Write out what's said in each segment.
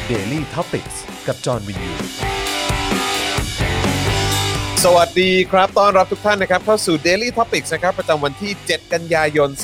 Daily Topics กับจอห์นวินยูสวัสดีครับต้อนรับทุกท่านนะครับเข้าสู่ Daily Topics นะครับประจำวันที่7กันยายน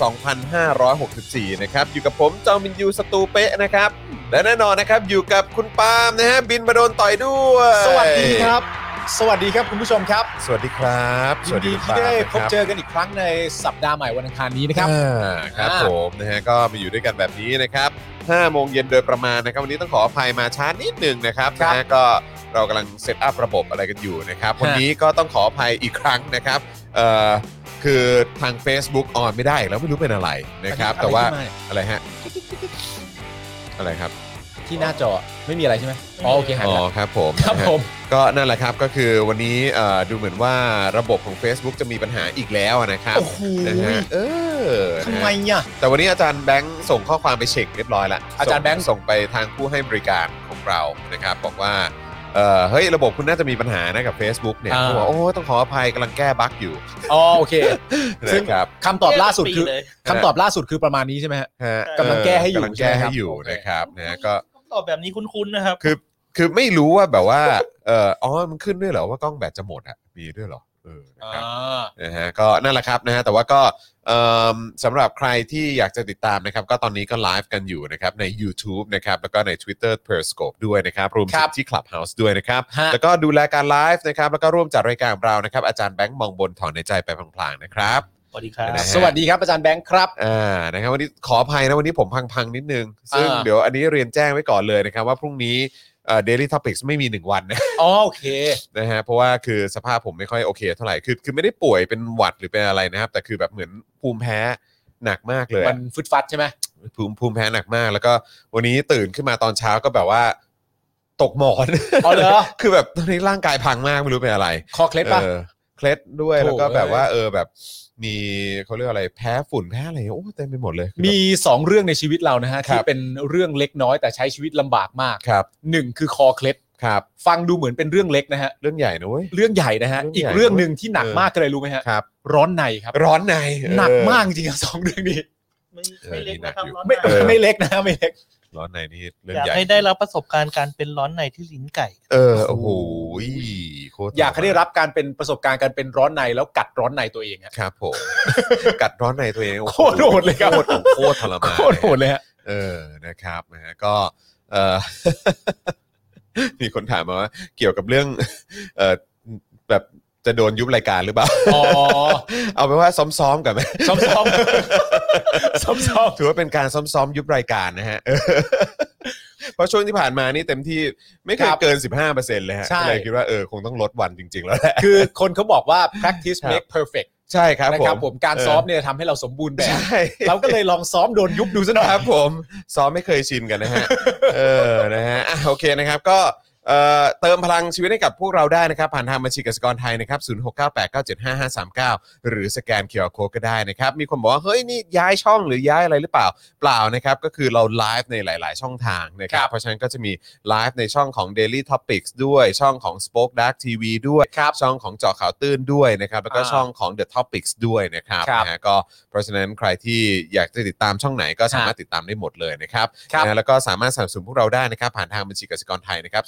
2564นะครับอยู่กับผมจอห์นวินยูสตูเป๊ะนะครับและแน่นอนนะครับอยู่กับคุณปาล์มนะฮะบินมาโดนต่อยด้วยสวัสดีครับสวัสดีครับคุณผู้ชมครับสวัสดีครับยินดีที่ได้พบเจอกันอีกครั้งในสัปดาห์ใหม่วันอังคารนี้นะครับครับผมนะฮะก็มาอยู่ด้วยกันแบบนี้นะครับ5 โมงเย็นโดยประมาณนะครับวันนี้ต้องขออภัยมาช้านิดนึงนะครับนะก็เรากำลังเซตอัพระบบอะไรกันอยู่นะครับวันนี้ก็ต้องขออภัยอีกครั้งนะครับคือทาง Facebook ออนไม่ได้แล้วไม่รู้เป็นอะไรนะครับแต่ว่าอะไรฮะอะไรครับที่หน้าจอไม่มีอะไรใช่ไหมอ๋อโอเคหายแล้วครับผมก็นั่นแหละครับก็คือวันนี้ดูเหมือนว่าระบบของ Facebook จะมีปัญหาอีกแล้วนะครับนะฮะทำไมอ่ะแต่วันนี้อาจารย์แบงค์ส่งข้อความไปเช็คเรียบร้อยแล้วอาจารย์แบงค์ส่งไปทางผู้ให้บริการของเรานะครับบอกว่าเฮ้ยระบบคุณน่าจะมีปัญหานะกับ Facebook เนี่ยเขาบอกโอ้ต้องขออภัยกำลังแก้บั๊กอยู่อ๋อโอเคซึ่งคำตอบล่าสุดคือประมาณนี้ใช่ไหมฮะกำลังแก้ให้อยู่นะครับนะก็ตอบแบบนี้คุ้นๆนะครับคือไม่รู้ว่าแบบว่าอ๋อมันขึ้นด้วยเหรอว่ากล้องแบตจะหมดอ่ะมีด้วยเหรอนะครับนะฮะก็นั่นแหละครับนะฮะแต่ว่าก็สำหรับใครที่อยากจะติดตามนะครับก็ตอนนี้ก็ไลฟ์กันอยู่นะครับใน YouTube นะครับแล้วก็ใน Twitter Periscope ด้วยนะครับรวมถึงที่ Clubhouse ด้วยนะครับแล้วก็ดูแลการไลฟ์นะครับแล้วก็ร่วมจัดรายการของเรานะครับอาจารย์แบงค์มองบนถอนในใจไปพลางๆนะครับสวัสดีครับสวัสดีครับอาจารย์แบงค์ครับนะครับวันนี้ขออภัยนะวันนี้ผมพังๆนิดนึงซึ่งเดี๋ยวอันนี้เรียนแจ้งไว้ก่อนเลยนะครับว่าพรุ่งนี้Daily Topics ไม่มี1วันนะอ๋อโอเคนะฮะเพราะว่าคือสภาพผมไม่ค่อยโอเคเท่าไหร่คือไม่ได้ป่วยเป็นหวัดหรือเป็นอะไรนะครับแต่คือแบบเหมือนภูมิแพ้หนักมากเลยมันฟึดฟัดใช่ไหมภูมิแพ้หนักมากแล้วก็วันนี้ตื่นขึ้นมาตอนเช้าก็แบบว่าตกหมอนอ๋อเหรอคือแบบตอนนี้ร่างกายพังมากไม่รู้เป็นอะไรคอเคล็ดป่ะเคล็ดด้วยแล้วก็แบบว่าแบบมีเขาเรียกอะไรแพ้ฝุ่นแพ้อะไรโอ้เต็มไปหมดเลยมี2เรื่องในชีวิตเรานะฮะที่เป็นเรื่องเล็กน้อยแต่ใช้ชีวิตลำบากมาก1คือคอเคล็ดครับฟังดูเหมือนเป็นเรื่องเล็กนะฮะเรื่องใหญ่นะเว้ยเรื่องใหญ่นะฮะอีกเรื่องนึงที่หนักมากเลยรู้ไหมฮะร้อนในครับร้อนในหนักมากจริงๆ2เรื่องนี้ไม่เล็กนะครับไม่เล็กนะไม่เล็กร้อนในนี่เรื่องใหญ่อยากให้ได้รับประสบการณ์การเป็นร้อนในที่ลิ้นไก่โอ้โหอยากให้ได้รับการเป็นประสบการณ์การเป็นร้อนในแล้วกัดร้อนในตัวเองครับผมกัดร้อนในตัวเองโคตรโหดเลยครับโคตรทรมานโคตรโหดเลยฮะนะครับนะฮะก็มีคนถามมาว่าเกี่ยวกับเรื่องแบบจะโดนยุบรายการหรือเปล่าเอาไปว่าซ้อมๆกันไหมซ้อมถือว่าเป็นการซ้อมยุบรายการนะฮะเพราะช่วงที่ผ่านมานี่เต็มที่ไม่เคยเกิน 15% เลยฮะก็เลยคิดว่าคงต้องลดวันจริงๆแล้วแหละคือคนเขาบอกว่า practice make perfect ใช่ครับผมการซ้อมเนี่ยทำให้เราสมบูรณ์แบบเราก็เลยลองซ้อมโดนยุบดูซะหน่อยครับผมซ้อมไม่เคยชินกันนะฮะนะฮะโอเคนะครับก็เติมพลังชีวิตให้กับพวกเราได้นะครับผ่านทางบัญชีกสิกรไทยนะครับ0698975539หรือสแกน QR Code ก็ได้นะครับมีคนบอกว่าเฮ้ยนี่ย้ายช่องหรือย้ายอะไรหรือเปล่าเปล่านะครับก็คือเราไลฟ์ในหลายๆช่องทางนะครับเพราะฉะนั้นก็จะมีไลฟ์ในช่องของ Daily Topics ด้วยช่องของ Spoke Dark TV ด้วยช่องของเจาะข่าวตื้นด้วยนะครับแล้วก็ช่องของ The Topics ด้วยนะครับนะฮะก็เพราะฉะนั้นใครที่อยากจะติดตามช่องไหนก็สามารถติดตามได้หมดเลยนะครับนะแล้วก็สามารถสนับสนุนพวกเราได้นะครับผ่านทางบัญชีกสิกรไทยนะครับ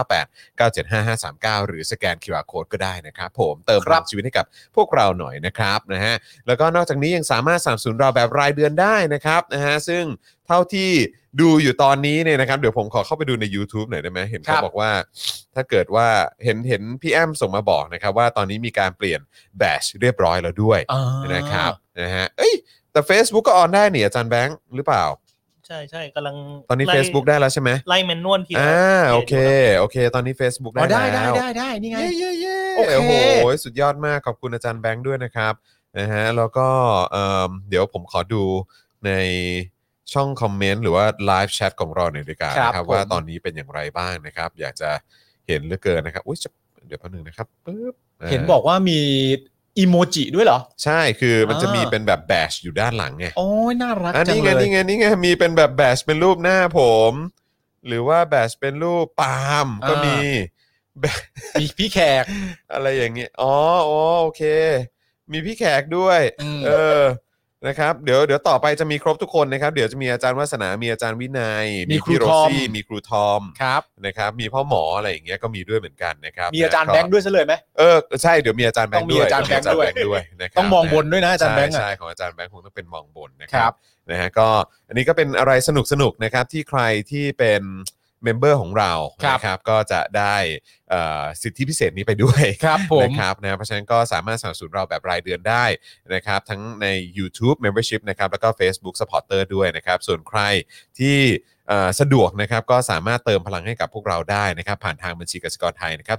0698975539หรือสแกน QR Code ก็ได้นะครับผมเติมพลังชีวิตให้กับพวกเราหน่อยนะครับนะฮะแล้วก็นอกจากนี้ยังสามารถสนับสนุนเราแบบรายเดือนได้นะครับนะฮะซึ่งเท่าที่ดูอยู่ตอนนี้เนี่ยนะครับเดี๋ยวผมขอเข้าไปดูใน YouTube หน่อยได้ไหมเห็นเขาบอกว่าถ้าเกิดว่าเห็นพี่แอมส่งมาบอกนะครับว่าตอนนี้มีการเปลี่ยนแบชเรียบร้อยแล้วด้วยนะครับนะฮะแต่ Facebook ก็ออนได้นี่อาจารย์แบงค์หรือเปล่าใช่กำลังตอนนี้ Facebook ได้แล้วใช่ไหมไล่แมนนวลทีโอเคตอนนี้ Facebook ได้แล้วได้นี่ไงโอ้โหสุดยอดมากขอบคุณอาจารย์แบงค์ด้วยนะครับนะฮะแล้วก็เดี๋ยวผมขอดูในช่องคอมเมนต์หรือว่าไลฟ์แชทของเราหน่อยดีกว่านะครับว่าตอนนี้เป็นอย่างไรบ้างนะครับอยากจะเห็นเหลือเกินนะครับอุ๊ยเดี๋ยวแป๊บนึงนะครับปึ๊บเห็นบอกว่ามีอีโมจิด้วยเหรอใช่คือมันจะมีเป็นแบบแบชอยู่ด้านหลังไงโอ้ยน่ารักจังเลยนี่ไงมีเป็นแบบแบชเป็นรูปหน้าผมหรือว่าแบชเป็นรูปปาล์มก็มีพี่แขกอะไรอย่างเงี้ยอ๋อโอเคมีพี่แขกด้วยนะครับเดี๋ยวต่อไปจะมีครบทุกคนนะครับเดี๋ยวจะมีอาจารย์วาสนามีอาจารย์วินัยมีครูพี่โรทอมซี่มีครูทอมครับนะครับมีพ่อหมออะไรอย่างเงี้ยก็มีด้วยเหมือนกันนะครับมีอาจารย์แบงค์ด้วยซะเลยไหมใช่เดี๋ยวมีอาจารย์แบงค์ด้วยต้องมีอาจารย์แบงค์ด้วยนะครับต้องมองบนด้วยนะอาจารย์แบงค์ใช่ของอาจารย์แบงค์คงต้องเป็นมองบนนะคครัรับบ นะฮะก็อันนี้ก็เป็นอะไรสนุกนะครับที่ใครที่เป็นเมมเบอร์ของเราครับนะครับก็จะได้สิทธิพิเศษนี้ไปด้วยครับผมนะครับนะเพราะฉะนั้นก็สามารถสนับสนุนเราแบบรายเดือนได้นะครับทั้งใน YouTube Membership นะครับแล้วก็ Facebook Supporter ด้วยนะครับส่วนใครที่สะดวกนะครับก็สามารถเติมพลังให้กับพวกเราได้นะครับผ่านทางบัญชีกสิกรไทยนะครับ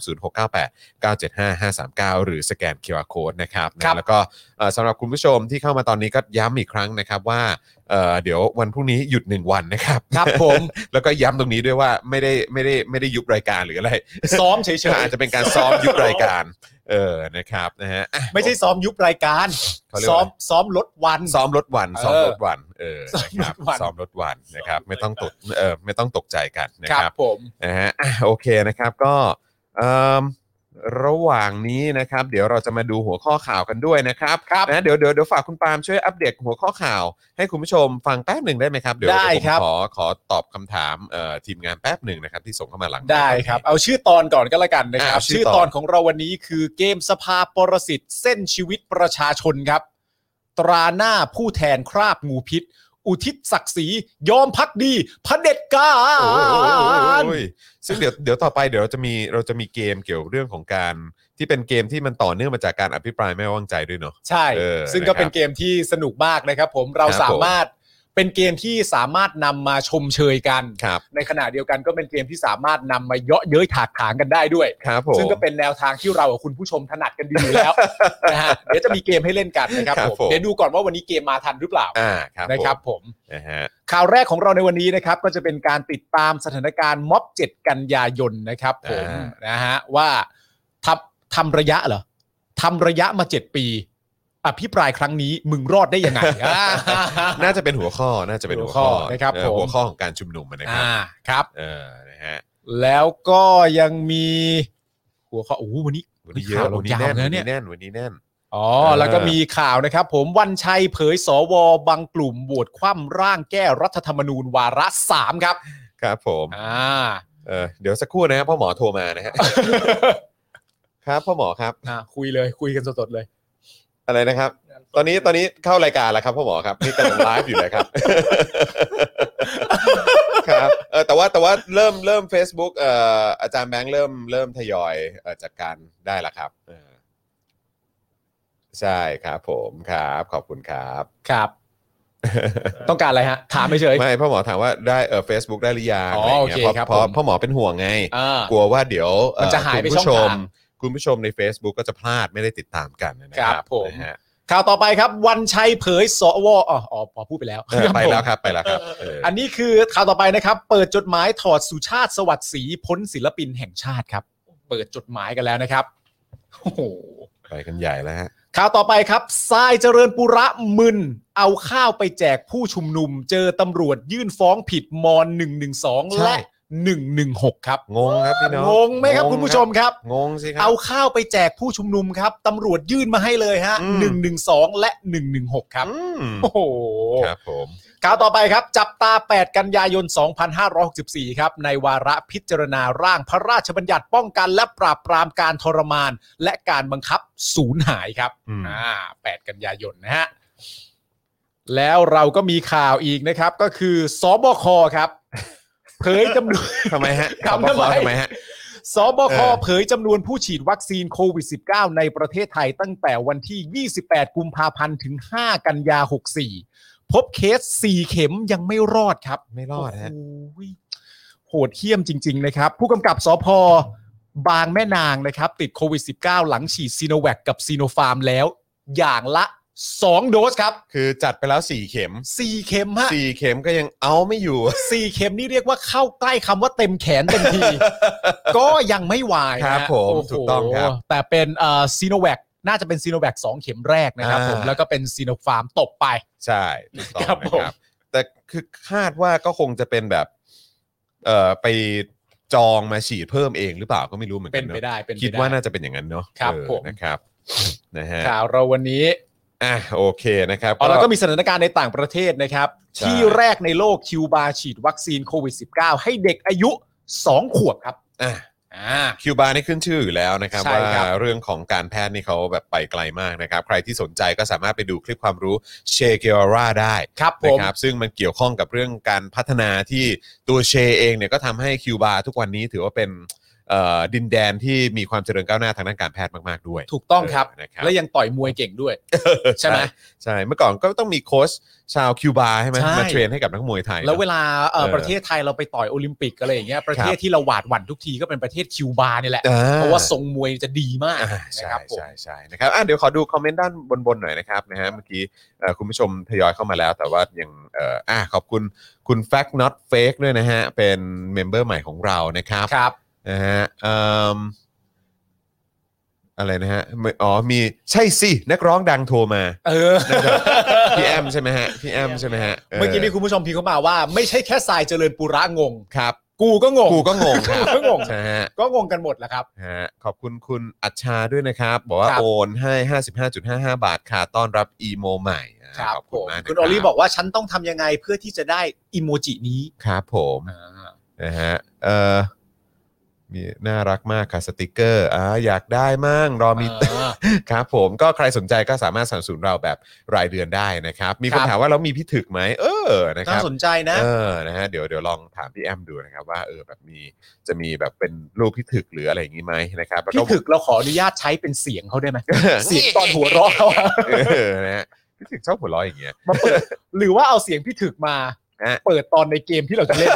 0698975539หรือสแกน QR Code นะครับนะแล้วก็สำหรับคุณผู้ชมที่เข้ามาตอนนี้ก็ย้ำอีกครั้งนะครับว่าเดี๋ยววันพรุ่งนี้หยุด1วันนะครับครับผมแล้วก็ย้ำตรงนี้ด้วยว่าไม่ได้ยุบรายการหรืออะไรซ้อมเฉยอาจจะเป็นการซ้อมยุบรายการนะครับนะฮะอ่ะๆไม่ใช่ซ้อมยุบรายการเขาเรียกว่าซ้อมลดวันซ้อมลดวันซ้อมลดวันซ้อมลดวันซ้อมลดวันนะครับไม่ต้องตกใจกันนะคครัรับบ ผมนะฮะอ่ะโอเคนะครับก็เอิ่มระหว่างนี้นะครับเดี๋ยวเราจะมาดูหัวข้อข่าวกันด้วยนะครับนะเดี๋ยวฝากคุณปาล์มช่วยอัปเดตหัวข้อข่าวให้คุณผู้ชมฟังแป๊บหนึ่งได้ไหมครับเดี๋ยวได้ผมครับขอตอบคำถามทีมงานแป๊บหนึ่งนะครับที่ส่งเข้ามาหลังได้ครับเอาชื่อตอนก่อนก็แล้วกันนะครับชื่ชื่ออตตออน นของเราวันนี้คือเกมสภาปรสิตเส้นชีวิตประชาชนครับตราหน้าผู้แทนคราบงูพิษอุทิศศักดิ์ศรียอมพักดีเผด็จการโอ้ยซึ่งเดี๋ยวต่อไปเดี๋ยวเราจะมีเกมเกี่ยวเรื่องของการที่เป็นเกมที่มันต่อเนื่องมาจากการอภิปรายไม่ไว้วางใจด้วยเนาะใช่ ซึ่งก็เป็นเกมที่สนุกมากนะครับผมเราครับสามารถเป็นเกมที่สามารถนำมาชมเชยกันครับในขณะเดียวกันก็เป็นเกมที่สามารถนำมาเยาะเย้ยถากถางกันได้ด้วยครับผมซึ่งก็เป็นแนวทางที่เรากับคุณผู้ชมถนัดกันดีอยู่แล้ว นะฮะเดี๋ยวจะมีเกมให้เล่นกันนะครับครับผมผมเดี๋ยวดูก่อนว่าวันนี้เกมมาทันหรือเปล่าครับนะครับผมนะฮะข่าวแรกของเราในวันนี้นะครับก็จะเป็นการติดตามสถานการณ์ม็อบ 7 กันยายนนะครับผมนะฮะว่าทำระยะเหรอทำระยะมา7 ปีอภิปรายครั้งนี้มึงรอดได้ยังไงน่าจะเป็นหัวข้อหัวข้อนะครับผมหัวข้อของการชุมนุมนะครับครับนะฮะแล้วก็ยังมีหัวข้อวันนี้วันนี้เยอะข่าววันนี้ยาวแน่นนะวันเนี่นี้ยแน่นวันนี้แน่นแล้วก็มีข่าวนะครับผมวันชัยเผยสวบางกลุ่มโหวตคว่ำร่างแก้รัฐธรรมนูญวาระ 3ครับครับผมเดี๋ยวสักครู่นะครับพ่อหมอโทรมานะฮะ ครับพ่อหมอครับคุยกันสดๆเลยอะไรนะครับ ตอนนี้เข้ารายการแล้วครับพ่อหมอครับนี่กำลังไลฟ์อยู่เลยครับ ครับแต่ว่าเริ่ม Facebook อาจารย์แบงค์เริ่มทยอยจัดการได้แล้วครับใช่ครับผมครับขอบคุณครับครับ ต้องการอะไรฮะถามไม่เฉยไม่พ่อหมอถามว่าได้Facebook ได้หรือยังโอเคครับเพราะพ่อหมอเป็นห่วงไงกลัวว่าเดี๋ยวมันจะหายไปช่องทางคุณผู้ชมใน Facebook ก็จะพลาดไม่ได้ติดตามกันนะครับผมนะฮะข่าวต่อไปครับวันชัยเผยสวพูดไปแล้วไปแล้วครับอันนี้คือข่าวต่อไปนะครับเปิดจดหมายถอดสุชาติสวัสดิ์ศรีพ้นศิลปินแห่งชาติครับเปิดจดหมายกันแล้วนะครับโอ้โหไปกันใหญ่แล้วฮะข่าวต่อไปครับทรายเจริญปุระมึนเอาข้าวไปแจกผู้ชุมนุมเจอตำรวจยื่นฟ้องผิดม.112 และ116ครับงงครับพี่น้องงงไหมครับคุณผู้ชมครับงงสิครับเอาข้าวไปแจกผู้ชุมนุมครับตำรวจยื่นมาให้เลยฮะ112และ116ครับโอ้โหครับผมข่าวต่อไปครับจับตา8กันยายน2564ครับในวาระพิจารณาร่างพระราชบัญญัติป้องกันและปราบปรามการทรมานและการบังคับสูญหายครับ8กันยายนนะฮะแล้วเราก็มีข่าวอีกนะครับก็คือสบคครับเผยจำนวนทำไมฮะทำไมฮะสบคเผยจำนวนผู้ฉีดวัคซีนโควิด -19 ในประเทศไทยตั้งแต่วันที่28กุมภาพันธ์ถึง5กันยา64พบเคส4เข็มยังไม่รอดครับไม่รอดฮะโหดเหี้ยมจริงๆนะครับผู้กำกับสพบางแม่นางนะครับติดโควิด -19 หลังฉีดซีโนแวคกับซีโนฟาร์มแล้วอย่างละ2โดสครับคือจัดไปแล้ว4เข็ม 4เข็มฮะ 4เข็มก็ยังเอาไม่อยู่ 4เข็มนี่เรียกว่าเข้าใกล้คำว่าเต็มแขนเต็มที ก็ยังไม่วายครับผมถูกต้องครับแต่เป็นซีโนแวคน่าจะเป็นซีโนแวค2เข็มแรกนะครับผมแล้วก็เป็นซีโนฟาร์มตบไปใช่ถูกต้องนะครับแต่คือคาดว่าก็คงจะเป็นแบบไปจองมาฉีดเพิ่มเองหรือเปล่าก็ไม่รู้เหมือนกันเป็นไปได้คิดว่าน่าจะเป็นอย่างนั้นเนาะครับผมนะครับนะฮะข่าวเราวันนี้โอเคนะครับแล้วก็มีสถานการณ์ในต่างประเทศนะครับใช่ที่แรกในโลกคิวบาฉีดวัคซีนโควิด -19 ให้เด็กอายุ2 ขวบครับคิวบานี่ขึ้นชื่ออยู่แล้วนะครับใช่ว่าครับเรื่องของการแพทย์นี่เขาแบบไปไกลมากนะครับใครที่สนใจก็สามารถไปดูคลิปความรู้เชเกวาร่าได้ครับผนะมครับซึ่งมันเกี่ยวข้องกับเรื่องการพัฒนาที่ตัวเชเองเนี่ยก็ทำให้คิวบาทุกวันนี้ถือว่าเป็นดินแดนที่มีความเจริญก้าวหน้าทางด้านการแพทย์มากๆด้วยถูกต้องครับนะครับและยังต่อยมวยเก่งด้วย ใช่ไหมใช่เมื่อก่อนก็ต้องมีโค้ชชาวคิวบาใช่ไหมใช่มาเทรนให้กับนักมวยไทยแล้วเวลาเออประเทศไทยเราไปต่อยโอลิมปิกอะไรอย่างเงี้ยประเทศที่เราหวาดหวั่นทุกทีก็เป็นประเทศคิวบานี่แหละ เพราะว่าทรงมวยจะดีมากนะนะคครัรับบผมใช่นะครับเดี๋ยวขอดูคอมเมนต์ด้านบนหน่อยนะครับนะฮะเมื่อกี้คุณผู้ชมทยอยเข้ามาแล้วแต่ว่ายังขอบคุณคุณ Fact Not Fake ด้วยนะฮะเป็นเมมเบอร์ใหม่ของเรานะครับครับนะฮะอะไรนะฮะมีใช่สินักร้องดังโทรมานะครับพี่แอมใช่ไหมฮะพี่แอมใช่ไหมฮะเมื่อกี้มีคุณผู้ชมพิมพ์เข้ามาว่าไม่ใช่แค่ทรายเจริญปุระงงครับกูก็งงกูก็งงครับก็งงใช่ฮะก็งงกันหมดแหละครับขอบคุณคุณอัชชาด้วยนะครับบอกว่าครับโอนให้ 55.55 บาทค่ะต้อนรับอีโมใหม่ครับขอบผคุณมมากนะคุณโอลี่บอกว่าฉันต้องทำยังไงเพื่อที่จะได้อิโมจินี้ครับผมนะฮะมีน่ารักมากค่ะสติกเกอร์อยากได้มั่งรอมี ครับผมก็ใครสนใจก็สามารถสนับสนุนเราแบบรายเดือนได้นะครับมีคนครับถามว่าเรามีพี่ถึกไหมนะคน่ารับสนใจนะนะฮะเดี๋ยวลองถามพี่แอมดูนะครับว่าแบบจะมีแบบเป็นรูปพี่ถึกหรืออะไรอย่างงี้ไหมนะครับแล้วพี่ถึกเราขออนุญาตใช้เป็นเสียงเขาได้ไหม เสียงตอนหัวเราะเขาอะนะฮะพี่ถึกชอบหัวเราะอย่างเงี้ยมาเปิดหรือว่าเอาเสียงพี่ถึกมา เปิดตอนในเกมที่เราจะเล่น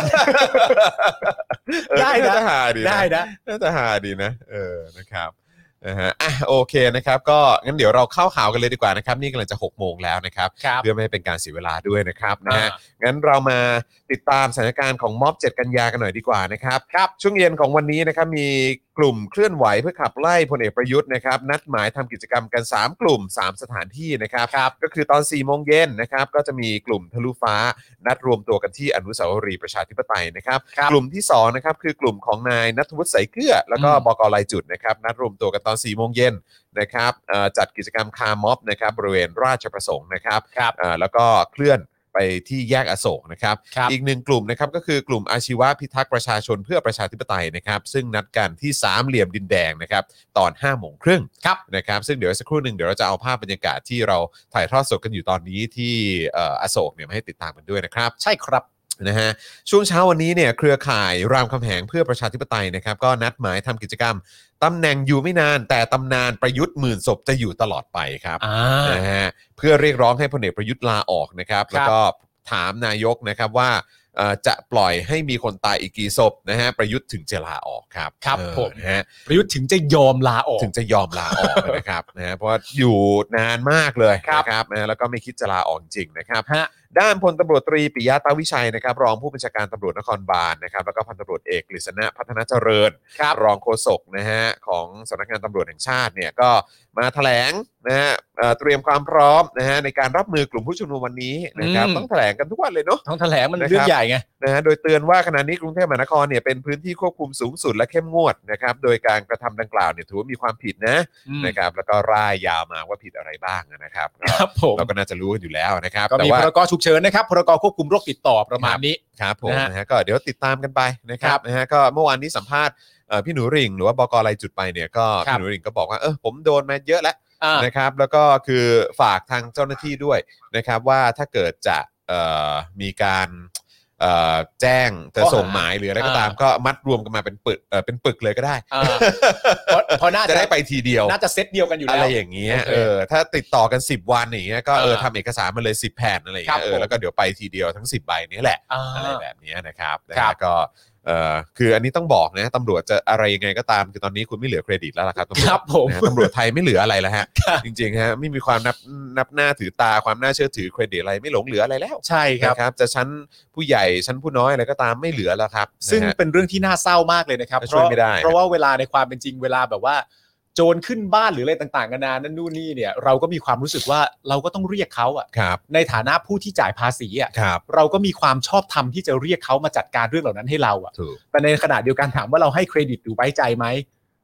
ได้นะน่าจะหาดีได้นะน่าจะหาดีนะนะครับนะฮะโอเคนะครับก็งั้นเดี๋ยวเราเข้าข่าวกันเลยดีกว่านะครับนี่กำลังจะ6 โมงแล้วนะครับครับเพื่อไม่ให้เป็นการเสียเวลาด้วยนะครับนะฮะงั้นเรามาติดตามสถานการณ์ของม็อบ 7 กันยากันหน่อยดีกว่านะครับช่วงเย็นของวันนี้นะครับมีกลุ่มเคลื่อนไหวเพื่อขับไล่พลเอกประยุทธ์นะครับนัดหมายทำกิจกรรมกัน3 กลุ่ม 3 สถานที่นะครับก็คือตอน 4 โมงเย็นนะครับก็จะมีกลุ่มทะลุฟ้านัดรวมตัวกันที่อนุสาวรีย์ประชาธิปไตยนะครับกลุ่มที่2นะครับคือกลุ่มของนายณัฐวุฒิ สายเกลือแล้วก็บก.ลายจุดนะครับนัดรวมตัวกันตอน 4 โมงเย็นนะครับจัดกิจกรรมคาร์ม็อบนะครับบริเวณราชประสงค์นะครับแล้วก็เคลื่อนไปที่แยกอโศกนะครับอีก1 กลุ่มนะครับก็คือกลุ่มอาชีวะพิทักษ์ประชาชนเพื่อประชาธิปไตยนะครับซึ่งนัดกันที่3เหลี่ยมดินแดงนะครับตอน 5 โมงครึ่งนะครับซึ่งเดี๋ยวสักครู่หนึ่งเดี๋ยวเราจะเอาภาพบรรยากาศที่เราถ่ายทอดสดกันอยู่ตอนนี้ที่อโศกเนี่ยมาให้ติดตามกันด้วยนะครับใช่ครับนะฮะช่วงเช้าวันนี้เนี่ยเครือข่ายรามคำแหงเพื่อประชาธิปไตยนะครับก็นัดหมายทำกิจกรรมตำแหน่งอยู่ไม่นานแต่ตำนานประยุทธ์หมื่นศพจะอยู่ตลอดไปครับนะฮะเพื่อเรียกร้องให้พลเอกประยุทธ์ลาออกนะครับแล้วก็ถามนายกนะครับว่าจะปล่อยให้มีคนตายอีกกี่ศพนะฮะประยุทธ์ถึงจะลาออกครับผมนะฮะประยุทธ์ถึงจะยอมลาออกถึงจะยอมลาออกนะครับนะฮะเพราะว่าอยู่นานมากเลยนะครับนะแล้วก็ไม่คิดจะลาออกจริงนะครับด้านพลตำรวจตรีปิยะตาวิชัยนะครับรองผู้บัญชาการตำรวจนครบาลนะครับแล้วก็พันตำรวจเอกกฤษณะพัฒนาเจริญรองโฆษกนะฮะของสำนักงานตำรวจแห่งชาติเนี่ยก็มาแถลงนะฮะเตรียมความพร้อมนะฮะในการรับมือกลุ่มผู้ชุมนุมวันนี้นะครับต้องแถลงกันทุกวันเลยเนาะต้องแถลงมันเรื่องใหญ่ไงนะฮะโดยเตือนว่าขณะนี้กรุงเทพมหานครเนี่ยเป็นพื้นที่ควบคุมสูงสุดและเข้มงวดนะครับโดยการกระทำดังกล่าวเนี่ยถือว่ามีความผิดนะครับแล้วก็ร่ายยาวมาว่าผิดอะไรบ้างนะครับเราก็น่าจะรู้กันอยู่แล้วนะครับก็มีพรกฉุกเฉินนะครับพรกควบคุมโรคติดต่อประมาณนี้ครับผมนะฮะก็เดี๋ยวติดตามกันไปนะครับนะฮะก็เมื่อวานนี้สัมภาษณ์พี่หนูริ่งหรือว่าบก.ลายจุดไปเนี่ยก็พี่หนูริ่งก็บอกว่าผมโดนมาเยอะแล้วนะครับแล้วก็คือฝากทางเจ้าหน้าที่ด้วยนะครับว่าถ้าเกิดจะมีการแจ้งจะส่งหมายหรืออะไรก็ตามก็มัดรวมกันมาเป็นปึกเลยก็ได้เพราะน่าจะได้ไปทีเดียวน่าจะเซตเดียวกันอยู่แล้วอะไรอย่างเงี้ยถ้าติดต่อกัน10 วันอย่างเงี้ยก็ทำเอกสารมาเลย10 แผ่นอะไรอย่างเงี้ยแล้วก็เดี๋ยวไปทีเดียวทั้ง10 ใบนี้แหละอะไรแบบนี้นะครับก็คืออันนี้ต้องบอกนะตำรวจจะอะไรยังไงก็ตามคือตอนนี้คุณไม่เหลือเครดิตแล้วล่ะครับตำรวจไทยไม่เหลืออะไรแล้วฮะจริงๆฮะไม่มีความนับหน้าถือตาความน่าเชื่อถือเครดิตอะไรไม่หลงเหลืออะไรแล้วใช่ครับจะชั้นผู้ใหญ่ชั้นผู้น้อยอะไรก็ตามไม่เหลือแล้วครับซึ่งเป็นเรื่องที่น่าเศร้ามากเลยนะครับเพราะว่าเวลาในความเป็นจริงเวลาแบบว่าโจรขึ้นบ้านหรืออะไรต่างๆกันานานั่นนู่นนี่เนี่ยเราก็มีความรู้สึกว่าเราก็ต้องเรียกเขาอ่ะในฐานะผู้ที่จ่ายภาษีอ่ะเราก็มีความชอบธรรมที่จะเรียกเขามาจัดการเรื่องเหล่านั้นให้เราอ่ะแต่ในขณะเดียวกันถามว่าเราให้เครดิตหรือไว้ใจไหม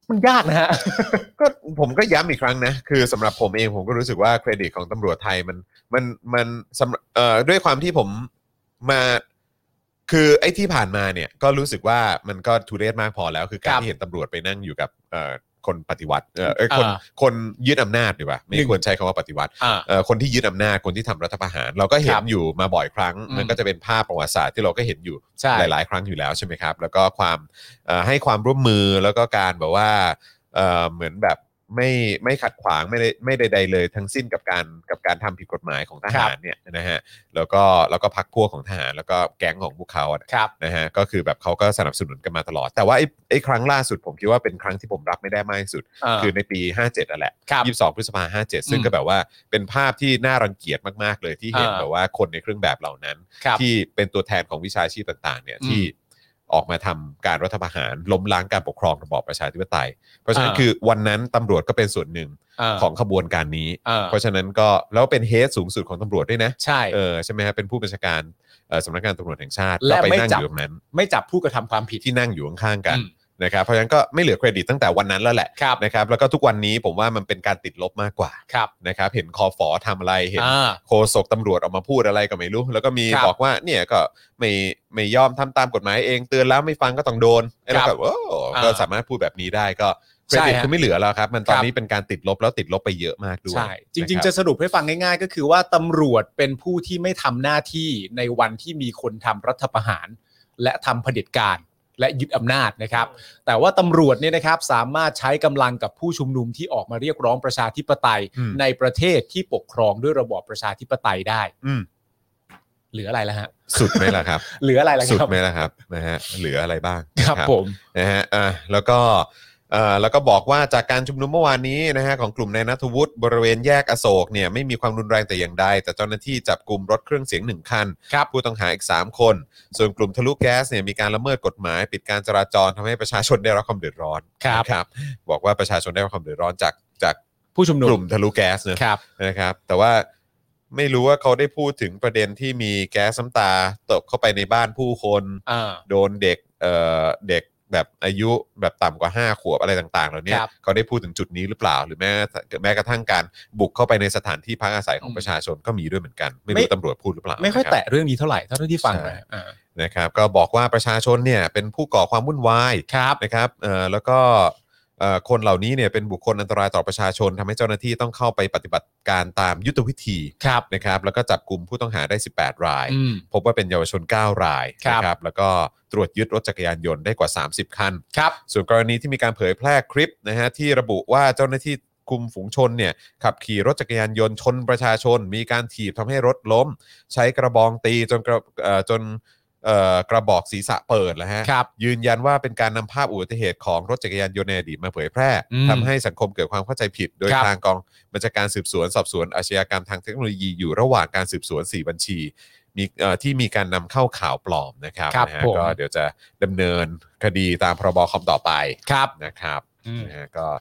มันยากนะฮะก็ผมก็ย้ำอีกครั้งนะคือสำหรับผมเองผมก็รู้สึกว่าเครดิตของตำรวจไทยมันสำด้วยความที่ผมมาคือไอ้ที่ผ่านมาเนี่ยก็รู้สึกว่ามันก็ทุเรศมากพอแล้วคือการครับที่เห็นตำรวจไปนั่งอยู่กับคนปฏิวัติอ่าคนยึดอำนาจดีกว่าไม่หนึ่งควรใช้คำว่าปฏิวัติอ่าคนที่ยึดอำนาจคนที่ทำรัฐประหาร เราก็เห็คน รับอยู่มาบ่อยครั้งอืมมันก็จะเป็นภาพประวัติศาสตร์ที่เราก็เห็นอยู่ใช่หลายๆ ครั้งอยู่แล้วใช่ไหมครับแล้วก็ความให้ความร่วมมือแล้วก็การแบบว่าเหมือนแบบไม่ขัดขวางไม่ใดๆเลยทั้งสิ้นกับการทำผิดกฎหมายของทหารเนี่ยนะฮะแล้วก็พรรคพวกของทหารแล้วก็แก๊งของพวกเขาอะครับนะฮะก็คือแบบเขาก็สนับสนุนกันมาตลอด แต่ว่าไอ้ครั้งล่าสุดผมคิดว่าเป็นครั้งที่ผมรับไม่ได้มากที่สุด คือในปี 57นั่นแหละครับ 22 พฤษภาคม 57 ซึ่งก็แบบว่าเป็นภาพที่น่ารังเกียจมากๆเลยที่เห็นแบบว่าคนในเครื่องแบบเหล่านั้นครับที่เป็นตัวแทนของวิชาชีพต่างๆเนี่ยอืมที่ออกมาทำการรัฐประหารล้มล้างการปกครองระบอบประชาธิปไตย เพราะฉะนั้นอ่าคือวันนั้นตำรวจก็เป็นส่วนหนึ่งาของขบวนการนี้อ่าเพราะฉะนั้นก็แล้วเป็นเฮดสูงสุดของตำรวจด้วยนะใช่ใช่ไหมฮะเป็นผู้บัญชาการสำนักงานตำรวจแห่งชาติและก็ไปไม่นั่งจับอยู่ตรงนั้นไม่จับผู้กระทำความผิดที่นั่งอยู่ข้างๆกันอืมนะครับเพราะฉะนั้นก็ไม่เหลือเครดิตตั้งแต่วันนั้นแล้วแหละครับนะครับแล้วก็ทุกวันนี้ผมว่ามันเป็นการติดลบมากกว่าครับนะครับเห็นคอฝอทำอะไรเห็นอ่าโฆษกตำรวจออกมาพูดอะไรก็ไม่รู้ แล้วก็มีครับบอกว่าเนี่ยก็ไม่ยอมทำตามกฎหมายเองเตือนแล้วไม่ฟังก็ต้องโดนไอ้เราก็โอ้ก็สามารถพูดแบบนี้ได้ก็เครดิตใช่ฮะคือไม่เหลือแล้วครับมันตอนครับนี้เป็นการติดลบแล้วติดลบไปเยอะมากด้วยใช่จริงนคๆ จะบสรุปให้ฟังง่ายๆ ก็คือว่าตำรวจเป็นผู้ที่ไม่ทำหน้าที่ในวันที่มีคนทำรัฐประหาร และทำเผด็จการและยึดอำนาจนะครับ แต่ว่าตำรวจเนี่ยนะครับสามารถใช้กำลังกับผู้ชุมนุมที่ออกมาเรียกร้องประชาธิปไตยอืมในประเทศที่ปกครองด้วยระบอบประชาธิปไตยได้อืมเหลืออะไรแล้วฮะสุดไหมล่ะครับเหลืออะไรแล้วสุดครับไหมล่ะครับนะฮะเหลืออะไรบ้างครับนะผมนะฮะแล้วก็บอกว่าจากการชุมนุมเมื่อวานนี้นะฮะของกลุ่มนายณัฐวุฒิบริเวณแยกอโศกเนี่ยไม่มีความรุนแรงแต่อย่างใดแต่เจ้าหน้าที่จับกลุ่มรถเครื่องเสียง1คันครับผู้ต้องหาอีก3คน ส่วนกลุ่มทะลุแก๊สเนี่ยมีการละเมิดกฎหมายปิดการจราจรทำให้ประชาชนได้รับความเดือดร้อนครับนะครับบอกว่าประชาชนได้รับความเดือดร้อนจากผู้ชุมนุมกลุ่มทะลุแก๊สนะครับ นะครับแต่ว่าไม่รู้ว่าเขาได้พูดถึงประเด็นที่มีแก๊สน้ำตาตกเข้าไปในบ้านผู้คนอ่าโดนเด็กแบบอายุแบบต่ำกว่า5ขวบอะไรต่างๆเหล่านี้ครับเขาได้พูดถึงจุดนี้หรือเปล่า หรือแม้กระทั่งการบุกเข้าไปในสถานที่พักอาศัยของประชาชนก็มีด้วยเหมือนกัน ไม่รู้ตำรวจพูดหรือเปล่าไม่ค่อยนะครับแตะเรื่องนี้เท่าไหร่เท่าที่ฟังนะอ่านะครับก็บอกว่าประชาชนเนี่ยเป็นผู้ก่อความวุ่นวายครับนะครับแล้วก็คนเหล่านี้เนี่ยเป็นบุคคลอันตรายต่อประชาชนทำให้เจ้าหน้าที่ต้องเข้าไปปฏิบัติการตามยุทธวิธีครับนะครับแล้วก็จับกลุ่มผู้ต้องหาได้18 รายอืมพบว่าเป็นเยาวชน 9 รายครับนะครับแล้วก็ตรวจยึดรถจักรยานยนต์ได้กว่า 30 คันครับส่วนกรณีที่มีการเผยแพร่คลิปนะฮะที่ระบุว่าเจ้าหน้าที่คุมฝูงชนเนี่ยขับขี่รถจักรยานยนต์ชนประชาชน มีการถีบทำให้รถล้ม ใช้กระบองตีจนกระบอกศีรษะเปิดแล้วฮะครับยืนยันว่าเป็นการนำภาพอุบัติเหตุของรถจักรยานยนต์ในอดีตมาเผยแพร่อืมทำให้สังคมเกิดความเข้าใจผิด โดยครับทางกองบัญชาการสืบสวนสอบสวนอาชญากรรมทางเทคโนโลยีอยู่ระหว่างการสืบสวน 4 บัญชีมีที่มีการนำเข้าข่าวปลอมนะครับครับนะฮะผมก็เดี๋ยวจะดำเนินคดีตามพรบคอมต่อไปครับนะครับอืมนะฮะก็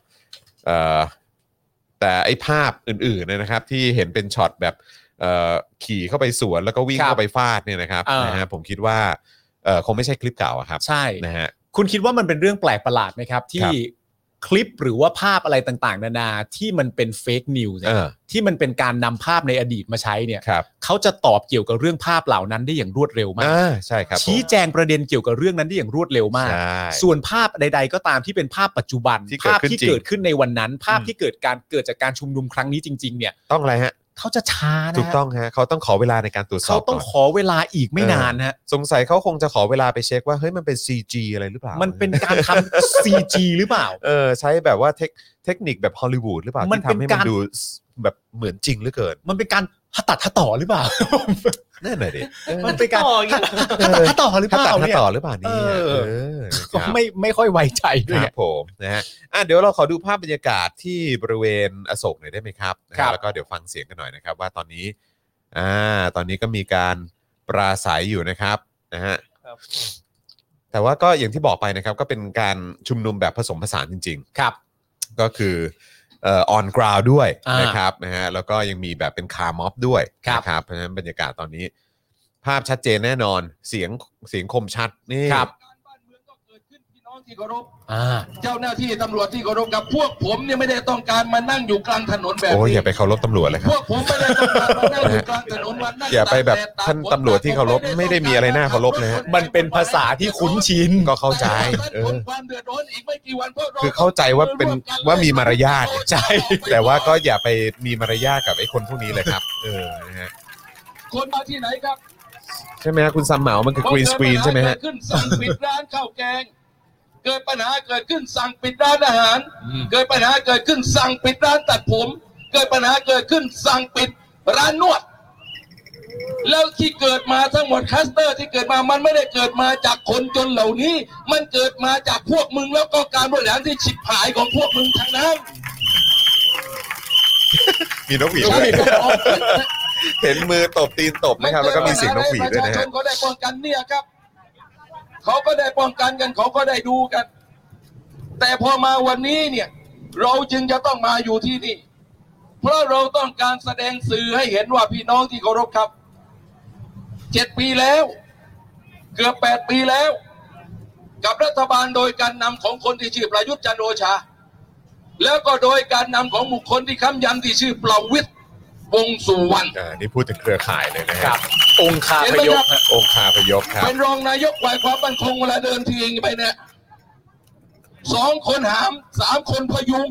แต่ไอ้ภาพอื่นๆเนี่ยนะครับที่เห็นเป็นช็อตแบบขี่เข้าไปสวนแล้วก็วิ่งครับเข้าไปฟาดเนี่ยนะครับอ่านนะฮะผมคิดว่าคงไม่ใช่คลิปเก่าอะครับใช่นะฮะคุณคิดว่ามันเป็นเรื่องแปลกประหลาดไหมครับ ที่คลิปหรือว่าภาพอะไรต่างๆ นานาที่มันเป็นเฟกนิวส์เออที่มันเป็นการนำภาพในอดีตมาใช้เนี่ยครับเขาจะตอบเกี่ยวกับเรื่องภาพเหล่านั้นได้อย่างรวดเร็วมากใช่ครับผมชี้แจงประเด็นเกี่ยวกับเรื่องนั้นได้อย่างรวดเร็วมากใช่ส่วนภาพใดๆก็ตามที่เป็นภาพปัจจุบันที่เกิดภาพขึ้นที่จริงเกิดขึ้นในวันนั้น ภาพที่เกิดจากการชุมนุมครั้งนี้จริง ๆ เนี่ยต้องอะไรฮะเขาจะช้านะถูกต้องฮะเขาต้องขอเวลาในการตรวจสอบเขาต้องก่นขอเวลาอีกไม่นานฮะสงสัยเขาคงจะขอเวลาไปเช็คว่าเฮ้ยมันเป็น CG อะไรหรือเปล่ามัมันเป็นการทำ CG หรือเปล่าใช้แบบว่าเทคนิคแบบฮอลลีวูดหรือเปล่ามันที่เป็นทำให้กามันรดูแบบเหมือนจริงเหลือเกินมันเป็นการหัตัดหัต่อหรือเปล่านั่นแหละดิมันเป็นการต่ออีกหัต่อหรือเปถ้าล่าตัดเนี่ยต่อหรือเปล่านี่ก็ไม่ค่อยไว้ใจด้ควยรับผมนะฮะเดี๋ยวเราขอดูภาพบรรยากาศที่บริเวณอโศกหน่อยได้ไหมครับนะฮะครับแล้วก็เดี๋ยวฟังเสียงกันหน่อยนะครับว่าตอนนี้ตอนนี้ก็มีการปราศัยอยู่นะครับนะฮะครับแต่ว่าก็อย่างที่บอกไปนะครับก็เป็นการชุมนุมแบบผสมผสานจริงครับๆ ก็คือon ground ด้วยอ่านนะครับนะฮะแล้วก็ยังมีแบบเป็นคาร์ม็อบด้วยครับนะครับเพราะฉะนั้นบรรยากาศตอนนี้ ภาพชัดเจนแน่นอนเสียงคมชัดนี่ครับน้องที่เคารพเเจ้าหน้าที่ตำรวจที่เคารพกับพวกผมเนี่ยไม่ได้ต้องการมานั่งอยู่กลางถนนแบบโอ้ยอนี้ย่าไปเคารพตำรวจเลยคพรัวบกผมไม่ได้ต้องการมานั่งอยู่กลางถนนวันนั่งอย่าไปแบบตกท่านตำรวจที่เคารพไม่ได้มีอะไรน่าเคารพเลยฮะมันเป็นภาษาที่คุ้นชินก็เข้าใจความเดือดร้อนอีกไม่กี่วันพวกรคือเข้าใจว่าเป็นว่ามีมารยาทใช่แต่ว่าก็อย่าไปมีมารยาทกับไอ้คนพวกนี้เลยครับนะฮะคนมาที่ไหนครับใช่ไหมฮะคุณซัมเหมามันคือกรีนสกรีนใช่ไหมฮะเกิดขึ้นสั่งปิดร้านข้าวแกง เกิดปัญหาเกิดขึ้นสั่งปิดร้านอาหาร เกิดปัญหาเกิดขึ้นสั่งปิดร้านตัดผม เกิดปัญหาเกิดขึ้นสั่งปิดร้านนวด แล้วที่เกิดมาทั้งหมดคลัสเตอร์ที่เกิดมามันไม่ได้เกิดมาจากคนจนเหล่านี้ มันเกิดมาจากพวกมึงแล้วก็การบริหารที่ฉิบหายของพวกมึงทั้งนั้นมีนกหวีดด้วยเห็นมือตบตีนตบนะครับแล้วก็มีเสียงนกหวีดด้วยนะประชาชฮะนเขาได้ป้องกันเนี่ยครับเขาก็ได้ป้องกันกันเขาก็ได้ดูกัน แต่พอมาวันนี้เนี่ยเราจึงจะต้องมาอยู่ที่นี่ เพราะเราต้องการแสดงสื่อให้เห็นว่าพี่น้องที่เคารพครับ 7 ปีแล้ว เกือบ 8 ปีแล้ว กับรัฐบาลโดยการนำของคนที่ชื่อประยุทธ์จันทร์โอชา แล้วก็โดยการนำของบุคคลที่ค้ำยันที่ชื่อประวิตรวงษ์สุวรรณนี่พูดถึงเครือข่ายเลยนะคครัรับบ องค์คาพยพฮะองค์คาพยพครับเป็นรองนายกฝ่ายความมั่นคงเวลาเดินทีไปเนี่ย2 คนหาม 3 คนพยุง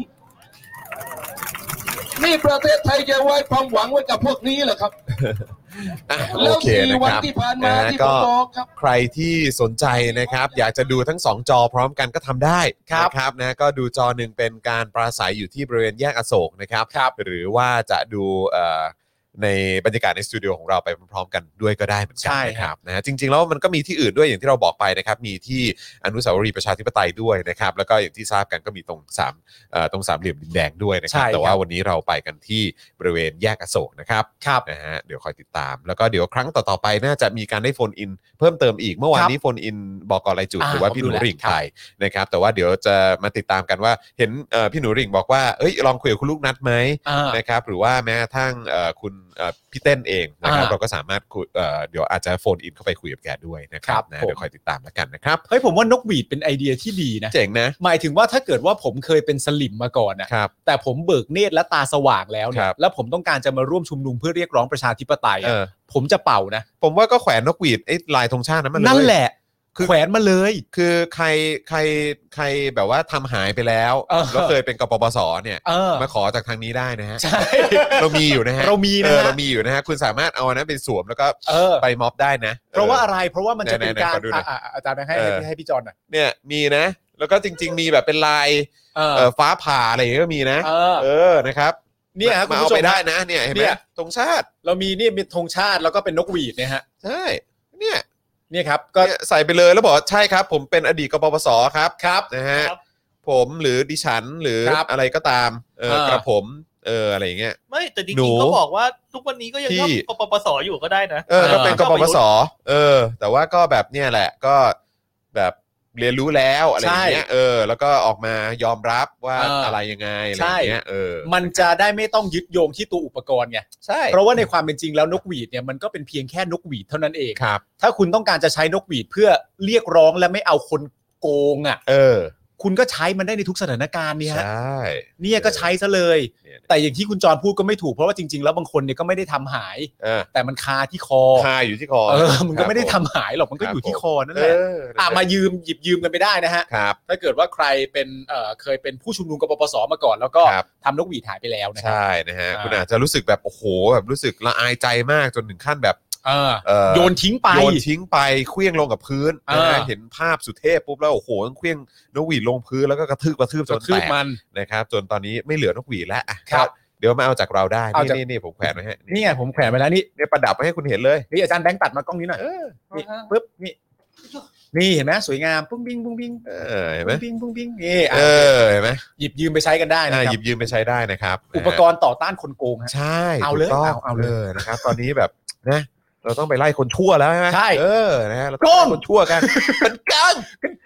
นี่ประเทศไทยจะไว้ความหวังไว้กับพวกนี้เหรอครับโอเคนะวัครับที่ผ่านมาที่ผก็มบอกครับใครที่สนใจนะครับอยากจะดูทั้ง2จอพร้อมกันก็ทำได้นะครับนะก็ดูจอหนึ่งเป็นการปราศัยอยู่ที่บริเวณแยกอโศกนะครับหรือว่าจะดูในบรรยากาศในสตูดิโอของเราไปพร้อมๆกันด้วยก็ได้เหมือนกันนะครับนะจริงๆแล้วมันก็มีที่อื่นด้วยอย่างที่เราบอกไปนะครับมีที่อนุสาวรีย์ประชาธิปไตยด้วยนะครับแล้วก็อย่างที่ทราบกันก็มีตรงสามเหลี่ยมดินแดงด้วยนะครับแต่ว่าวันนี้เราไปกันที่บริเวณแยกอโศกนะครับนะฮะเดี๋ยวคอยติดตามแล้วก็เดี๋ยวครั้งต่อๆไปน่าจะมีการได้โฟนอินเพิ่มเติมอีกเมื่อวานนี้โฟนอินบอกรายจุดหรือว่าพี่หนูริ่งไทยนะครับแต่ว่าเดี๋ยวจะมาติดตามกันว่าเห็นพี่หนูริ่งบอกว่าเอ้ยลองคุยกับคุณลูกนัดไหมนะครับหรือว่าแม้กระทั่งคุณพี่เต้นเองนะครับเราก็สามารถเดี๋ยวอาจจะโฟนอินเข้าไปคุยกับแกด้วยนะครับนะเดี๋ยวคอยติดตามแล้วกันนะครับเฮ้ยผมว่านกหวีดเป็นไอเดียที่ดีนะเจ๋งนะหมายถึงว่าถ้าเกิดว่าผมเคยเป็นสลิมมาก่อนนะครับแต่ผมเบิกเนตรและตาสว่างแล้วเนี่ยแล้วผมต้องการจะมาร่วมชุมนุมเพื่อเรียกร้องประชาธิปไตยผมจะเป่านะผมว่าก็แขวนนกหวีดไอ้ลายธงชาตินั้นมันเลยนั่นแหละแขวนมาเลยคือใครแบบว่าทำหายไปแล้วแล้วเคยเป็นกปปสเนี่ยมาขอจากทางนี้ได้นะฮะใช่เรามีอยู่นะฮะเรามีอยู่นะฮะคุณสามารถเอาอันนั้นไปสวมแล้วก็ไปม็อบได้นะเพราะว่าอะไรเพราะว่ามันจะเป็นการอาจารย์ให้พี่จอนหน่อยเนี่ยมีนะแล้วก็จริงๆมีแบบเป็นลายฟ้าผ่าอะไรอย่างเงี้ยก็มีนะนะครับเนี่ยครับมาเอาไปได้นะเนี่ยเห็นไหมธงชาติเรามีนี่มีธงชาติแล้วก็เป็นนกหวีดเนี่ยฮะใช่เนี่ยครับก็ใส่ไปเลยแล้วบอกใช่ครับผมเป็นอดีตกปปสครับนะฮะผมหรือดิฉันหรืออะไรก็ตามกระผมอะไรอย่างเงี้ยไม่แต่จริงๆเขาบอกว่าทุกวันนี้ก็ยังชอบกปปสอยู่ก็ได้นะก็เป็นกปปสแต่ว่าก็แบบเนี่ยแหละก็แบบเรียนรู้แล้วอะไรอย่างเงี้ยแล้วก็ออกมายอมรับว่าอะไรยังไงอะไรอย่างเงี้ยมันจะได้ไม่ต้องยึดโยงที่ตัวอุปกรณ์ไงใช่เพราะว่าในความเป็นจริงแล้วนกหวีดเนี่ยมันก็เป็นเพียงแค่นกหวีดเท่านั้นเองครับถ้าคุณต้องการจะใช้นกหวีดเพื่อเรียกร้องและไม่เอาคนโกงอ่ะคุณก็ใช้มันได้ในทุกสถานการณ์เนี่ยใช่เนี่ยก็ใช้ซะเลยแต่อย่างที่คุณจรพูดก็ไม่ถูกเพราะว่าจริงๆแล้วบางคนเนี่ยก็ไม่ได้ทำหายแต่มันคาที่คออยู่ที่คอมันก็ไม่ได้ทำหายหรอกมันก็อยู่ที่คอนั่นแหละมาหยิบยืมกันไปได้นะฮะถ้าเกิดว่าใครเป็นเคยเป็นผู้ชุมนุมกปปสมาก่อนแล้วก็ทำนกหวีดหายไปแล้วนะใช่นะฮะคุณอาจจะรู้สึกแบบโอ้โหแบบรู้สึกละอายใจมากจนถึงขั้นแบบโยนทิ้งไปเคลื่องลงกับพื้นเห็นภาพสุเทพปุ๊บแล้วโอ้โหเคลื่องนกหวีดลงพื้นแล้วก็กระทืบจนแตกนะครับจนตอนนี้ไม่เหลือนกหวีดแล้วเดี๋ยวมาเอาจากเราได้นี่ผมแขวนไว้ฮะนี่ไงผมแขวนไว้แล้วนี่ประดับไว้ให้คุณเห็นเลยนี่อาจารย์แบงค์ตัดมากล้องนี้หน่อยนี่ปึ๊บนี่เห็นไหมสวยงามปุ้งปิ้งเห็นไหมปุ้งปิ้งนี่เห็นไหมหยิบยืมไปใช้กันได้นะหยิบยืมไปใช้ได้นะครับอุปกรณ์ต่อต้านคนโกงใช่เอาเลยนะครับตอนนี้แบบนะเราต้องไปไล่คนชั่วแล้วใช่ไหมใช่นะฮะเราต้องคนชั่วกันกันกัง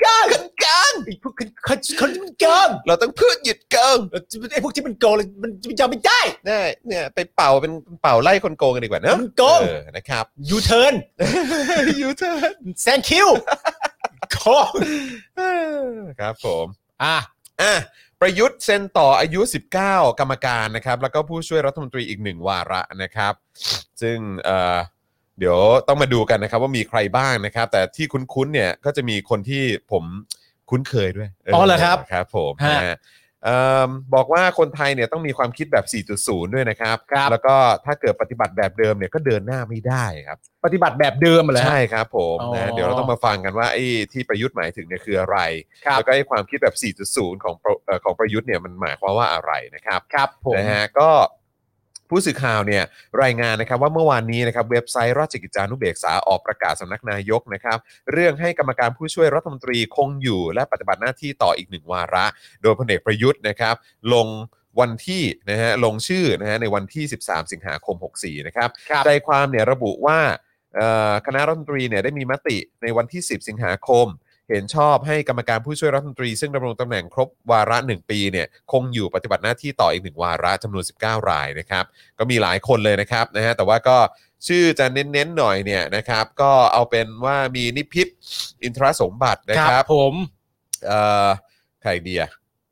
เราต้องพืชหยุดเกิงไอ้พวกที่มันโกงมันจะไม่ได้เนี่ยไปเป่าไล่คนโกงกันดีกว่าเนอะมันโกงนะครับยูเทิร์น thank you ข้อครับผมอ่ะประยุทธ์เซ็นต่ออายุ19กรรมการนะครับแล้วก็ผู้ช่วยรัฐมนตรีอีก1วาระนะครับซึ่งเดี๋ยวต้องมาดูกันนะครับว่ามีใครบ้างนะครับแต่ที่คุ้นๆเนี่ยก็จะมีคนที่ผมคุ้นเคยด้วยอ๋อเหรอครับครับผมฮะนะฮะบอกว่าคนไทยเนี่ยต้องมีความคิดแบบ 4.0 ด้วยนะครับครับแล้วก็ถ้าเกิดปฏิบัติแบบเดิมเนี่ยก็เดินหน้าไม่ได้ครับปฏิบัติแบบเดิมเหรอฮะใช่ครับผมอ๋อนะเดี๋ยวเราต้องมาฟังกันว่าไอ้ที่ประยุทธ์หมายถึงเนี่ยคืออะไรครับแล้วก็ไอ้ความคิดแบบ 4.0 ของประยุทธ์เนี่ยมันหมายความว่าอะไรนะครับครับผมนะฮะก็ผู้สื่อข่าวเนี่ยรายงานนะครับว่าเมื่อวานนี้นะครับเว็บไซต์ราชกิจจานุเบกษาออกประกาศสำนักนายกนะครับเรื่องให้กรรมการผู้ช่วยรัฐมนตรีคงอยู่และปฏิบัติหน้าที่ต่ออีก1วาระโดยพลเอกประยุทธ์นะครับลงวันที่นะฮะลงชื่อนะฮะในวันที่13สิงหาคม64นะครับครับใจความเนี่ยระบุว่าคณะรัฐมนตรีเนี่ยได้มีมติในวันที่10สิงหาคมเห็นชอบให้กรรมการผู้ช่วยรัฐมนตรีซึ่งดำรงตำแหน่งครบวาระ1ปีเนี่ยคงอยู่ปฏิบัติหน้าที่ต่ออีก1วาระจำนวน19รายนะครับก็มีหลายคนเลยนะครับนะฮะแต่ว่าก็ชื่อจะเน้นๆหน่อยเนี่ยนะครับก็เอาเป็นว่ามีนิพิษอินทรสมบัตินะคครัรับบ ผมใครเดีย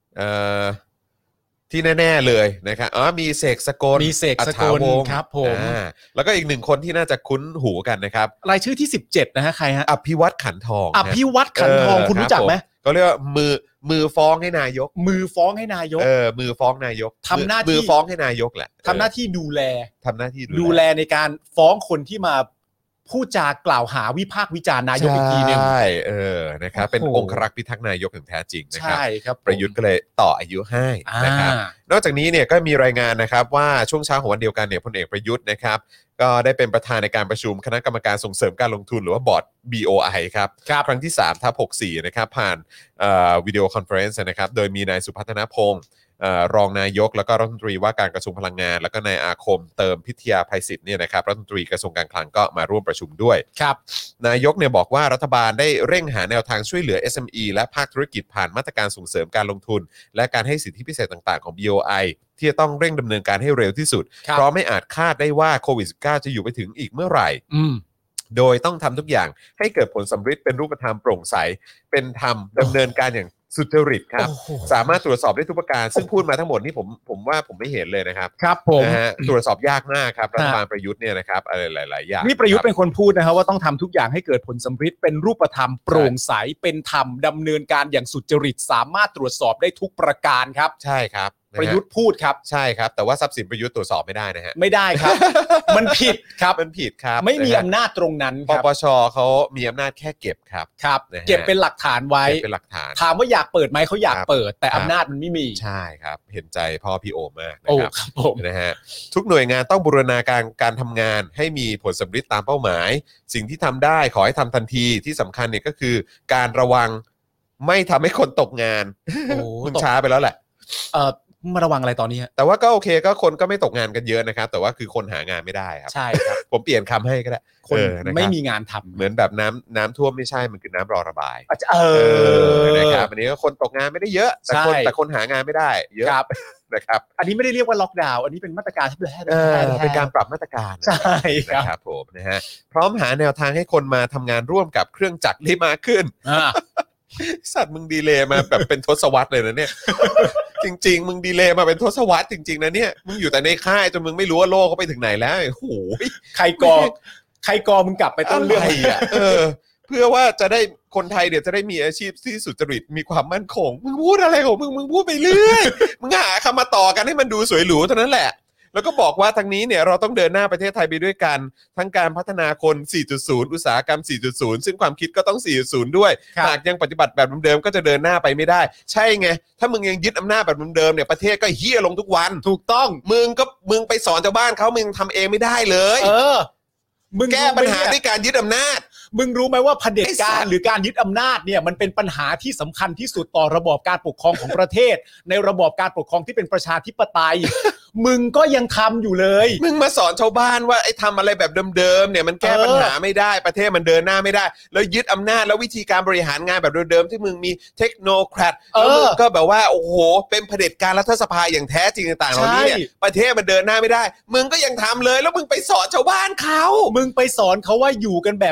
ที่แน่ๆเลยนะครับมีเสกสกลมีเสกสกลอัฏฐาวงศ์ครับผมแล้วก็อีก1คนที่น่าจะคุ้นหูกันนะครับรายชื่อที่17นะฮะใครฮะอภิวัตขันทองอภิวัตขันทองคุณรู้จักไหมก็เรียกว่ามือฟ้องให้นายกมือฟ้องให้นายกมือฟ้องนายกทำหน้าที่มือฟ้องให้นายกแหละทำหน้าที่ดูแลทำหน้าที่ดูแลในการฟ้องคนที่มาพูดจากล่าวหาวิพากษ์วิจารณ์นายกอีกทีหนึงใช่นะครับเป็นโอ้โหองครักษ์พิทักษ์นายกอย่างแท้จริงนะครับใช่ครับผมประยุทธ์ก็เลยต่ออายุให้นะครับ นอกจากนี้เนี่ยก็มีรายงานนะครับว่าช่วงเช้าของวันเดียวกันเนี่ยพลเอกประยุทธ์นะครับก็ได้เป็นประธานในการประชุมคณะกรรมการส่งเสริมการลงทุนหรือว่าบอร์ด BOI ครับครั้งที่3/64นะครับผ่านวิดีโอคอนเฟอเรนซ์นะครับโดยมีนายสุพัฒนพงศ์รองนายกแล้วก็รัฐมนตรีว่าการกระทรวงพลังงานแล้วก็นายอาคมเติมพิทยาภัยศิษย์เนี่ยนะครับรัฐมนตรีกระทรวงการคลังก็มาร่วมประชุมด้วยครับนายกเนี่ยบอกว่ารัฐบาลได้เร่งหาแนวทางช่วยเหลือ SME และภาคธุรกิจผ่านมาตรการส่งเสริมการลงทุนและการให้สิทธิพิเศษต่างๆของ BOI ที่จะต้องเร่งดำเนินการให้เร็วที่สุดครับเพราะไม่อาจคาดได้ว่าโควิด -19 จะอยู่ไปถึงอีกเมื่อไหร่ โดยต้องทำทุกอย่างให้เกิดผลสำฤทธิ์เป็นรูปธรรมโปร่งใสเป็นธรรมดำเนินการอย่างสุจริตครับโอ้โหสามารถตรวจสอบได้ทุกประการซึ่งพูดมาทั้งหมดนี่ผมว่าผมไม่เห็นเลยนะครับครับผมนะฮะตรวจสอบยากมากครับรัฐบาลประยุทธ์เนี่ยนะครับอะไรหลายๆอย่างนี่ประยุทธ์คบเป็นคนพูดนะครับว่าต้องทำทุกอย่างให้เกิดผลสำฤทธิ์เป็นรูปธรรมโปร่งใสเป็นธรรมดำเนินการอย่างสุจริตสามารถตรวจสอบได้ทุกประการครับใช่ครับนฮประยุทธ์พูดครับใช่ครับแต่ว่าทรัพย์สินประยุทธ์ตรวจสอบไม่ได้นะฮะไม่ได้ครับ มันผิดครับมันผิดครับไม่มีนะฮะอำนาจตรงนั้นปครับปชเขามีอำนาจแค่เก็บครับครับนะฮะเก็บเป็นหลักฐานไว้เก็บเป็นหลักฐานถามว่าอยากเปิดไหมเขาอยากครับเปิด แต่ครับอำนาจมันไม่มีใช่ครับเห็นใจพ่อพี่โอมากนะโอ้ครับครับผมนะฮะทุกหน่วยงานต้องบูรณาการทำงานให้มีผลสำฤทธิ์ตามเป้าหมาย สิ่งที่ทำได้ขอให้ทำทันทีที่สำคัญเนี่ยก็คือการระวังไม่ทำให้คนตกงานโอ้มึงตกช้าไปแล้วแหละมาระวังอะไรตอนนี้ฮะแต่ว่าก็โอเคก็คนก็ไม่ตกงานกันเยอะนะครับแต่ว่าคือคนหางานไม่ได้ครับใช่ครับผมเปลี่ยนคำให้ก็ได้คนนะครับไม่มีงานทำเหมือนแบบน้ำท่วมไม่ใช่มันคือน้ำรอระบาย นะครับอันนี้ก็คนตกงานไม่ได้เยอะแต่คนใช่แต่คนหางานไม่ได้เยอะครับนะครับอันนี้ไม่ได้เรียกว่าล็อกดาวน์อันนี้เป็นมาตรการที่เป็นการปรับมาตรการใช่ครับนะครับผมนะฮะพร้อมหาแนวทางให้คนมาทำงานร่วมกับเครื่องจักรได้มากขึ้น สัตว์มึงดีเลย์มาแบบเป็นทศวรรษเลยนะเนี่ย จริงๆมึงดีเลย์มาเป็นทศวรรษจริงๆนะเนี่ยมึงอยู่แต่ในค่ายจนมึงไม่รู้ว่าโลกเขาไปถึงไหนแล้วโอ้โหใครกอมึงกลับไปต้นเรื่องอะไรอ่ะเพื่อว่าจะได้คนไทยเดี๋ยวจะได้มีอาชีพที่สุจริตมีความมั่นคงมึงพูดอะไรของมึงพูดไปเรื่อย มึงหาคำมาต่อกันให้มันดูสวยหรูเท่านั้นแหละแล้วก็บอกว่าทั้งนี้เนี่ยเราต้องเดินหน้าประเทศไทยไปด้วยกันทั้งการพัฒนาคน 4.0 อุตสาหกรรม 4.0 ซึ่งความคิดก็ต้อง 4.0 ด้วยครับหากยังปฏิบัติแบบเดิมๆก็จะเดินหน้าไปไม่ได้ ใช่ไงถ้ามึงยังยึดอำนาจแบบเดิมๆเนี่ยประเทศก็เฮี้ยลงทุกวันถูกต้องมึงไปสอนชาวบ้านเขามึงทำเองไม่ได้เลยมึงแก้ปัญหารู้ไหมด้วยการยึดอำนาจมึงรู้ไหมว่าเผด็จไอ้สัการตว์หรือการยึดอำนาจเนี่ยมันเป็นปัญหาที่สำคัญที่สุดต่อระบอบการปกครองของประเทศ ในระบอบการปกครองที่เป็นประชาธิปไตย มึงก็ยังทำอยู่เลยมึงมาสอนชาวบ้านว่าไอ้ทำอะไรแบบเดิมๆเนี่ยมันแก้ปัญหาไม่ได้ประเทศมันเดินหน้าไม่ได้ แล้วยึดอำนาจแล้ววิธีการบริหารงานแบบเดิมๆที่มึงมีเทคโนแครดแล้วมึงก็แบบว่าโอ้โหเป็นเผด็จการรัฐสภาอย่างแท้จริงต่างๆเหล่านี้เนี่ยประเทศมันเดินหน้าไม่ได้ มึงก็ยังทำเลยแล้วมึงไปสอนชาวบ้านเขามึงไปสอนเขาว่าอยู่กันแบบเดิม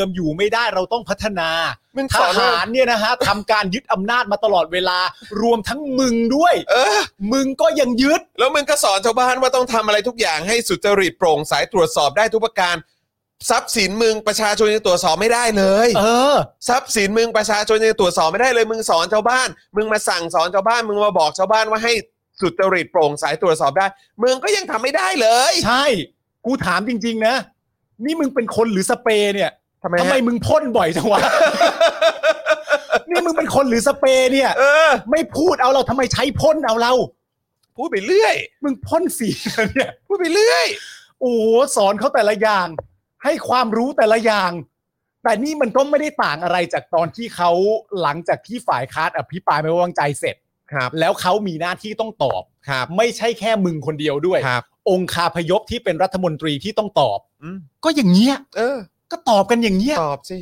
อยู่ไม่ได้เราต้องพัฒนามึงทสอนหารเนี่ยนะฮะทำการยึดอำนาจมาตลอดเวลารวมทั้งมึงด้วยมึงก็ยังยึดแล้วมึงก็สอนชาวบ้านว่าต้องทำอะไรทุกอย่างให้สุจริตโปร่งใสตรวจสอบได้ทุกประการทรัพย์สินมึงประชาชนยังตรวจสอบไม่ได้เลยทรัพย์สินมึงประชาชนยังตรวจสอบไม่ได้เลยมึงสอนชาวบ้านมึงมาสั่งสอนชาวบ้านมึงมาบอกชาวบ้านว่าให้สุจริตโปร่งใสตรวจสอบได้มึงก็ยังทำไม่ได้เลยใช่กูถามจริงๆนะนี่มึงเป็นคนหรือสเปรย์เนี่ยทำไมมึงพ่นบ่อยจังวะ นี่มึงเป็นคนหรือสเปรย์เนี่ยไม่พูดเอาเราทำไมใช้พ่นเอาเราพูดไปเรื่อยมึงพ่นสีเนี่ยพูดไปเรื่อยโอ้สอนเขาแต่ละอย่างให้ความรู้แต่ละอย่างแต่นี่มันก็ไม่ได้ต่างอะไรจากตอนที่เขาหลังจากที่ฝ่ายค้านอภิปรายไม่ไว้วางใจเสร็จแล้วเขามีหน้าที่ต้องตอบไม่ใช่แค่มึงคนเดียวด้วยองคาพยพที่เป็นรัฐมนตรีที่ต้องตอบก็อย่างเงี้ยก็ตอบกันอย่างเงี้ยตอบสิ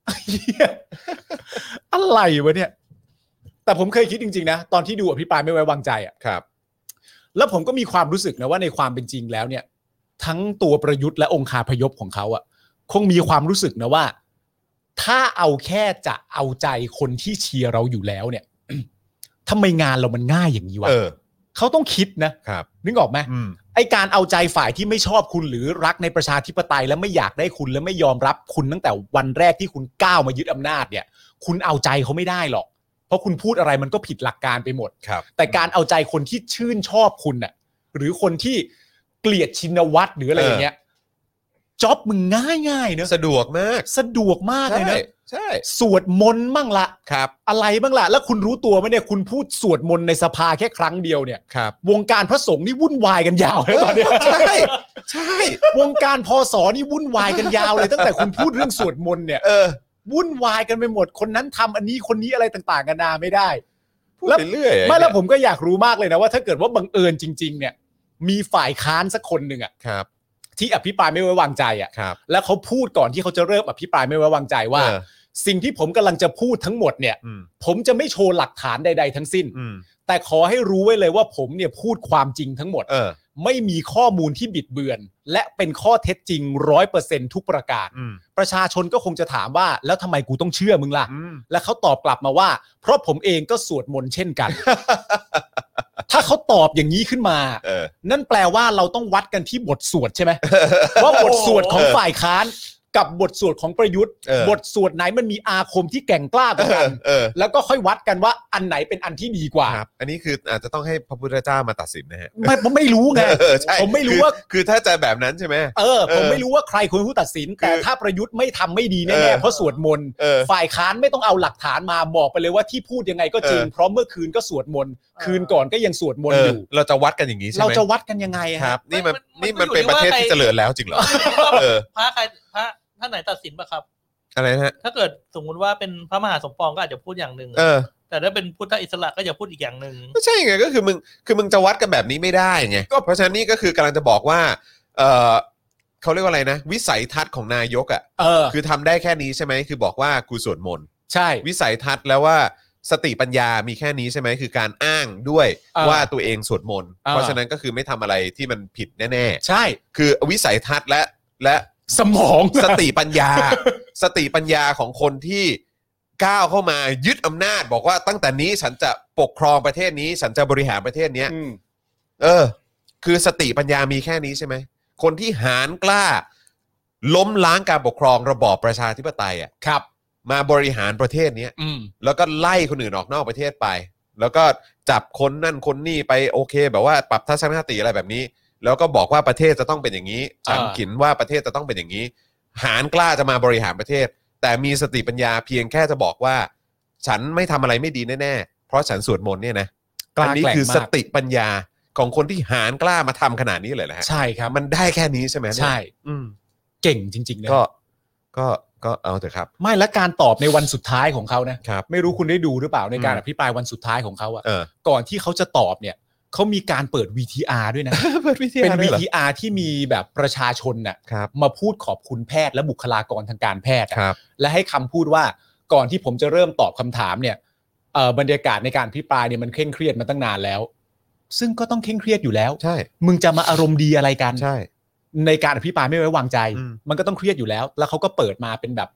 อะไรวะเนี่ยแต่ผมเคยคิดจริงๆนะตอนที่ดูอภิปรายไม่ไว้วางใจอ่ะครับแล้วผมก็มีความรู้สึกนะว่าในความเป็นจริงแล้วเนี่ยทั้งตัวประยุทธ์และองคาพยพของเขาอ่ะคงมีความรู้สึกนะว่าถ้าเอาแค่จะเอาใจคนที่เชียร์เราอยู่แล้วเนี่ยทำไมงานเรามันง่ายอย่างนี้วะเขาต้องคิดนะครับนึกออกไหมไอการเอาใจฝ่ายที่ไม่ชอบคุณหรือรักในประชาธิปไตยและไม่อยากได้คุณและไม่ยอมรับคุณตั้งแต่วันแรกที่คุณก้าวมายึดอำนาจเนี่ยคุณเอาใจเขาไม่ได้หรอกเพราะคุณพูดอะไรมันก็ผิดหลักการไปหมดแต่การเอาใจคนที่ชื่นชอบคุณน่ะหรือคนที่เกลียดชินวัตรหรืออะไรอย่างเงี้ยจ็อบมึงง่ายๆเนอะสะดวกมากเลยนะใช่สวดมนต์บ้างละอะไรบ้างละแล้วคุณรู้ตัวไหมเนี่ยคุณพูดสวดมนต์ในสภาแค่ครั้งเดียวเนี่ยวงการพระสงฆ์นี่วุ่นวายกันยาวเลยตอนนี้ใช่วงการพศนี่วุ่นวายกันยาวเลยตั้งแต่คุณพูดเรื่องสวดมนต์เนี่ยวุ่นวายกันไปหมดคนนั้นทำอันนี้คนนี้อะไรต่างๆกันานาไม่ได้แล้วเรื่อยไม่แล้วผมก็อยากรู้มากเลยนะว่าถ้าเกิดว่าบังเอิญจริงๆเนี่ยมีฝ่ายค้านสักคนหนึ่งอ่ะที่อภิปรายไม่ไว้วางใจอ่ะแล้วเขาพูดก่อนที่เขาจะเริ่มอภิปรายไม่ไว้วางใจว่าสิ่งที่ผมกำลังจะพูดทั้งหมดเนี่ยผมจะไม่โชว์หลักฐานใดๆทั้งสิ้นแต่ขอให้รู้ไว้เลยว่าผมเนี่ยพูดความจริงทั้งหมดไม่มีข้อมูลที่บิดเบือนและเป็นข้อเท็จจริง 100% ทุกประการประชาชนก็คงจะถามว่าแล้วทำไมกูต้องเชื่อมึงล่ะและเขาตอบกลับมาว่าเพราะผมเองก็สวดมนต์เช่นกัน ถ้าเขาตอบอย่างนี้ขึ้นมานั่นแปลว่าเราต้องวัดกันที่บทสวดใช่ไหม ว่าบทสวดของฝ่ายค้านกับบทสวดของประยุทธ์บทสวดไหนมันมีอาคมที่แก่งกล้ากว่ากันแล้วก็ค่อยวัดกันว่าอันไหนเป็นอันที่ดีกว่าอันนี้คืออาจจะต้องให้พระพุทธเจ้ามาตัดสินนะฮะไม่รู้ไงผมไม่รู้ว่าคือถ้าจะแบบนั้นใช่ไหมผมไม่รู้ว่าใครควรผู้ตัดสินแต่ถ้าประยุทธ์ไม่ทำไม่ดีแน่ๆเพราะสวดมนต์ฝ่ายค้านไม่ต้องเอาหลักฐานมาบอกไปเลยว่าที่พูดยังไงก็จริงเพราะเมื่อคืนก็สวดมนต์คืนก่อนก็ยังสวดมนต์อยู่เราจะวัดกันอย่างนี้ใช่ไหมเราจะวัดกันยังไงครับนี่มันเป็นประเทศที่เจริญแล้วจริงเหรอพระใครพระท่านไหนตัดสินป่ะครับอะไรนะฮะถ้าเกิดสมมุติว่าเป็นพระมหาสมปองก็อาจจะพูดอย่างนึงแต่ถ้าเป็นพุทธอิสระก็จะพูดอีกอย่างนึงก็ใช่ไงก็คือมึงจะวัดกันแบบนี้ไม่ได้ไงก็เพราะฉะนั้นนี่ก็คือกำลังจะบอกว่าเขาเรียกว่าอะไรนะวิสัยทัศน์ของนายกอ่ะคือทำได้แค่นี้ใช่ไหมคือบอกว่ากูสวดมนต์ใช่วิสัยทัศน์แล้วว่าสติปัญญามีแค่นี้ใช่ไหมคือการอ้างด้วยว่าตัวเองสวดมนต์เพราะฉะนั้นก็คือไม่ทำอะไรที่มันผิดแน่ๆใช่คือวิสัยทัศน์และสมองสติปัญญาของคนที่ก้าวเข้ามายึดอำนาจบอกว่าตั้งแต่นี้ฉันจะปกครองประเทศนี้ฉันจะบริหารประเทศนี้คือสติปัญญามีแค่นี้ใช่ไหมคนที่หาญกล้าล้มล้างการปกครองระบอบประชาธิปไตยอ่ะครับมาบริหารประเทศนี้แล้วก็ไล่คนอื่นออกนอกประเทศไปแล้วก็จับคนนั่นคนนี่ไปโอเคแบบว่าปรับทัศนคติอะไรแบบนี้แล้วก็บอกว่าประเทศจะต้องเป็นอย่างนี้ฉันขินว่าประเทศจะต้องเป็นอย่างนี้หาญกล้าจะมาบริหารประเทศแต่มีสติปัญญาเพียงแค่จะบอกว่าฉันไม่ทำอะไรไม่ดีแน่ๆเพราะฉันสวดมนต์เนี่ยนะอันนี้คือสติปัญญาของคนที่หาญกล้ามาทำขนาดนี้เลยแหละฮะใช่ครับมันได้แค่นี้ใช่ไหมใช่เก่งจริงๆนะก็เอาเถอะครับไม่และการตอบในวันสุดท้ายของเขานะไม่รู้คุณได้ดูหรือเปล่าในการอภิปรายวันสุดท้ายของเขาอะก่อนที่เขาจะตอบเนี่ยเขามีการเปิด VTR ด้วยนะเป็น VTR ที่มีแบบประชาชนน่ะมาพูดขอบคุณแพทย์และบุคลากรทางการแพทย์และให้คำพูดว่าก่อนที่ผมจะเริ่มตอบคำถามเนี่ยบรรยากาศในการอภิปรายเนี่ยมันเคร่งเครียดมาตั้งนานแล้วซึ่งก็ต้องเคร่งเครียดอยู่แล้วใช่มึงจะมาอารมณ์ดีอะไรกันใช่ในการอภิปรายไม่ไว้วางใจมันก็ต้องเครียดอยู่แล้วแล้วเขาก็เปิดมาเป็นแบบ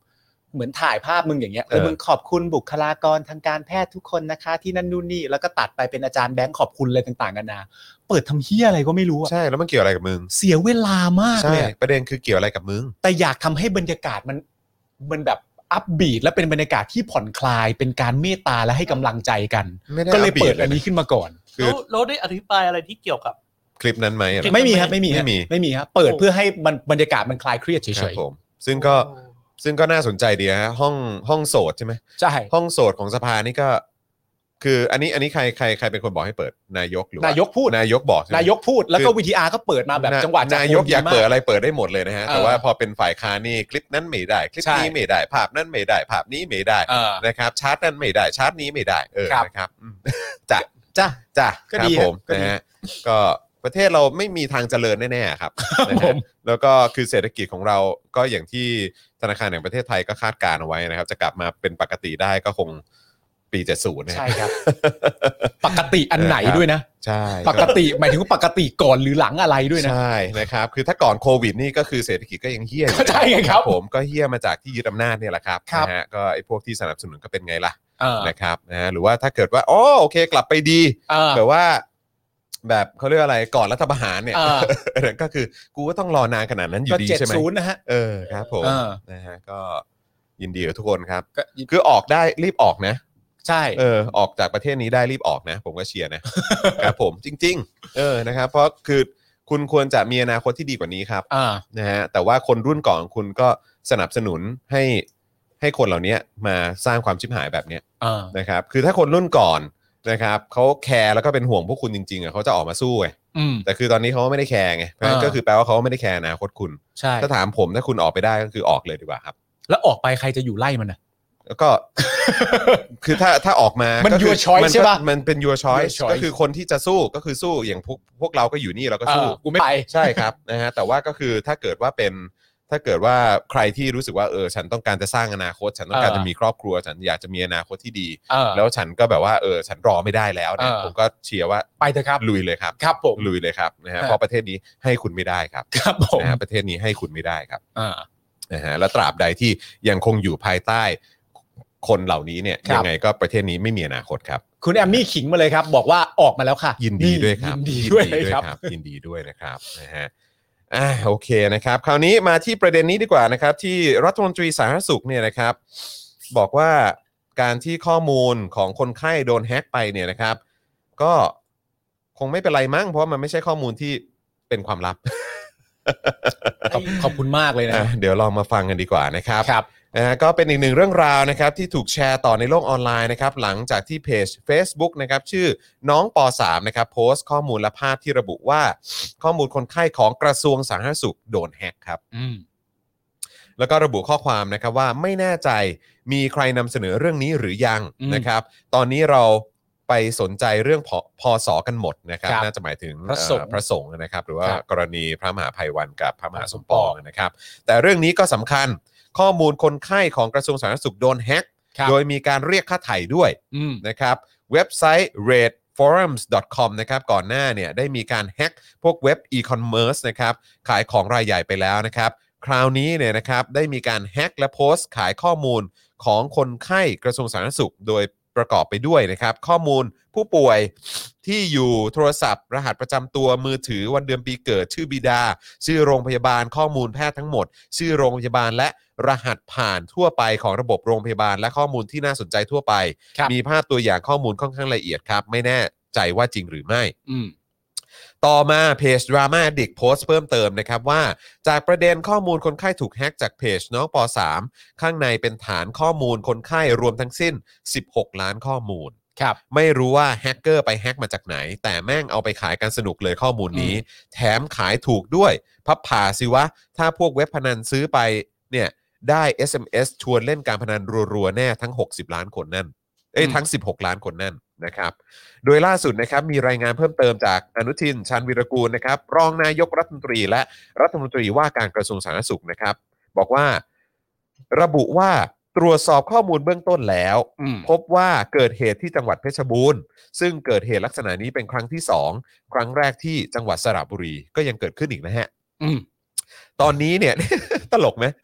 เหมือนถ่ายภาพมึงอย่างเงี้ยแล้วมึงขอบคุณบุคลากรทางการแพทย์ทุกคนนะคะที่นั่นนู่นนี่แล้วก็ตัดไปเป็นอาจารย์แบงค์ขอบคุณอะไรต่างๆกันาเปิดทำเหี้ยอะไรก็ไม่รู้อ่ะใช่แล้วมันเกี่ยวอะไรกับมึงเสียเวลามากเลยประเด็นคือเกี่ยวอะไรกับมึงแต่อยากทำให้บรรยากาศมันแบบอัพบีทและเป็นบรรยากาศที่ผ่อนคลายเป็นการเมตตาและให้กำลังใจกันก็เลยเปิดอันนี้ขึ้นมาก่อนแล้วได้อธิบายอะไรที่เกี่ยวกับคลิปนั้นไหมไม่มีครับไม่มีครับเปิดเพื่อให้มันบรรยากาศมันคลายเครียดเฉยๆซึ่งก็น่าสนใจดีฮะห้องโสดใช่ไหมใช่ห้องโสดของสภานี่ก็คืออันนี้ใครเป็นคนบอกให้เปิดนายกหรือนายกพูดนายกบอกนายกพูดแล้วก็ VTR ก็เปิดมาแบบจังหวะนายกอยากเปิดอะไรเปิดได้หมดเลยนะฮะแต่ว่าพอเป็นฝ่ายค้านนี่คลิปนั้นไม่ได้คลิปนี้ไม่ได้ภาพนั้นไม่ได้ภาพนี้ไม่ได้นะครับชาร์ตนั้นไม่ได้ชาร์ตนี้ไม่ได้นะครับจ้ะครับผมนะฮะก็ประเทศเราไม่มีทางเจริญแน่ๆครับแล้วก็คือเศรษฐกิจของเราก็อย่างที่ธนาคารแห่งประเทศไทยก็คาดการเอาไว้นะครับจะกลับมาเป็นปกติได้ก็คงปี70นะใช่ครับปกติอันไหนด้วยนะใช่ปกติหมายถึงว่าปกติก่อนหรือหลังอะไรด้วยนะใช่นะครับคือถ้าก่อนโควิดนี่ก็คือเศรษฐกิจก็ยังเหี้ยใช่ครับผมก็เหี้ยมาจากที่ยึดอำนาจเนี่ยแหละครับนะฮะก็ไอ้พวกที่สนับสนุนก็เป็นไงล่ะนะครับนะฮะหรือว่าถ้าเกิดว่าโอเคกลับไปดีแบบว่าแบบเขาเรียกอะไรก่อนรัฐประหารเนี่ยก็คือกูก็ต้องรอนานขนาดนั้นอยู่ดีใช่ไหม 70นะฮะครับผมนะฮะก็ยินดีกับทุกคนครับคือออกได้รีบออกนะใช่ออกจากประเทศนี้ได้รีบออกนะผมก็เชียร์นะครับผมจริงๆนะครับเพราะคือคุณควรจะมีอนาคตที่ดีกว่านี้ครับนะฮะแต่ว่าคนรุ่นก่อนคุณก็สนับสนุนให้คนเหล่านี้มาสร้างความชิบหายแบบนี้นะครับคือถ้าคนรุ่นก่อนนะครับเขาแคร์แล้วก็เป็นห่วงพวกคุณจริงๆเขาจะออกมาสู้ไงแต่คือตอนนี้เขาไม่ได้แคร์ไงเพราะฉะนั้นก็คือแปลว่าเขาไม่ได้แคร์อนาคตคุณถ้าถามผมถ้าคุณออกไปได้ก็คือออกเลยดีกว่าครับแล้วออกไปใครจะอยู่ไล่มันนะแล้วก็คือถ้าออกมามัน your choice ใช่ป่ะมันเป็น your choice ก็คือคนที่จะสู้ก็คือสู้อย่างพวกเราก็อยู่นี่เราก็สู้กูไม่ไปใช่ครับนะฮะแต่ว่าก็คือถ้าเกิดว่าใครที่รู้สึกว่าฉันต้องการจะสร้างอนาคตฉันต้องการจะมีครอบครัวฉันอยากจะมีอนาคตที่ดีแล้วฉันก็แบบว่าฉันรอไม่ได้แล้วเนี่ยผมก็เชียร์ว่าไปเถอะครับลุยเลยครับครับผมลุยเลยครับนะฮะเพราะประเทศนี้ให้คุณไม่ได้ครับครับผมนะฮะประเทศนี้ให้คุณไม่ได้ครับนะฮะแล้วตราบใดที่ยังคงอยู่ภายใต้คนเหล่านี้เนี่ยยังไงก็ประเทศนี้ไม่มีอนาคตครับคุณแอมมี่ขิงมาเลยครับบอกว่าออกมาแล้วค่ะยินดีด้วยครับยินดีด้วยครับยินดีด้วยนะครับนะฮะโอเคนะครับคราวนี้มาที่ประเด็นนี้ดีกว่านะครับที่รัฐมนตรีสาธารณสุขเนี่ยนะครับบอกว่าการที่ข้อมูลของคนไข้โดนแฮ็กไปเนี่ยนะครับก็คงไม่เป็นไรมั้งเพราะมันไม่ใช่ข้อมูลที่เป็นความลับขอบคุณมากเลยนะเดี๋ยวลองมาฟังกันดีกว่านะครับก็เป็นอีกหนึ่งเรื่องราวนะครับที่ถูกแชร์ต่อในโลกออนไลน์นะครับหลังจากที่เพจ Facebook นะครับชื่อน้องป.3 นะครับโพสต์ข้อมูลและภาพที่ระบุว่าข้อมูลคนไข้ของกระทรวงสาธารณสุขโดนแฮ็กครับแล้วก็ระบุข้อความนะครับว่าไม่แน่ใจมีใครนำเสนอเรื่องนี้หรือยังนะครับตอนนี้เราไปสนใจเรื่องพศกันหมดนะครับน่าจะหมายถึงพระสงฆ์นะครับหรือว่ากรณีพระมหาภัยวันกับพระมหาสมปองนะครับแต่เรื่องนี้ก็สำคัญข้อมูลคนไข้ของกระทรวงสาธารณสุขโดนแฮ็กโดยมีการเรียกค่าไถ่ด้วยนะครับเว็บไซต์ rateforums.com นะครับก่อนหน้าเนี่ยได้มีการแฮ็กพวกเว็บ e-commerce นะครับขายของรายใหญ่ไปแล้วนะครับคราวนี้เนี่ยนะครับได้มีการแฮ็กและโพสต์ขายข้อมูลของคนไข้กระทรวงสาธารณสุขโดยประกอบไปด้วยนะครับข้อมูลผู้ป่วยที่อยู่โทรศัพท์รหัสประจำตัวมือถือวันเดือนปีเกิดชื่อบิดาชื่อโรงพยาบาลข้อมูลแพทย์ทั้งหมดชื่อโรงพยาบาลและรหัสผ่านทั่วไปของระบบโรงพยาบาลและข้อมูลที่น่าสนใจทั่วไปมีภาพตัวอย่างข้อมูลค่อนข้างละเอียดครับไม่แน่ใจว่าจริงหรือไม่ต่อมาเพจ Drama Addict โพสต์เพิ่มเติมนะครับว่าจากประเด็นข้อมูลคนไข้ถูกแฮ็กจากเพจน้องป.3 ข้างในเป็นฐานข้อมูลคนไข้รวมทั้งสิ้น16ล้านข้อมูลไม่รู้ว่าแฮกเกอร์ไปแฮ็กมาจากไหนแต่แม่งเอาไปขายกันสนุกเลยข้อมูลนี้แถมขายถูกด้วยพับผ่าสิวะถ้าพวกเว็บพนันซื้อไปเนี่ยได้ SMS ชวนเล่นการพนันรัวๆแน่ทั้ง60ล้านคนนั่นทั้ง16ล้านคนนั่นนะครับโดยล่าสุดนะครับมีรายงานเพิ่มเติมจากอนุทินชาญวีรกูลนะครับรองนายกรัฐมนตรีและรัฐมนตรีว่าการกระทรวงสาธารณสุขนะครับบอกว่าระบุว่าตรวจสอบข้อมูลเบื้องต้นแล้วพบว่าเกิดเหตุที่จังหวัดเพชรบูรณ์ซึ่งเกิดเหตุลักษณะนี้เป็นครั้งที่2ครั้งแรกที่จังหวัดสระบุรีก็ยังเกิดขึ้นอีกนะฮะตอนนี้เนี่ย ตลกไหม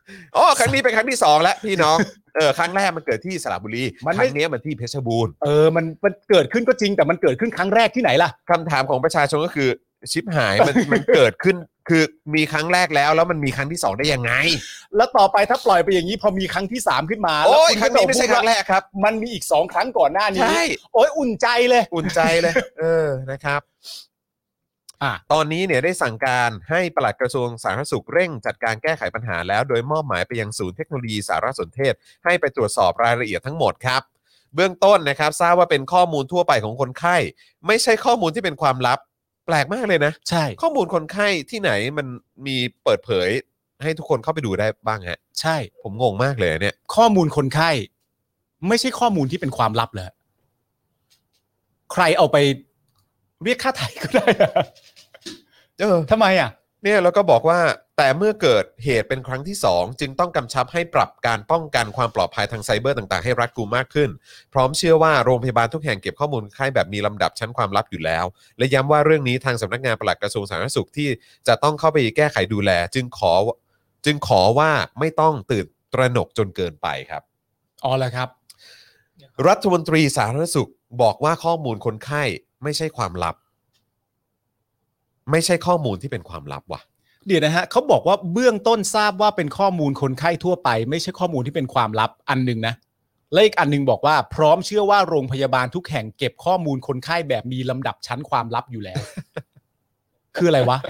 อ๋อครั้งนี้เป็นครั้งที่2แล้วพี่น้องครั้งแรกมันเกิดที่สระบุรีครั้งนี้มันที่เพชรบูรณ์มันเกิดขึ้นก็จริงแต่มันเกิดขึ้นครั้งแรกที่ไหนล่ะคำถามของประชาชนก็คือชิปหายมันเกิดขึ้นคือมีครั้งแรกแล้วมันมีครั้งที่2ได้ยังไงแล้วต่อไปถ้าปล่อยไปอย่างนี้พอมีครั้งที่3ขึ้นมาโอ้ยครั้งนี้ไม่ใช่ครั้งแรกครับมันมีอีก2ครั้งก่อนหน้านี้ใช่โอ้ยอุ่นใจเลยนะครับตอนนี้เนี่ยได้สั่งการให้ปลัดกระทรวงสาธารณสุขเร่งจัดการแก้ไขปัญหาแล้วโดยมอบหมายไปยังศูนย์เทคโนโลยีสารสนเทศให้ไปตรวจสอบรายละเอียดทั้งหมดครับเบื้องต้นนะครับทราบว่าเป็นข้อมูลทั่วไปของคนไข้ไม่ใช่ข้อมูลที่เป็นความลับแปลกมากเลยนะใช่ข้อมูลคนไข้ที่ไหนมันมีเปิดเผยให้ทุกคนเข้าไปดูได้บ้างฮะใช่ผมงงมากเลยเนี่ยข้อมูลคนไข้ไม่ใช่ข้อมูลที่เป็นความลับเลยใครเอาไปเรียกค่าไถ่ก็ได้ทำไมเนี่ยแล้วก็บอกว่าแต่เมื่อเกิดเหตุเป็นครั้งที่2จึงต้องกำชับให้ปรับการป้องกันความปลอดภัยทางไซเบอร์ต่างๆให้รัดกุมมากขึ้นพร้อมเชื่อว่าโรงพยาบาลทุกแห่งเก็บข้อมูลคนไข้แบบมีลำดับชั้นความลับอยู่แล้วและย้ำว่าเรื่องนี้ทางสำนักงานปลัดกระทรวงสาธารณสุขที่จะต้องเข้าไปแก้ไขดูแลจึงขอว่าไม่ต้องตื่นตระหนกจนเกินไปครับแล้วครับรัฐมนตรีสาธารณสุขบอกว่าข้อมูลคนไข้ไม่ใช่ความลับไม่ใช่ข้อมูลที่เป็นความลับว่ะเดี๋ยวนะฮะเขาบอกว่าเบื้องต้นทราบว่าเป็นข้อมูลคนไข้ทั่วไปไม่ใช่ข้อมูลที่เป็นความลับอันนึงนะและอีกอันนึงบอกว่าพร้อมเชื่อว่าโรงพยาบาลทุกแห่งเก็บข้อมูลคนไข้แบบมีลำดับชั้นความลับอยู่แล้ว คืออะไรวะ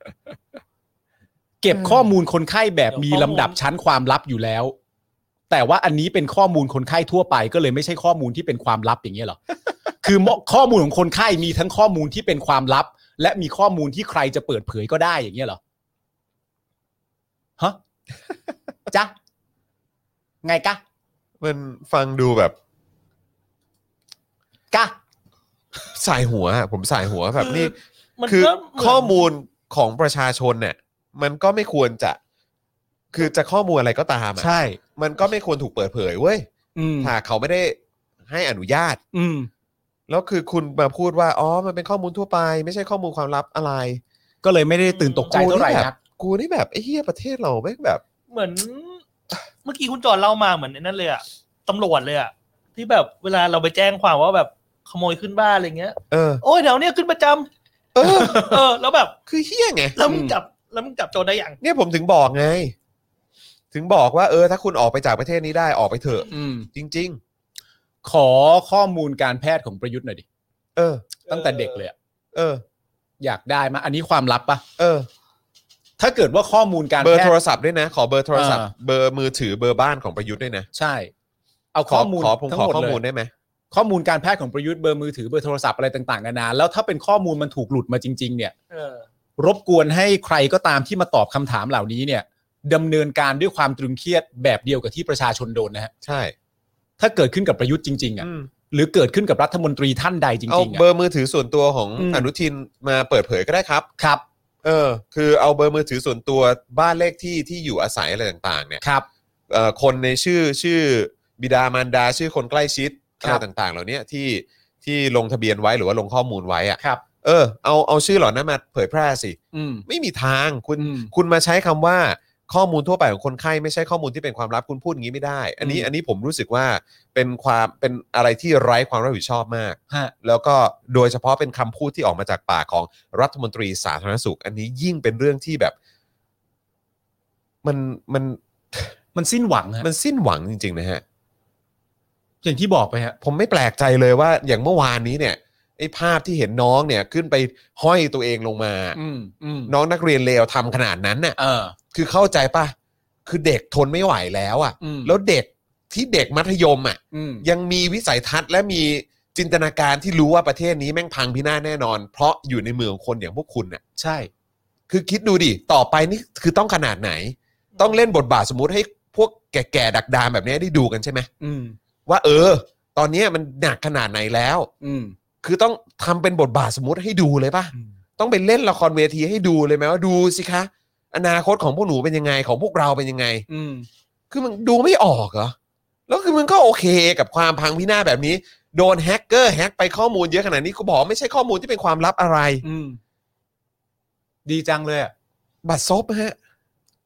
เก็บข้อมูลคนไข้แบบมีลำดับชั้นความลับอยู่แล้วแต่ว่าอันนี้เป็นข้อมูลคนไข้ทั่วไปก็เลยไม่ใช่ข้อมูลที่เป็นความลับอย่างเงี้ยหรอ คือข้อมูลของคนไข้มีทั้งข้อมูลที่เป็นความลับและมีข้อมูลที่ใครจะเปิดเผยก็ได้อย่างเงี้ยเหรอฮะจ๊ะไงกะมันฟังดูแบบกะสายหัวผมสายหัวแบบนี่คือข้อมูลของประชาชนเนี่ยมันก็ไม่ควรจะคือจะข้อมูลอะไรก็ตามใช่มันก็ไม่ควรถูกเปิดเผยเว้ยถ้าเขาไม่ได้ให้อนุญาตแล้วคือคุณมาพูดว่ามันเป็นข้อมูลทั่วไปไม่ใช่ข้อมูลความลับอะไรก็เลยไม่ได้ตื่นตกใจเท่าไหร่นะกูนี่แบบไอ้เหี้ยประเทศเราไม่แบบเหมือนเมื่อกี้คุณจอนเล่ามาเหมือนนั่นเลยอะตำรวจเลยอะที่แบบเวลาเราไปแจ้งความว่าแบบขโมยขึ้นบ้านอะไรเงี้ยโอ้ยเดี๋ยวนี้ขึ้นประจำแล้วแบบคือเหี้ยไงแล้วมึงจับโจรได้ยังเนี่ยผมถึงบอกไงถึงบอกว่าถ้าคุณออกไปจากประเทศนี้ได้ออกไปเถอะจริงๆขอข้อมูลการแพทย์ของประยุทธ์หน่อยดิตั้งแต่เด็กเลยอยากได้มาอันนี้ความลับปะถ้าเกิดว่าข้อมูลการแพทย์เบอร์โทรศัพท์ด้วยนะขอเบอร์โทรศัพท์เบอร์มือถือเบอร์บ้านของประยุทธ์ด้วยนะใช่เอาข้อมูลทั้งหมดข้อมูลได้ไหมข้อมูลการแพทย์ของประยุทธ์เบอร์มือถือเบอร์โทรศัพท์อะไรต่างๆนานาแล้วถ้าเป็นข้อมูลมันถูกหลุดมาจริงๆเนี่ยรบกวนให้ใครก็ตามที่มาตอบคำถามเหล่านี้เนี่ยดำเนินการด้วยความตรึงเครียดแบบเดียวกับที่ประชาชนโดนนะฮะใช่ถ้าเกิดขึ้นกับประยุทธ์จริงๆหรือเกิดขึ้นกับรัฐมนตรีท่านใดจริงๆเอาเบอร์มือถือส่วนตัวของอนุทินมาเปิดเผยก็ได้ครับครับคือเอาเบอร์มือถือส่วนตัวบ้านเลขที่อยู่อาศัยอะไรต่างๆเนี่ยครับคนในชื่อบิดามารดาชื่อคนใกล้ชิดอะไรต่างๆเหล่านี้ที่ลงทะเบียนไว้หรือว่าลงข้อมูลไว้อ่ะครับเอาชื่อเหล่านั้นมาเผยแพร่สิไม่มีทางคุณมาใช้คำว่าข้อมูลทั่วไปของคนไข้ไม่ใช่ข้อมูลที่เป็นความลับคุณพูดอย่างนี้ไม่ได้อันนี้ผมรู้สึกว่าเป็นอะไรที่ไร้ความรับผิดชอบมากแล้วก็โดยเฉพาะเป็นคำพูดที่ออกมาจากปากของรัฐมนตรีสาธารณสุขอันนี้ยิ่งเป็นเรื่องที่แบบมันสิ้นหวังฮะมันสิ้นหวังจริงๆนะฮะอย่างที่บอกไปฮะผมไม่แปลกใจเลยว่าอย่างเมื่อวานนี้เนี่ยไอ้ภาพที่เห็นน้องเนี่ยขึ้นไปห้อยตัวเองลงมาน้องนักเรียนเลวทำขนาดนั้นน่ะคือเข้าใจป่ะคือเด็กทนไม่ไหวแล้วอ่ะแล้วเด็กที่เด็กมัธยมอ่ะยังมีวิสัยทัศน์และมีจินตนาการที่รู้ว่าประเทศนี้แม่งพังพินาศแน่นอนเพราะอยู่ในมือของคนอย่างพวกคุณน่ะใช่คือคิดดูดิต่อไปนี่คือต้องขนาดไหนต้องเล่นบทบาทสมมุติให้พวกแก่ๆดักดานแบบนี้ได้ดูกันใช่ไหมว่าตอนนี้มันหนักขนาดไหนแล้วคือต้องทำเป็นบทบาทสมมุติให้ดูเลยป่ะต้องไปเล่นละครเวทีให้ดูเลยไหมว่าดูสิคะอนาคตของพวกหนูเป็นยังไงของพวกเราเป็นยังไงคือมันดูไม่ออกเหรอแล้วคือมันก็โอเคกับความพังพินาศแบบนี้โดนแฮกเกอร์แฮกไปข้อมูลเยอะขนาดนี้กูบอกไม่ใช่ข้อมูลที่เป็นความลับอะไรดีจังเลยอ่ะบัตรซบฮะ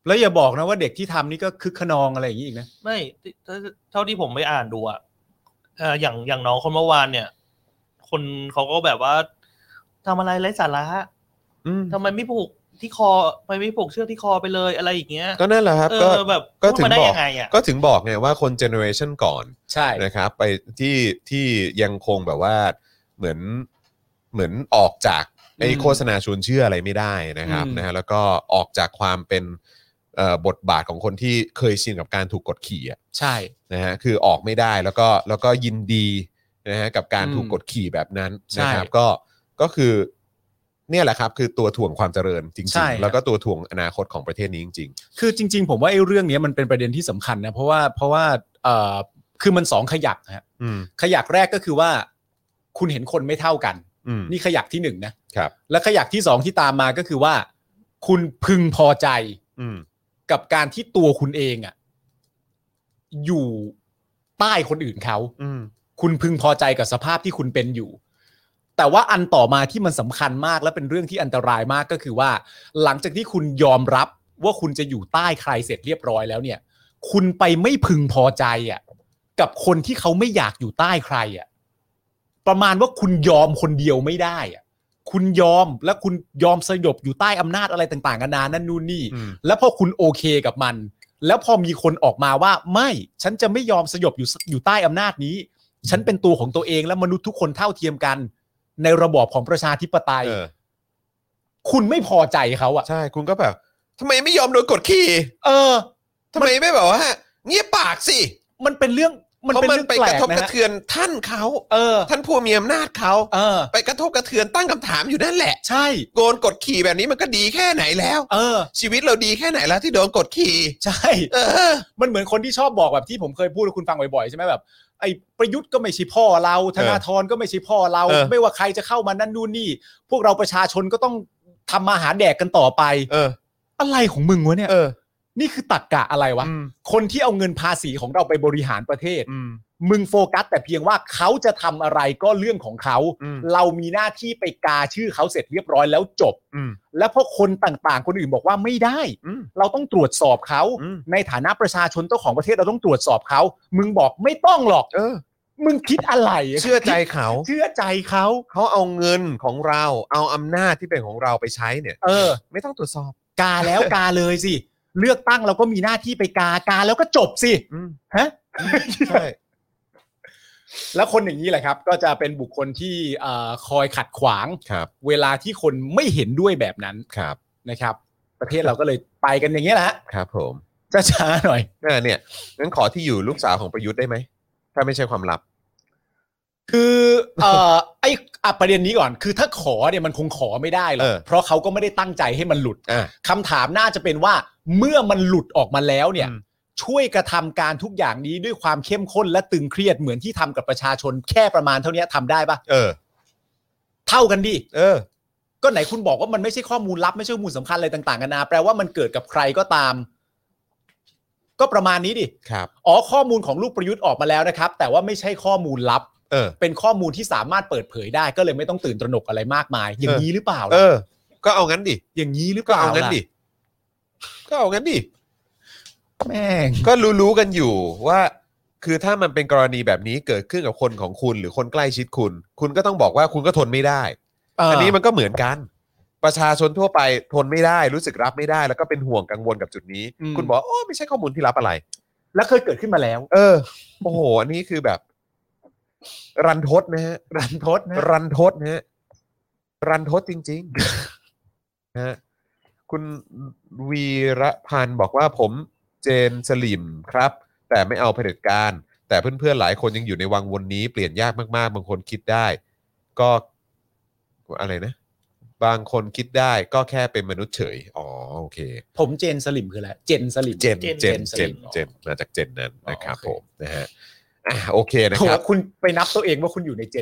แล้วอย่าบอกนะว่าเด็กที่ทำนี่ก็คึกขนองอะไรอย่างนี้อีกนะไม่เท่าที่ผมไปอ่านดูอะอย่างน้องคนเมื่อวานเนี่ยคนเขาก็แบบว่าทำอะไรไร้สาระทำไมไม่ผูกที่คอไม่ผูกเชือกที่คอไปเลยอะไรอย่างเงี้ยก็นั่นแหละครับก็ถึงบอกก็ถึงบอกไงว่าคนเจเนอเรชันก่อนใช่นะครับไปที่ยังคงแบบว่าเหมือนออกจากไอ้โฆษณาชวนเชื่ออะไรไม่ได้นะครับนะฮะแล้วก็ออกจากความเป็นบทบาทของคนที่เคยชินกับการถูกกดขี่อ่ะใช่นะฮะคือออกไม่ได้แล้วก็ยินดีนะฮะกับการถูกกดขี่แบบนั้นนะครับก็คือเนี่ยแหละครับคือตัวถ่วงความเจริญจริงๆแล้วก็ตัวถ่วงอนาคตของประเทศนี้จริงๆคือจริงๆผมว่าไอ้เรื่องนี้มันเป็นประเด็นที่สำคัญนะเพราะว่าคือมัน2ขยักฮะขยักแรกก็คือว่าคุณเห็นคนไม่เท่ากันนี่ขยักที่1นะครับและขยักที่2ที่ตามมาก็คือว่าคุณพึงพอใจกับการที่ตัวคุณเองอ่ะอยู่ใต้คนอื่นเขาคุณพึงพอใจกับสภาพที่คุณเป็นอยู่แต่ว่าอันต่อมาที่มันสำคัญมากและเป็นเรื่องที่อันตรายมากก็คือว่าหลังจากที่คุณยอมรับว่าคุณจะอยู่ใต้ใครเสร็จเรียบร้อยแล้วเนี่ยคุณไปไม่พึงพอใจอ่ะกับคนที่เขาไม่อยากอยู่ใต้ใครอ่ะประมาณว่าคุณยอมคนเดียวไม่ได้อ่ะคุณยอมและคุณยอมสยบอยู่ใต้อำนาจอะไรต่างๆนานานั่นนู่นนี่แล้วพอคุณโอเคกับมันแล้วพอมีคนออกมาว่าไม่ฉันจะไม่ยอมสยบอยู่ใต้อำนาจนี้ฉันเป็นตัวของตัวเองและมนุษย์ทุกคนเท่าเทียมกันในระบอบของประชาธิปไตยคุณไม่พอใจเขาอ่ะใช่คุณก็แบบทำไมไม่ยอมโดนกดขี่ทำไมไม่แบบว่าเงียบปากสิมันเป็นเรื่องมันไปกระทบกระเทือนท่านเขาท่านผู้มีอำนาจเขาไปกระทบกระเทือนตั้งคำถามอยู่นั่นแหละใช่โดนกดขี่แบบนี้มันก็ดีแค่ไหนแล้วชีวิตเราดีแค่ไหนแล้วที่โดนกดขี่ใช่มันเหมือนคนที่ชอบบอกแบบที่ผมเคยพูดให้คุณฟังบ่อยๆใช่ไหมแบบไอ้ประยุทธ์ก็ไม่ใช่พ่อเราธนาธรก็ไม่ใช่พ่อเราไม่ว่าใครจะเข้ามานั่นนู่นนี่พวกเราประชาชนก็ต้องทำมาหาแดกกันต่อไปอะไรของมึงวะเนี่ยนี่คือตรรกะอะไรวะคนที่เอาเงินภาษีของเราไปบริหารประเทศมึงโฟกัสแต่เพียงว่าเขาจะทำอะไรก็เรื่องของเขาเรามีหน้าที่ไปกาชื่อเขาเสร็จเรียบร้อยแล้วจบแล้วพอคนต่างๆคนอื่นบอกว่าไม่ได้เราต้องตรวจสอบเขาในฐานะประชาชนเจ้าของประเทศเราต้องตรวจสอบเขามึงบอกไม่ต้องหรอกมึงคิดอะไรเชื่อใจเขาเชื่อใจเขาเอาเงินของเราเอาอำนาจที่เป็นของเราไปใช้เนี่ยไม่ต้องตรวจสอบกาแล้วกาเลยสิเลือกตั้งเราก็มีหน้าที่ไปกาแล้วก็จบสิฮะใช่แล้วคนอย่างนี้แหละครับก็จะเป็นบุคคลที่คอยขัดขวางเวลาที่คนไม่เห็นด้วยแบบนั้นนะครับประเทศเราก็เลยไปกันอย่างนี้แหละครับผมช้าๆหน่อยเนี่ยงั้นขอที่อยู่ลูกสาวของประยุทธ์ได้ไหมถ้าไม่ใช่ความลับคือไอ้ประเด็นนี้ก่อนคือถ้าขอเนี่ยมันคงขอไม่ได้หรอกเพราะเขาก็ไม่ได้ตั้งใจให้มันหลุดคำถามน่าจะเป็นว่าเมื่อมันหลุดออกมาแล้วเนี่ยช่วยกระทำการทุกอย่างนี้ด้วยความเข้มข้นและตึงเครียดเหมือนที่ทำกับประชาชนแค่ประมาณเท่านี้ทำได้ปะเท่ากันดิก็ไหนคุณบอกว่ามันไม่ใช่ข้อมูลลับไม่ใช่ข้อมูลสำคัญอะไรต่างๆกันานาแปลว่ามันเกิดกับใครก็ตามก็ประมาณนี้ดิครับข้อมูลของลูกประยุทธ์ออกมาแล้วนะครับแต่ว่าไม่ใช่ข้อมูลลับเป็นข้อมูลที่สามารถเปิดเผยได้ก็เลยไม่ต้องตื่นตระหนกอะไรมากมายอย่างนี้หรือเปล่าก็เอางั้นดิอย่างนี้หรือเปล่าเอางั้นดิก็เอางั้นดิแม่งก็รู้กันอยู่ว่าคือถ้ามันเป็นกรณีแบบนี้เกิดขึ้นกับคนของคุณหรือคนใกล้ชิดคุณก็ต้องบอกว่าคุณก็ทนไม่ได้อันนี้มันก็เหมือนกันประชาชนทั่วไปทนไม่ได้รู้สึกรับไม่ได้แล้วก็เป็นห่วงกังวลกับจุดนี้คุณบอกโอ้ไม่ใช่ข้อมูลที่ลับอะไรแล้วเคยเกิดขึ้นมาแล้วโอ้โหอันนี้คือแบบรันทดนะฮะรันทดนะฮะรันทดจริงๆนะฮะคุณวีระพันธ์บอกว่าผมเจนสลิมครับแต่ไม่เอาเผด็จการแต่เพื่อนๆหลายคนยังอยู่ในวังวนนี้เปลี่ยนยากมากๆบางคนคิดได้ก็อะไรนะบางคนคิดได้ก็แค่เป็นมนุษย์เฉยโอเคผมเจนสลิมคืออะไรเจนสลิมเจนมาจากเจนนั้นนะครับผมนะฮะโอเคนะครับคุณไปนับตัวเองว่าคุณอยู่ในเจน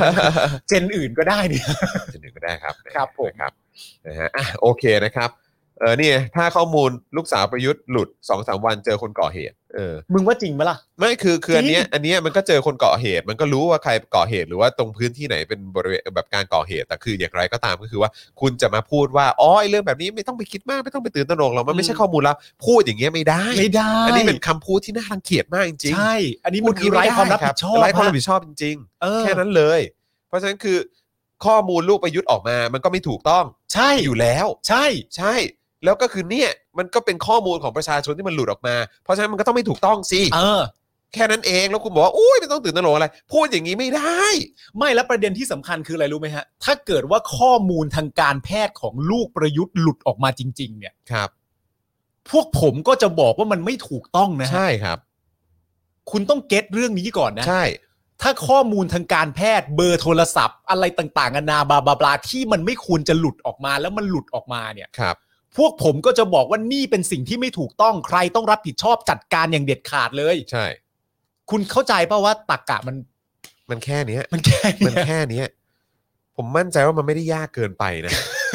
เจนอื่นก็ได้เนี่ยเจนอื่นก็ได้ครับครับผมครับนะฮะโอเคนะครับนี่ถ้าข้อมูลลูกสาวประยุทธ์หลุด 2-3 วันเจอคนก่อเหตุมึงว่าจริงไหมล่ะไม่คืออันเนี้ยมันก็เจอคนก่อเหตุมันก็รู้ว่าใครก่อเหตุหรือว่าตรงพื้นที่ไหนเป็นบริเวณแบบการก่อเหตุแต่คืออย่างไรก็ตามก็คือว่าคุณจะมาพูดว่าอ๋อเรื่องแบบนี้ไม่ต้องไปคิดมากไม่ต้องไปตื่นตระหนกหรอกมันไม่ใช่ข้อมูลแล้วพูดอย่างเงี้ยไม่ได้อันนี้เป็นคำพูดที่น่ารังเกียจมากจริงๆใช่อันนี้มันคือไร้ความรับผิดชอบไร้ความรับผิดชอบจริงๆแค่นั้นเลยเพราะฉะนั้นคือข้อมูลลูกประยุทธ์ออกมามันก็ไม่ถูกต้องใช่อยู่แล้วใช่แล้วก็คือเนี่ยมันก็เป็นข้อมูลของประชาชนที่มันหลุดออกมาเพราะฉะนั้นมันก็ต้องไม่ถูกต้องสิแค่นั้นเองแล้วคุณบอกว่าอุ้ยไม่ต้องตื่นตระหนกอะไรพูดอย่างนี้ไม่ได้ไม่แล้วประเด็นที่สำคัญคืออะไรรู้ไหมฮะถ้าเกิดว่าข้อมูลทางการแพทย์ของลูกประยุทธ์หลุดออกมาจริงๆเนี่ยครับพวกผมก็จะบอกว่ามันไม่ถูกต้องนะใช่ครับคุณต้องเก็ตเรื่องนี้ก่อนนะใช่ถ้าข้อมูลทางการแพทย์เบอร์โทรศัพท์อะไรต่างๆนานาบลาที่มันไม่ควรจะหลุดออกมาแล้วมันหลุดออกมาเนี่ยครับพวกผมก็จะบอกว่านี่เป็นสิ่งที่ไม่ถูกต้องใครต้องรับผิดชอบจัดการอย่างเด็ดขาดเลยใช่คุณเข้าใจป่ะว่าตรรกะมันแค่นี้มันแค่นี้ผมมั่นใจว่ามันไม่ได้ยากเกินไปนะ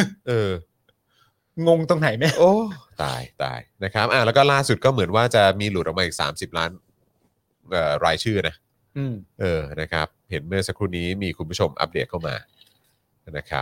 งงตรงไหนแม่โอ้ตายนะครับแล้วก็ล่าสุดก็เหมือนว่าจะมีหลุดออกมาอีก30 ล้านรายชื่อนะนะครับเห็นเมื่อสักครู่นี้มีคุณผู้ชมอัปเดตเข้ามานะครับ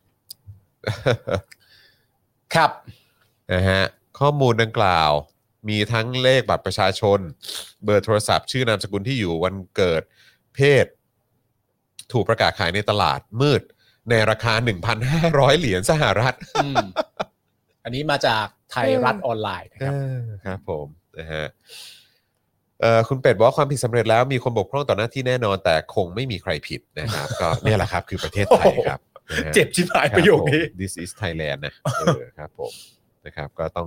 ครับนะฮะข้อมูลดังกล่าวมีทั้งเลขบัตรประชาชนเบอร์โทรศัพท์ชื่อนามสกุลที่อยู่วันเกิดเพศถูกประกาศขายในตลาดมืดในราคา 1,500 เหรียญสหรัฐอันนี้มาจากไทยรัฐออนไลน์ครับผมนะฮะคุณเป็ดบอกว่าความผิดสำเร็จแล้วมีคนบกพร่องต่อหน้าที่แน่นอนแต่คงไม่มีใครผิดนะครับก็เนี่ยแหละครับคือประเทศไทยครับเจ็บชิบหายประโยคนี้ This is Thailand นะครับผมนะครับก็ต้อง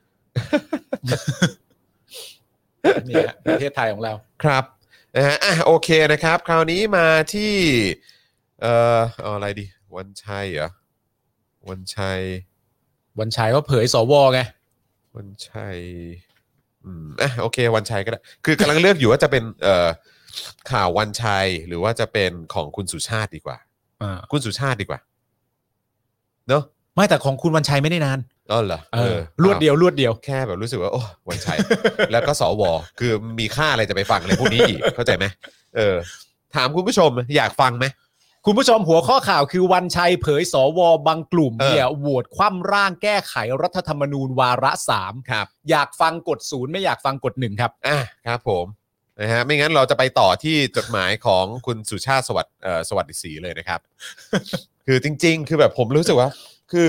เนี่ยประเทศไทยของเราครับนะฮะโอเคนะครับคราวนี้มาที่เอาอะไรดีวันชัยเหรอวันชัยว่าเผยสวไงวันชัยโอเควันชัยก็ได้คือกำลังเลือกอยู่ว่าจะเป็นข่าววันชัยหรือว่าจะเป็นของคุณสุชาติดีกว่าคุณสุชาติดีกว่าเนาะไม่แต่ของคุณวันชัยไม่ได้นานเหรอรวดเดียวแค่แบบรู้สึกว่าโอ้วันชัย แล้วก็สวคือมีค่าอะไรจะไปฟังอะไรพวกนี้อีกเข้าใจไหมถามคุณผู้ชมอยากฟังไหมคุณผู้ชมหัวข้อข่าวคือวันชัยเผยสวบางกลุ่มเนี่ยโหวตคว่ำร่างแก้ไขรัฐธรรมนูญวาระ3 ครับอยากฟังกด0ไม่อยากฟังกด1ครับครับผมนะฮะไม่งั้นเราจะไปต่อที่จดหมายของคุณสุชาติสวัสดิศรีเลยนะครับ คือจริงๆคือแบบผมรู้สึกว่าคือ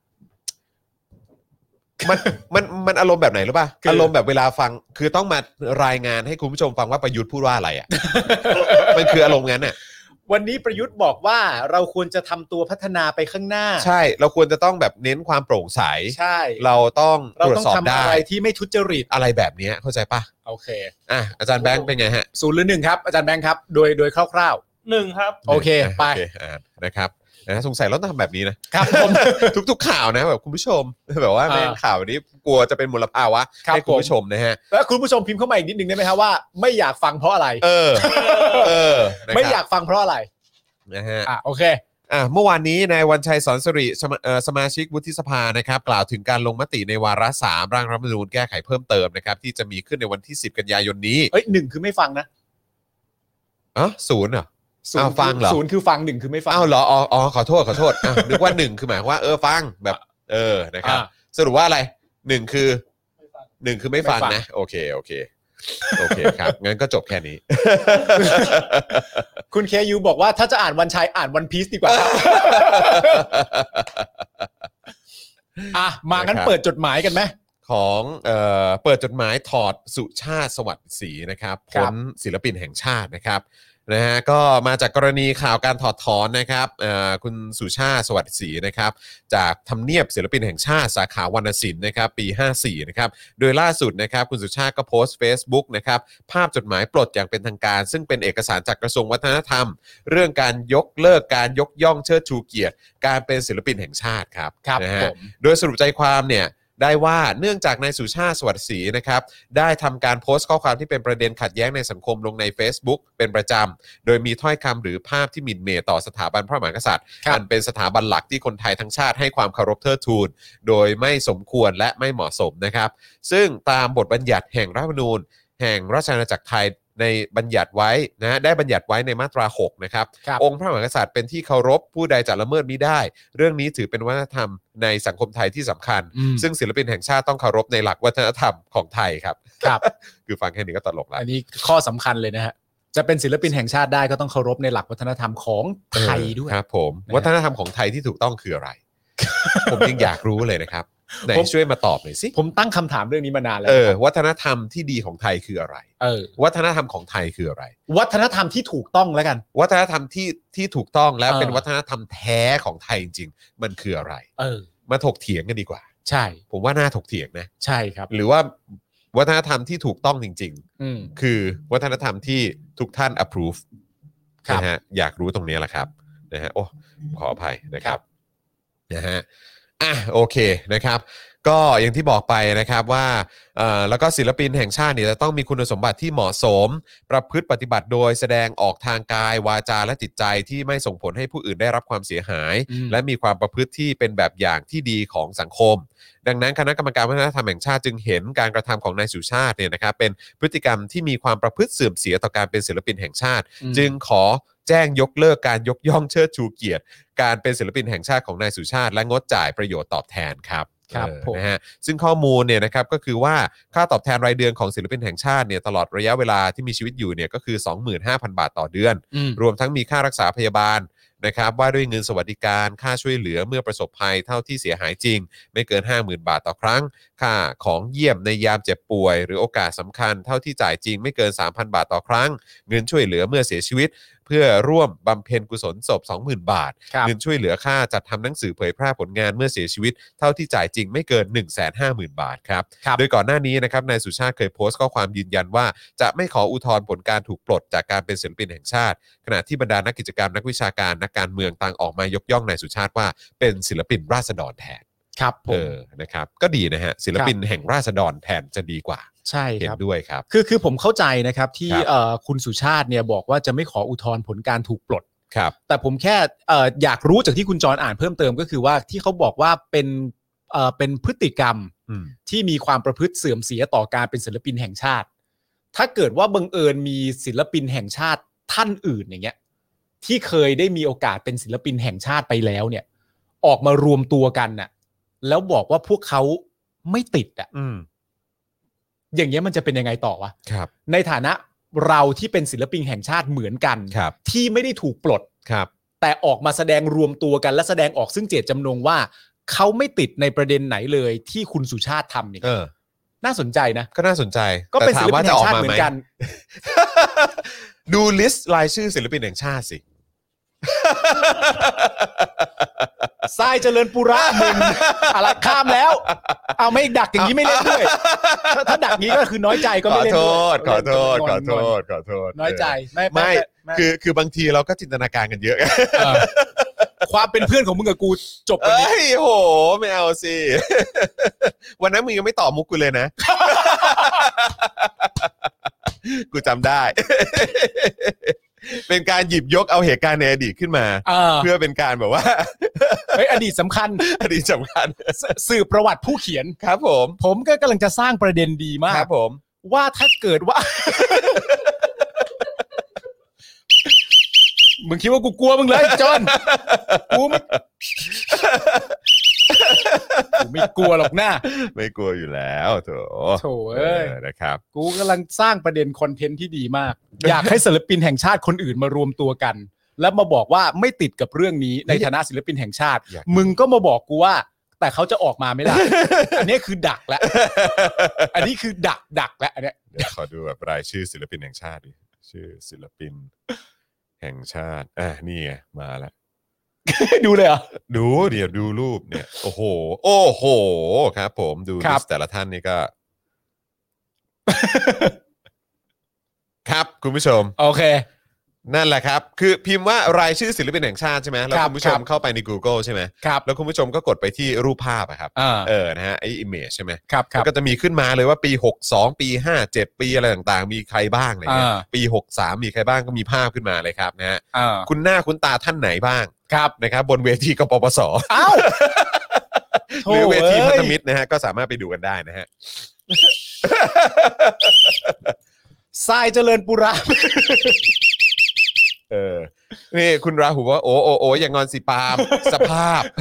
มันอารมณ์แบบไหนรู้ป่ะอารมณ์แบบเวลาฟังคือต้องมารายงานให้คุณผู้ชมฟังว่าประยุทธ์พูดว่าอะไรอ่ะ มันคืออารมณ์งั้นน่ะวันนี้ประยุทธ์บอกว่าเราควรจะทำตัวพัฒนาไปข้างหน้าใช่เราควรจะต้องแบบเน้นความโปร่งใสใช่เราต้องตรวจสอบได้ทำอะไรที่ไม่ทุจริตอะไรแบบนี้เข้าใจป่ะโอเคอาจารย์แบงค์เป็นไงฮะ 0หรือ1ครับอาจารย์แบงค์ครับโดยคร่าวๆ1ครับโอเคไปนะครับสงสัยเราต้องทำแบบนี้นะครับผมทุกๆข่าวนะแบบคุณผู้ชมแบบว่าแม่งข่าวนี้กลัวจะเป็นมลภาวะให้คุณผู้ชมนะฮะแล้วคุณผู้ชมพิมพ์เข้ามาอีกนิดนึงได้ไหมครับว่าไม่อยากฟังเพราะอะไรไม่อยากฟังเพราะอะไรนะฮะโอเคเมื่อวานนี้นายวันชัยสอนสิริสมาชิกวุฒิสภานะครับกล่าวถึงการลงมติในวาระ3ร่างรัฐธรรมนูญแก้ไขเพิ่มเติมนะครับที่จะมีขึ้นในวันที่10กันยายนนี้ 1คือไม่ฟังนะ 0เหรอฟังเหรอ 0คือฟัง1คือไม่ฟังเหรอขอโทษนึกว่า1คือหมายว่าฟังแบบนะครับสรุปว่าอะไร1คือไม่ฟังนะโอเคครับงั้นก็จบแค่นี้คุณเคยูบอกว่าถ้าจะอ่านวันชัยอ่านวันพีซดีกว่ามางั้นเปิดจดหมายกันไหมของเปิดจดหมายถอดสุชาติสวัสดิ์ศรีนะครับพ้นศิลปินแห่งชาตินะครับนะฮะก็มาจากกรณีข่าวการถอดถอนนะครับคุณสุชาติสวัสดิ์ศรีนะครับจากทำเนียบศิลปินแห่งชาติสาขาวรรณศิลป์นะครับปี54นะครับโดยล่าสุดนะครับคุณสุชาติก็โพสต์ Facebook นะครับภาพจดหมายปลดอย่างเป็นทางการซึ่งเป็นเอกสารจากกระทรวงวัฒนธรรมเรื่องการยกเลิกการยกย่องเชิดชูเกียรติการเป็นศิลปินแห่งชาติครับนะฮะโดยสรุปใจความเนี่ยได้ว่าเนื่องจากนายสุชาติสวัสดิ์ศรีนะครับได้ทำการโพสต์ข้อความที่เป็นประเด็นขัดแย้งในสังคมลงใน Facebook เป็นประจำโดยมีถ้อยคำหรือภาพที่หมิ่นเหม่ต่อสถาบันพระมหากษัตริย์อันเป็นสถาบันหลักที่คนไทยทั้งชาติให้ความเคารพเทิดทูนโดยไม่สมควรและไม่เหมาะสมนะครับซึ่งตามบทบัญญัติแห่งรัฐธรรมนูญแห่งราชอาณาจักรไทยในบัญญัติไว้นะได้บัญญัติไว้ในมาตรา6นะครับองค์พระมหากษัตริย์เป็นที่เคารพผู้ใดจะละเมิดมิได้เรื่องนี้ถือเป็นวัฒนธรรมในสังคมไทยที่สำคัญซึ่งศิลปินแห่งชาติต้องเคารพในหลักวัฒนธรรมของไทยครับครับ คือฟังแค่นี้ก็ตลกแล้วอันนี้ข้อสำคัญเลยนะฮะจะเป็นศิลปินแห่งชาติได้ก็ต้องเคารพในหลักวัฒนธรรมของไทยด้วยครับผมวัฒนธรรมของไทยที่ถูกต้องคืออะไร ผมยังอยากรู้เลยนะครับไหนช่วยมาตอบหน่อยสิผมตั้งคำถามเรื่องนี้มานานแล้ววัฒนธรรมที่ดีของไทยคืออะไรวัฒนธรรมของไทยคืออะไรวัฒนธรรมที่ถูกต้องแล้วกันวัฒนธรรมที่ถูกต้องแล้วเป็นวัฒนธรรมแท้ของไทยจริงๆมันคืออะไรมาถกเถียงกันดีกว่าใช่ผมว่าน่าถกเถียงนะใช่ครับหรือว่าวัฒนธรรมที่ถูกต้องจริงๆคือวัฒนธรรมที่ทุกท่าน approve นะฮะอยากรู้ตรงนี้แหละครับนะฮะโอ้ขออภัยนะครับนะฮะโอเคนะครับก็อย่างที่บอกไปนะครับว่าแล้วก็ศิลปินแห่งชาติเนี่ยจะต้องมีคุณสมบัติที่เหมาะสมประพฤติปฏิบัติโดยแสดงออกทางกายวาจาและจิตใจที่ไม่ส่งผลให้ผู้อื่นได้รับความเสียหายและมีความประพฤติที่เป็นแบบอย่างที่ดีของสังคมดังนั้นคณะกรรมการวัฒนธรรมแห่งชาติจึงเห็นการกระทำของนายสุชาติเนี่ยนะครับเป็นพฤติกรรมที่มีความประพฤติเสื่อมเสียต่อการเป็นศิลปินแห่งชาติจึงขอแจ้งยกเลิกการยกย่องเชิดชูเกียรติการเป็นศิลปินแห่งชาติของนายสุชาติและงดจ่ายประโยชน์ตอบแทนครับนะฮะซึ่งข้อมูลเนี่ยนะครับก็คือว่าค่าตอบแทนรายเดือนของศิลปินแห่งชาติเนี่ยตลอดระยะเวลาที่มีชีวิตอยู่เนี่ยก็คือ 25,000 บาทต่อเดือนรวมทั้งมีค่ารักษาพยาบาลนะครับว่าด้วยเงินสวัสดิการค่าช่วยเหลือเมื่อประสบภัยเท่าที่เสียหายจริงไม่เกิน 50,000 บาทต่อครั้งค่าของเยี่ยมในยามเจ็บป่วยหรือโอกาสสำคัญเท่าที่จ่ายจริงไม่เกิน 3,000 บาทต่อครั้งเงินช่วยเหลือเมื่อเสียชีวิตเพื่อร่วมบำเพ็ญกุศลศพ 20,000 บาทเงินช่วยเหลือค่าจัดทำหนังสือเผยแพร่ผลงานเมื่อเสียชีวิตเท่าที่จ่ายจริงไม่เกิน 150,000 บาทครับโดยก่อนหน้านี้นะครับนายสุชาติเคยโพสต์ข้อความยืนยันว่าจะไม่ขออุทธรณ์ผลการถูกปลดจากการเป็นศิลปินแห่งชาติขณะที่บรรดานักกิจกรรมนักวิชาการนักการเมืองต่างออกมายกย่องนายสุชาติว่าเป็นศิลปินราษฎรแทนครับนะครับก็ดีนะฮะศิลปินแห่งราษฎรแทนจะดีกว่าใช่ครับเห็นด้วยครับคือผมเข้าใจนะครับที่คุณสุชาติเนี่ยบอกว่าจะไม่ขออุทธรณ์ผลการถูกปลดครับแต่ผมแค่อยากรู้จากที่คุณจรอ่านเพิ่มเติมก็คือว่าที่เขาบอกว่าเป็นพฤติกรรมที่มีความประพฤติเสื่อมเสียต่อการเป็นศิลปินแห่งชาติถ้าเกิดว่าบังเอิญมีศิลปินแห่งชาติท่านอื่นอย่างเงี้ยที่เคยได้มีโอกาสเป็นศิลปินแห่งชาติไปแล้วเนี่ยออกมารวมตัวกันน่ะแล้วบอกว่าพวกเขาไม่ติดอ่ะอย่างเงี้ยมันจะเป็นยังไงต่อวะในฐานะเราที่เป็นศิลปินแห่งชาติเหมือนกันที่ไม่ได้ถูกปลดแต่ออกมาแสดงรวมตัวกันและแสดงออกซึ่งเจตจำนงว่าเขาไม่ติดในประเด็นไหนเลยที่คุณสุชาติทำเนี่ยน่าสนใจนะก็น่าสนใจก็เป็นศิลปินแห่งชาติเหมือนกันดูลิสต์รายชื่อศิลปินแห่งชาติสิทรายเจริญปุระมึงอะไรข้ามแล้วเอาไม่ดักอย่างนี้ไม่เล่นด้วยถ้าดักนี้ก็คือน้อยใจก็ไม่เล่นด้วยขอโทษน้อยใจไม่คือบางทีเราก็จินตนาการกันเยอะความเป็นเพื่อนของมึงกับกูจบกันนี้โหไม่เอาสิวันนั้นมึงยังไม่ตอบมุกกูเลยนะกูจำได้เป็นการหยิบยกเอาเหตุการณ์ในอดีตขึ้นมาเพื่อเป็นการแบบว่าอดีตสำคัญสืบประวัติผู้เขียนครับผมก็กำลังจะสร้างประเด็นดีมากครับผมว่าถ้าเกิดว่ามึงคิดว่ากูกลัวมึงเลยจอนกูไม่กลัวหรอกนะไม่กลัวอยู่แล้วโถนะครับกูกำลังสร้างประเด็นคอนเทนต์ที่ดีมากอยากให้ศิลปินแห่งชาติคนอื่นมารวมตัวกันแล้วมาบอกว่าไม่ติดกับเรื่องนี้ในฐานะศิลปินแห่งชาติมึงก็มาบอกกูว่าแต่เขาจะออกมาไม่ได้อันนี้คือดักแล้วอันนี้คือดักแล้วอันนี้ขอดูแบบรายชื่อศิลปินแห่งชาติดิชื่อศิลปินแห่งชาตินี่ไงมาแล้วดูเลยเหรอดูเดี๋ยวดูรูปเนี่ยโอ้โหครับผมดูลิสต์แต่ละท่านนี่ก็ครับคุณผู้ชมโอเคนั่นแหละครับคือพิมพ์ว่ารายชื่อศิลปินแห่งชาติใช่ไหมแล้วคุณผู้ชมเข้าไปใน Google ใช่ไหมครับแล้วคุณผู้ชมก็กดไปที่รูปภาพอะครับนะฮะไอ้ image ใช่ไหมครับก็จะมีขึ้นมาเลยว่าปี62ปี57ปีอะไรต่างๆมีใครบ้างอะไรเงี้ยปี63มีใครบ้างก็มีภาพขึ้นมาเลยครับนะฮะคุณหน้าคุณตาท่านไหนบ้างนะครับบนเวทีกปปสหรือเวทีพันธมิตรนะฮะก็สามารถไปดูกันได้นะฮะทรายเจริญปุระนี่คุณราหูว่าโอ้อย่างงอนสิปาล์มสภาพ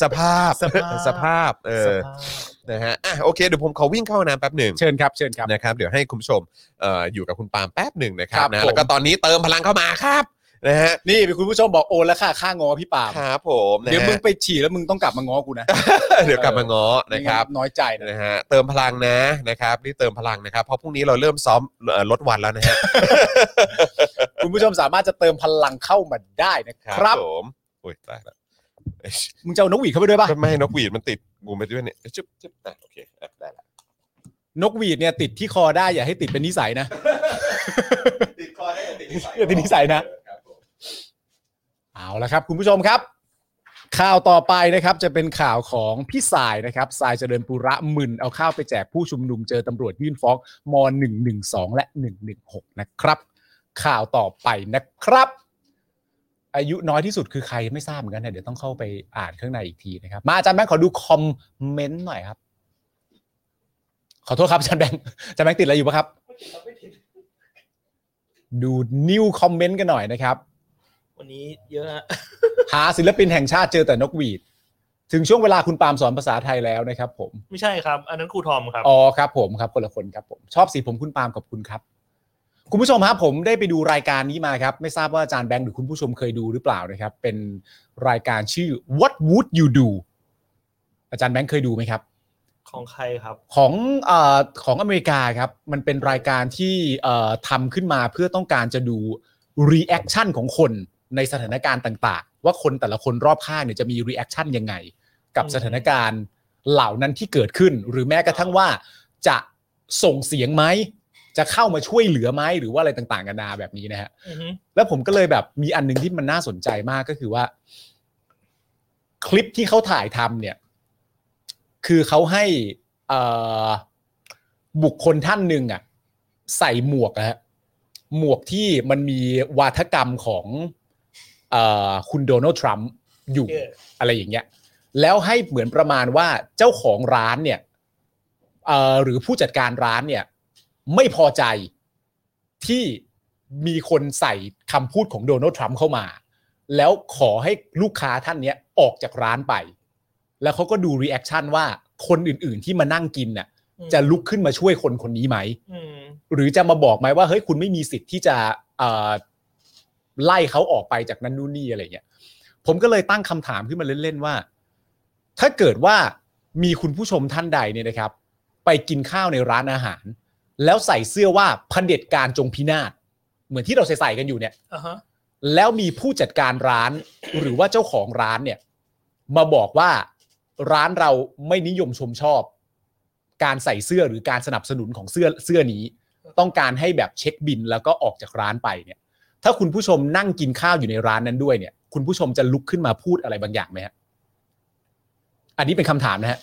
นะฮะโอเคเดี๋ยวผมขอวิ่งเข้าน้ำแป๊บหนึ่งเชิญครับนะครับเดี๋ยวให้คุณผู้ชมอยู่กับคุณปาล์มแป๊บหนึ่งนะครับนะแล้วก็ตอนนี้เติมพลังเข้ามาครับนะฮะนี่เป็นคุณผู้ชมบอกโอนแล้วค่างอพี่ปาล์มครับผมเดี๋ยวมึงไปฉี่แล้วมึงต้องกลับมาง้อกูนะเดี๋ยวกลับมาง้อนะครับน้อยใจนะฮะเติมพลังนะครับนี่เติมพลังนะครับเพราะพรุ่งนี้เราเริ่มซ้อมลดวันแล้วนะฮะคุณผู้ชมสามารถจะเติมพลังเข้ามาได้นะครับผมโอ้ยตายแล้วมึงจะเอานกหวีดเข้าไปด้วยป่ะไม่นกหวีดมันติดกูไปด้วยเนี่ยจึ๊บโอเคได้ละนกหวีดเนี่ยติดที่คอได้อย่าให้ติดเป็นนิสัยนะติดคอได้ติดนิสัยติดนิสัยนะเอาละครับคุณผู้ชมครับข่าวต่อไปนะครับจะเป็นข่าวของพี่สายนะครับสายเจริญปุระมึนเอาข้าวไปแจกผู้ชุมนุมเจอตำรวจยื่นฟ้องม.112 และ116นะครับข่าวต่อไปนะครับอายุน้อยที่สุดคือใครไม่ทราบเหมือนกันนะเดี๋ยวต้องเข้าไปอ่านข้างในอีกทีนะครับมาอาจารย์แบงค์ขอดูคอมเมนต์หน่อยครับขอโทษครับอาจารย์แบงค์ติดอะไรอยู่ปะครับดูนิวคอมเมนต์กันหน่อยนะครับวันนี้เยอะหาศิลปินแห่งชาติเจอแต่นกหวีดถึงช่วงเวลาคุณปาล์มสอนภาษาไทยแล้วนะครับผมไม่ใช่ครับอันนั้นครูทอมครับอ๋อครับผมครับคนละคนครับผมชอบสีผมคุณปาล์มขอบคุณครับคุณผู้ชมครับผมได้ไปดูรายการนี้มาครับไม่ทราบว่าอาจารย์แบงค์หรือคุณผู้ชมเคยดูหรือเปล่านะครับเป็นรายการชื่อ What Would You Do อาจารย์แบงค์เคยดูไหมครับของใครครับของอเมริกาครับมันเป็นรายการที่ทำขึ้นมาเพื่อต้องการจะดู reaction ของคนในสถานการณ์ต่างๆว่าคนแต่ละคนรอบข้างเนี่ยจะมี reaction ยังไงกับสถานการณ์เหล่านั้นที่เกิดขึ้นหรือแม้กระทั่งว่าจะส่งเสียงไหมจะเข้ามาช่วยเหลือไหมหรือว่าอะไรต่างๆกันานาแบบนี้นะฮะแล้วผมก็เลยแบบมีอันนึงที่มันน่าสนใจมากก็คือว่าคลิปที่เขาถ่ายทำเนี่ยคือเขาให้บุคคลท่านหนึ่งอ่ะใส่หมวกนะฮะหมวกที่มันมีวาทกรรมของคุณโดนัลด์ทรัมป์อยู่ อะไรอย่างเงี้ยแล้วให้เหมือนประมาณว่าเจ้าของร้านเนี่ยหรือผู้จัดการร้านเนี่ยไม่พอใจที่มีคนใส่คำพูดของโดนัลด์ทรัมป์เข้ามาแล้วขอให้ลูกค้าท่านเนี้ยออกจากร้านไปแล้วเขาก็ดูรีแอคชั่นว่าคนอื่นๆที่มานั่งกินน่ะจะลุกขึ้นมาช่วยคนคนนี้ไหมหรือจะมาบอกไหมว่าเฮ้ยคุณไม่มีสิทธิ์ที่จะไล่เขาออกไปจากนั้นนู่นนี่อะไรเงี้ยผมก็เลยตั้งคำถามขึ้นมาเล่นๆว่าถ้าเกิดว่ามีคุณผู้ชมท่านใดเนี่ยนะครับไปกินข้าวในร้านอาหารแล้วใส่เสื้อว่าเผด็จการจงพินาศเหมือนที่เราใส่กันอยู่เนี่ย แล้วมีผู้จัดการร้านหรือว่าเจ้าของร้านเนี่ยมาบอกว่าร้านเราไม่นิยมชมชอบการใส่เสื้อหรือการสนับสนุนของเสื้อนี้ต้องการให้แบบเช็คบิลแล้วก็ออกจากร้านไปเนี่ยถ้าคุณผู้ชมนั่งกินข้าวอยู่ในร้านนั้นด้วยเนี่ยคุณผู้ชมจะลุกขึ้นมาพูดอะไรบางอย่างไหมฮะอันนี้เป็นคำถามนะฮะ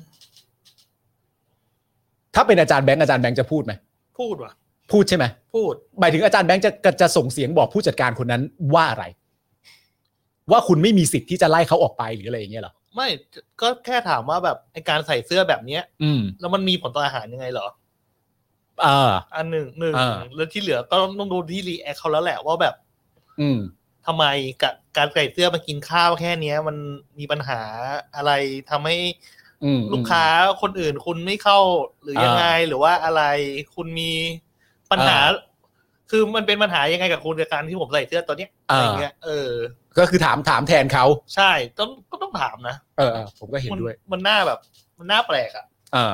ถ้าเป็นอาจารย์แบงค์จะพูดไหมพูดว่ะพูดใช่ไหมพูดหมายถึงอาจารย์แบงค์จะส่งเสียงบอกผู้จัดการคนนั้นว่าอะไรว่าคุณไม่มีสิทธิ์ที่จะไล่เขาออกไปหรืออะไรอย่างเงี้ยหรอไม่ก็แค่ถามว่าแบบไอ้การใส่เสื้อแบบเนี้ยแล้วมันมีผลต่ออาหารยังไงเหรออันหนึ่งแล้วที่เหลือก็ต้องดูที่รีแอคเขาแล้วแหละว่าแบบทำไมกับการใส่เสื้อมากินข้าวแค่นี้มันมีปัญหาอะไรทำให้ลูกค้าคนอื่นคุณไม่เข้าหรือยังไงหรือว่าอะไรคุณมีปัญหาคือมันเป็นปัญหายังไงกับคุณในการที่ผมใส่เสื้อตัวเนี้ยอะไรเงี้ยก็คือถามแทนเขาใช่ก็ต้องถามนะผมก็เห็นด้วยมันน่าแบบมันน่าแปลกอ่ะ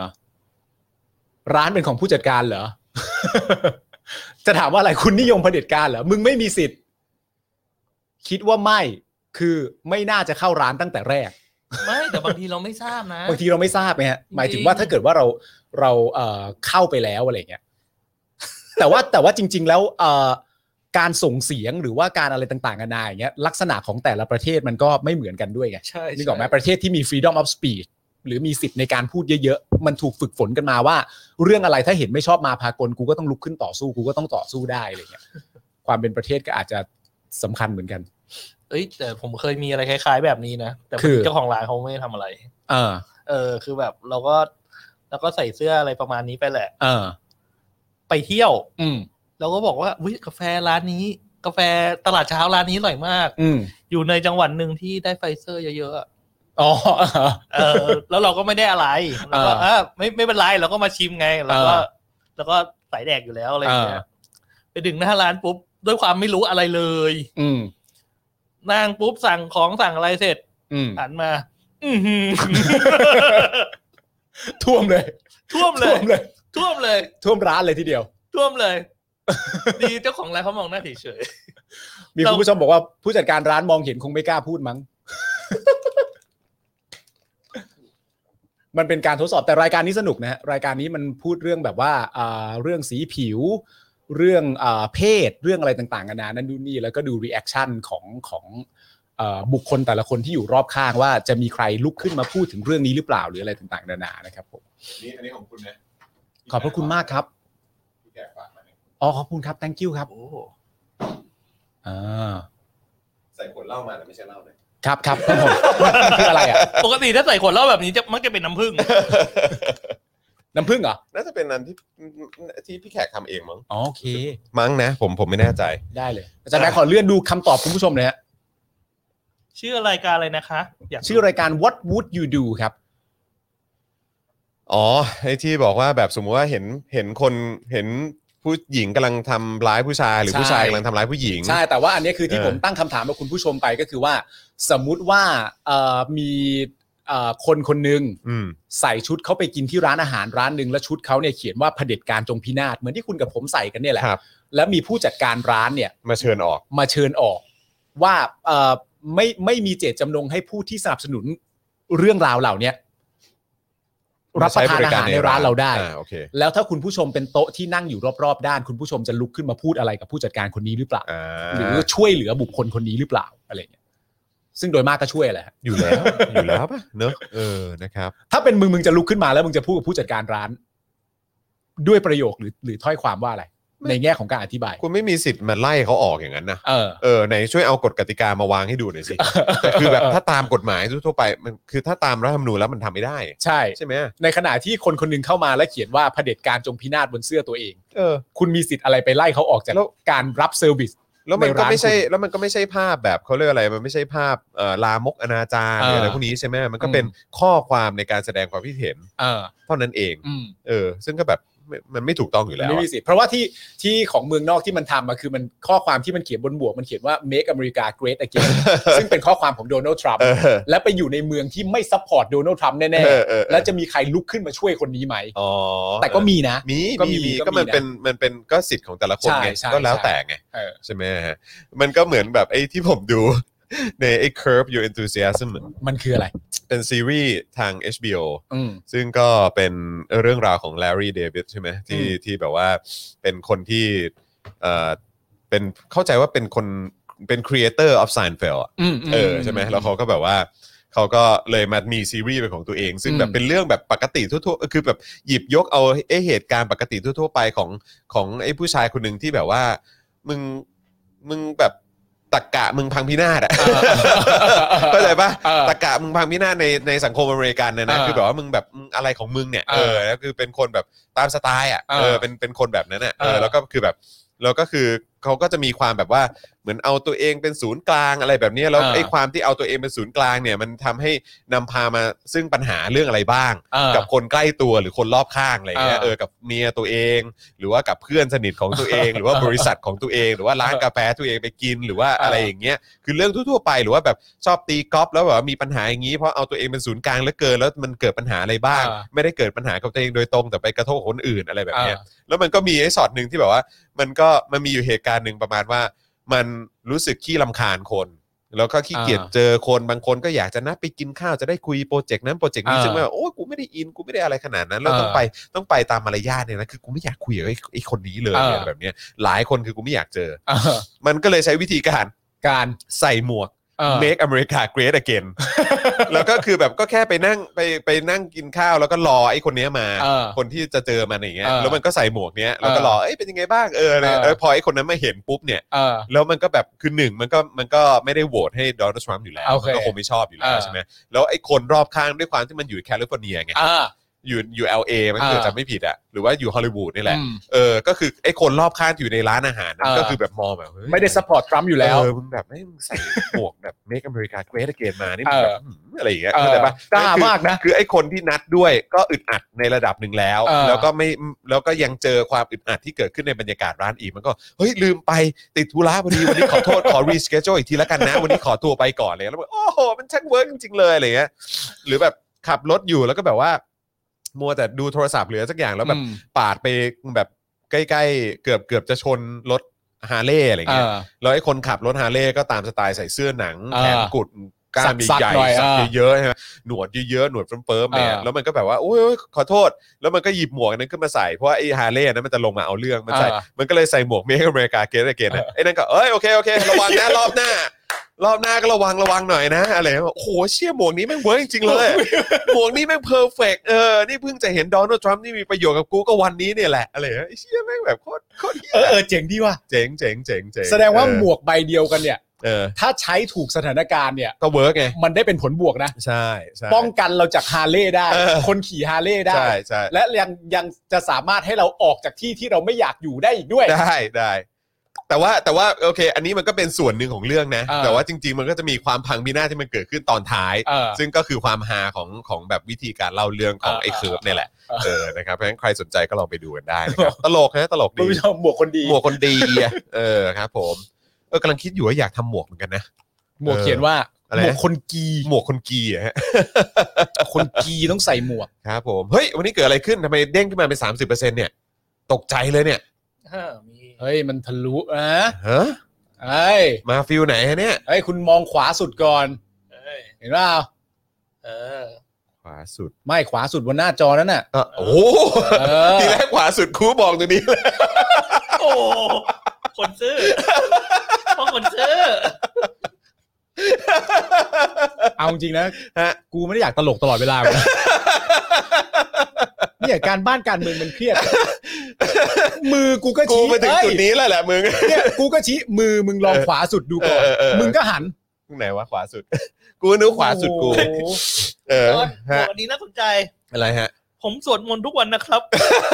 ร้านเป็นของผู้จัดการเหรอ จะถามว่าอะไรคุณนิยมเผด็จการเหรอมึงไม่มีสิทธิ์คิดว่าไม่คือไม่น่าจะเข้าร้านตั้งแต่แรกไม่แต่บางทีเราไม่ทราบนะบางทีเราไม่ทราบไงฮะหมายถึงว่าถ้าเกิดว่าเราเข้าไปแล้วอะไรเงี้ยแต่ว่าจริงๆแล้วการส่งเสียงหรือว่าการอะไรต่างๆกันานาอย่างเงี้ยลักษณะของแต่ละประเทศมันก็ไม่เหมือนกันด้วยไงใช่นึกออกไหมประเทศที่มี freedom of speech หรือมีสิทธิ์ในการพูดเยอะๆมันถูกฝึกฝนกันมาว่าเรื่องอะไรถ้าเห็นไม่ชอบมาพากลกูก็ต้องลุกขึ้นต่อสู้กูก็ต้องต่อสู้ได้อะไรเงี้ยความเป็นประเทศก็อาจจะสำคัญเหมือนกันแต่ผมเคยมีอะไรคล้ายๆแบบนี้นะแต่เจ้าของร้านเขาไม่ทำอะไรคือแบบเราก็ใส่เสื้ออะไรประมาณนี้ไปแหละไปเที่ยวเราก็บอกว่าอุ๊ยกาแฟร้านนี้กาแฟตลาดเช้าร้านนี้อร่อยมากอยู่ในจังหวัดนึงที่ได้ไฟเซอร์เยอะๆแล้วเราก็ไม่ได้อะไรเราก็ไม่เป็นไรเราก็มาชิมไงแล้วก็สายแดกอยู่แล้วอะไรอย่างเงี้ยไปถึงหน้าร้านปุ๊บด้วยความไม่รู้อะไรเลยนั่งปุ๊บสั่งของสั่งอะไรเสร็จหันมาท่วมเลยท่วมร้านเลยทีเดียวท่วมเลยดีเจ้าของร้านเขามองหน้าเฉยๆมีคุณผู้ชมบอกว่าผู้จัดการร้านมองเห็นคงไม่กล้าพูดมั้ง มันเป็นการทดสอบแต่รายการนี้สนุกนะฮะรายการนี้มันพูดเรื่องแบบว่าเรื่องสีผิวเรื่องเพศเรื่องอะไรต่างๆกันานานั่นดูนี่แล้วก็ดูรีแอคชั่นของบุคคลแต่ละคนที่อยู่รอบข้างว่าจะมีใครลุกขึ้นมาพูดถึงเรื่องนี้หรือเปล่าหรืออะไรต่างๆนานานะครับผมอันนี้ของคุณนะขอบพระคุณมากครับขอบคุณครับ thank you ครับใส่ขวดเหล้ามาแต่ไม่ใช่เหล้าเลยครับผมคืออะไรอ่ะปกติถ้าใส่ขวดเหล้าแบบนี้มักจะเป็นน้ำผึ้งน้ำผึ้งเหรอน่าจะเป็นอันที่พี่แขกทำเองมั้งโอเคมั้งนะผมไม่แน่ใจได้เลยอาจารย์แบงค์ขอเลื่อนดูคำตอบคุณผู้ชมเลยฮะชื่อรายการอะไรนะคะชื่อรายการ What Would You Do ครับไอ้ที่บอกว่าแบบสมมติว่าเห็นคนเห็นผู้หญิงกำลังทำร้ายผู้ชายหรือผู้ชายกำลังทำร้ายผู้หญิงใช่แต่ว่าอันนี้คือที่ผมตั้งคำถามกับคุณผู้ชมไปก็คือว่าสมมุติว่ามีคนนึงใส่ชุดเขาไปกินที่ร้านอาหารร้านนึงแล้วชุดเขาเนี่ยเขียนว่าเผด็จการจงพินาศเหมือนที่คุณกับผมใส่กันเนี่ยแหละแล้วมีผู้จัดการร้านเนี่ยมาเชิญออกว่าไม่มีเจตจำนงให้ผู้ที่สนับสนุนเรื่องราวเหล่านี้รับประทานอาหารในร้านเราได้แล้วถ้าคุณผู้ชมเป็นโต๊ะที่นั่งอยู่รอบๆด้านคุณผู้ชมจะลุกขึ้นมาพูดอะไรกับผู้จัดการคนนี้หรือเปล่าหรือช่วยเหลือบุคคลคนนี้หรือเปล่าอะไรเงี้ยซึ่งโดยมากก็ช่วยแหละอยู่แล้วป่ะเนอะนะครับถ้าเป็นมึงจะลุกขึ้นมาแล้วมึงจะพูดกับผู้จัดการร้านด้วยประโยคหรือถ้อยความว่าอะไรในแง่ของการอธิบายคุณไม่มีสิทธิ์มาไล่เขาออกอย่างนั้นนะไหนช่วยเอากฎกติกามาวางให้ดูหน่อยสิแต่คือแบบถ้าตามกฎหมายทั่วไปมันคือถ้าตามรัฐธรรมนูญแล้วมันทำไม่ได้ใช่ไหมในขณะที่คนนึงเข้ามาแล้วเขียนว่าเผด็จการจงพินาศบนเสื้อตัวเองคุณมีสิทธิ์อะไรไปไล่เขาออกจากการรับเซอร์วิสแล้วมันก็ไม่ใช่ภาพแบบเขาเรียกอะไรมันไม่ใช่ภาพลามกอนาจารอะไรพวกนี้ใช่ไหมมันก็เป็นข้อความในการแสดงความคิดเห็นเท่านั้นเองซึ่งก็แบบมันไม่ถูกต้องอยู่แล้วไม่มีสิเพราะว่าที่ของเมืองนอกที่มันทำมาคือมันข้อความที่มันเขียนบนบวกมันเขียนว่า Make America Great Again ซึ่งเป็นข้อความของโดนัลด์ทรัมป์และไปอยู่ในเมืองที่ไม่ซัพพอร์ตโดนัลด์ทรัมป์แน่ๆแล้วจะมีใครลุกขึ้นมาช่วยคนนี้ไหมแต่ก็มีนะก็มันเป็นก็สิทธิ์ของแต่ละคนไงก็แล้วแต่ไงใช่ไหมฮะมันก็เหมือนแบบไอ้ที่ผมดูในไอ้ Curb Your Enthusiasm มันคืออะไรเป็นซีรีส์ทาง HBO ซึ่งก็เป็นเรื่องราวของ Larry David ใช่ไหมที่แบบว่าเป็นคนที่เป็นเข้าใจว่าเป็นคนเป็น creator of Seinfeld ใช่ไหมแล้วเขาก็แบบว่าเขาก็เลยมามีซีรีส์เป็นของตัวเองซึ่งแบบเป็นเรื่องแบบปกติทั่วๆคือแบบหยิบยกเอาเหตุการณ์ปกติทั่วๆไปของไอ้ผู้ชายคนหนึ่งที่แบบว่ามึงแบบตะกะมึงพังพินาศอ่ะเข้าใจป่ะตะกะมึงพังพินาศในสังคมอเมริกันเนี่ยนะคือแบบว่ามึงแบบอะไรของมึงเนี่ยแล้วคือเป็นคนแบบตามสไตล์อ่ะเป็นคนแบบนั้นอ่ะแล้วก็คือแบบแล้วก็คือเขาก็จะมีความแบบว่าเหมือนเอาตัวเองเป็นศูนย์กลางอะไรแบบนี้แล้วไอ้ความที่เอาตัวเองเป็นศูนย์กลางเนี่ยมันทำให้นำพามาซึ่งปัญหาเรื่องอะไรบ้างกับคนใกล้ตัวหรือคนรอบข้างอะไรเงี้ยกับเมียตัวเองหรือว่ากับเพื่อนสนิทของตัวเองหรือว่าบริษัทของตัวเองหรือว่าร้านกาแฟตัวเองไปกินหรือว่าอะไรอย่างเงี้ยคือเรื่องทั่วๆไปหรือว่าแบบชอบตีกอล์ฟแล้วแบบมีปัญหาอย่างงี้เพราะเอาตัวเองเป็นศูนย์กลางเหลือเกินแล้วมันเกิดปัญหาอะไรบ้างไม่ได้เกิดปัญหากับตัวเองโดยตรงแต่ไปกระทบคนอื่นอะไรแบบเนี้ยแล้วมันก็มีไอ้ช็อตนึงที่แบบว่ามันมีอยู่เหตุการณ์นึงประมาณว่ามันรู้สึกขี้รำคาญคนแล้วก็ขี้เกียจเจอคนบางคนก็อยากจะนัดไปกินข้าวจะได้คุยโปรเจกต์นั้นโปรเจกต์นี้ซึ่งแบบโอ้กูไม่ได้อินกูไม่ได้อะไรขนาดนั้นแล้วต้องไปตามมารยาทเนี่ยนะคือกูไม่อยากคุยกับไอ้คนนี้เลยแบบเนี้ยหลายคนคือกูไม่อยากเจอมันก็เลยใช้วิธีการใส่หมวกMake America Great Again แล้วก็คือแบบก็แค่ไปนั่งกินข้าวแล้วก็รอไอ้คนนี้มาคนที่จะเจอมันอย่างเงี้ยแล้วมันก็ใส่หมวกเนี้ยแล้วก็รอเป็นยังไงบ้างพอไอ้คนนั้นมาเห็นปุ๊บเนี่ยแล้วมันก็แบบคือหนึ่งมันก็ไม่ได้โหวตให้โดนัลด์ทรัมป์อยู่แล้วมันก็คงไม่ชอบอยู่แล้วใช่ไหมแล้วไอ้คนรอบข้างด้วยความที่มันอยู่แคลิฟอร์เนียไงอยู่ LA มันคือจะไม่ผิดอะหรือว่าอยู่ฮอลลีวูดนี่แหละก็คือไอ้คนรอบข้างอยู่ในร้านอาหารนั้นก็คือแบบมองแบบไม่ได้ซัพพอร์ตทรัมป์อยู่แล้วมึงแบบไม่ใส่หมวกแบบ Make America Great Again มานี่แบบอะไรอย่างเงี้ยเข้าใจป่ะกล้ามากนะคือไอ้คนที่นัดด้วยก็อึดอัดในระดับหนึ่งแล้วแล้วก็ยังเจอความอึดอัดที่เกิดขึ้นในบรรยากาศร้านอีกมันก็เฮ้ยลืมไปติดธุระพอดีวันนี้ขอโทษขอ reschedule อีกทีละกันนะวันนี้ขอตัวไปก่อนเลยแล้วโอ้โหมันช่างเวิร์กจริงๆเลยอะไรเงี้ยหรือแบบขับรถอยู่แล้วก็แบบว่ามัวแต่ดูโทรศัพท์หรือสักอย่างแล้วแบบปาดไปแบบใกล้ๆเกือบจะชนรถฮาร์เลย์อะไรเงี้ยแล้วไอ้คนขับรถฮาร์เลย์ก็ตามสไตล์ใส่เสื้อหนังแขนกุดกล้ามใหญ่ๆสักเยอะๆใช่ไหมหนวดเยอะๆหนวดเฟิร์มๆเนี่ยแล้วมันก็แบบว่าโอ้ยขอโทษแล้วมันก็หยิบหมวกนั้นขึ้นมาใส่เพราะว่าไอ้ฮาร์เลย์นั้นมันจะลงมาเอาเรื่องมันก็เลยใส่หมวก Make America Great Again ไอ้นั่นก็โอเคระวังนะรอบหน้าก็ระวังหน่อยนะอะไรโอ้โหเชี่ยหมวกนี้แม่งเวิร์กจริงๆเลยหมวกนี้แม่งเพอร์เฟกต์นี่เพิ่งจะเห็นโดนัลด์ทรัมป์นี่มีประโยชน์กับกูก็วันนี้เนี่ยแหละอะไรเชี่ยแม่งแบบโคตรเจ๋งดีว่ะเจ๋งแสดงว่าหมวกใบเดียวกันเนี่ยถ้าใช้ถูกสถานการณ์เนี่ยก็เวิร์กไงมันได้เป็นผลบวกนะใช่ป้องกันเราจากฮาร์เลย์ได้คนขี่ฮาร์เลย์ได้และยังจะสามารถให้เราออกจากที่เราไม่อยากอยู่ได้อีกด้วยได้แต่ว่าโอเคอันนี้มันก็เป็นส่วนหนึ่งของเรื่องนะแต่ว่าจริงๆมันก็จะมีความพังพินาศที่มันเกิดขึ้นตอนท้ายซึ่งก็คือความฮาของแบบวิธีการเล่าเรื่องของไอ้เคิร์ฟเนี่ยแหละนะครับเพราะฉะนั้นใครสนใจก็ลองไปดูกันได้นะครับตลกนะตลกดีหมวกคนดีครับผมกำลังคิดอยู่ว่าอยากทำหมวกเหมือนกันนะหมวกเขียนว่าหมวกคนกีฮะคนกีต้องใส่หมวกครับผมเฮ้ยวันนี้เกิดอะไรขึ้นทำไมเด้งขึ้นมาเป็น 30% เนี่ยตกใจเลยเนี่ยเฮ้ยมันทะลุนะมาฟิลไหนฮะเนี่ยคุณมองขวาสุดก่อนเห็นเปล่าขวาสุดไม่ขวาสุดบนหน้าจอนั้นน่ะโอ้ทีแรกขวาสุดครูบอกตรงนี้เลยโอ้คนซื้อพ่อคนซื้อเอาจริงนะกูไม่ได้อยากตลกตลอดเวลาเนี่ยการบ้านการเมืองมันเครียดมือกูก็ชี้ไปถึงจุดนี้แล้วแหละมึงเนี่ยกูก็ชี้มือมึงลองขวาสุดดูก่อนมึงก็หันไหนวะขวาสุดกูนึกขวาสุดกูวันนี้น่าสนใจอะไรฮะผมสวดมนต์ทุกวันนะครับ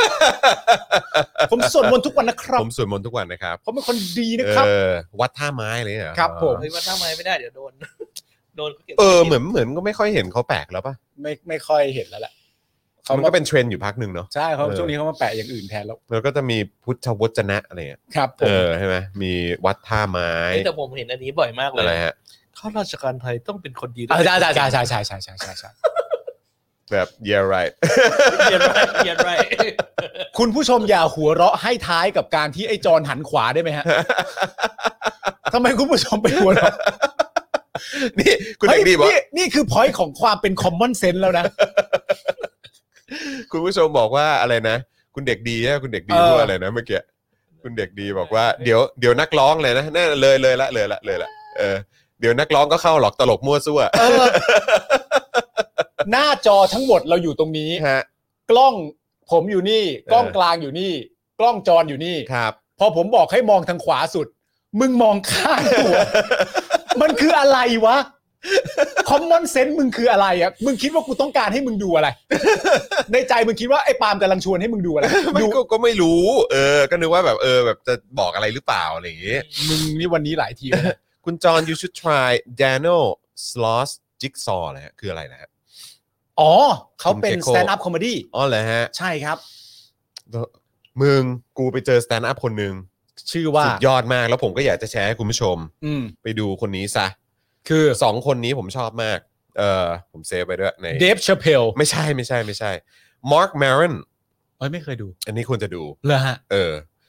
ผมสวดมนต์ทุกวันนะครับผมสวดมนต์ทุกวันนะครับผมเป็นคนดีนะครับวัดท่าไม้เลยเหรอครับผมวัดท่าไม้ไม่ได้เดี๋ยวโดนเหมือนก็ไม่ค่อยเห็นเขาแปลกแล้วป่ะไม่ค่อยเห็นแล้วแหละมันก็เป็นเทรนด์อยู่พักหนึ่งเนาะใช่เขาช่วงนี้เขามาแปะอย่างอื่นแทนแล้วก็จะมีพุทธวจนะอะไรครับใช่ไหมมีวัดท่าไม้แต่ผมเห็นอันนี้บ่อยมากเลยอะไรฮะข้าราชการไทยต้องเป็นคนดีใช่แบบ yeah right yeah right คุณผู้ชมอย่าหัวเราะให้ท้ายกับการที่ไอ้จอนหันขวาได้ไหมฮะทำไมคุณผู้ชมไปหัวเราะนี่คุณเด็กดีบอกนี่คือ point ของความเป็น common sense แล้วนะคุณผู้ชมบอกว่าอะไรนะคุณเด็กดีนะคุณเด็กดีพูดอะไรนะเมื่อกี้คุณเด็กดีบอกว่าเดี๋ยวนักร้องเลยนะนั่นเลยละเดี๋ยวนักร้องก็เข้าหรอกตลกมั่วซั่วหน้าจอทั้งหมดเราอยู่ตรงนี้กล้องผมอยู่นี่กล้องกลางอยู่นี่กล้องจออยู่นี่ครับพอผมบอกให้มองทางขวาสุดมึงมองข้างตัวมันคืออะไรวะcommon sense มึงคืออะไรอ่ะมึงคิดว่ากูต้องการให้มึงดูอะไรในใจมึงคิดว่าไอ้ปาล์มกำลังชวนให้มึงดูอะไรก็ไม่รู้ก็นึกว่าแบบแบบจะบอกอะไรหรือเปล่าอะไรอย่างเงี้ยมึงนี่วันนี้หลายทีคุณจอห์น you should try Daniel Sloss Jigsaw อะไรฮะคืออะไรนะฮะอ๋อเขาเป็น stand up comedy อ๋อเหรอฮะใช่ครับมึงกูไปเจอ stand up คนนึงชื่อว่าสุดยอดมากแล้วผมก็อยากจะแชร์ให้คุณผู้ชมไปดูคนนี้ซะคือ 2คนนี้ผมชอบมากผมเซฟไปด้วยในเดฟชาเพลไม่ใช่มาร์คแมรอนไม่เคยดูอันนี้ควรจะดูเหรอฮะ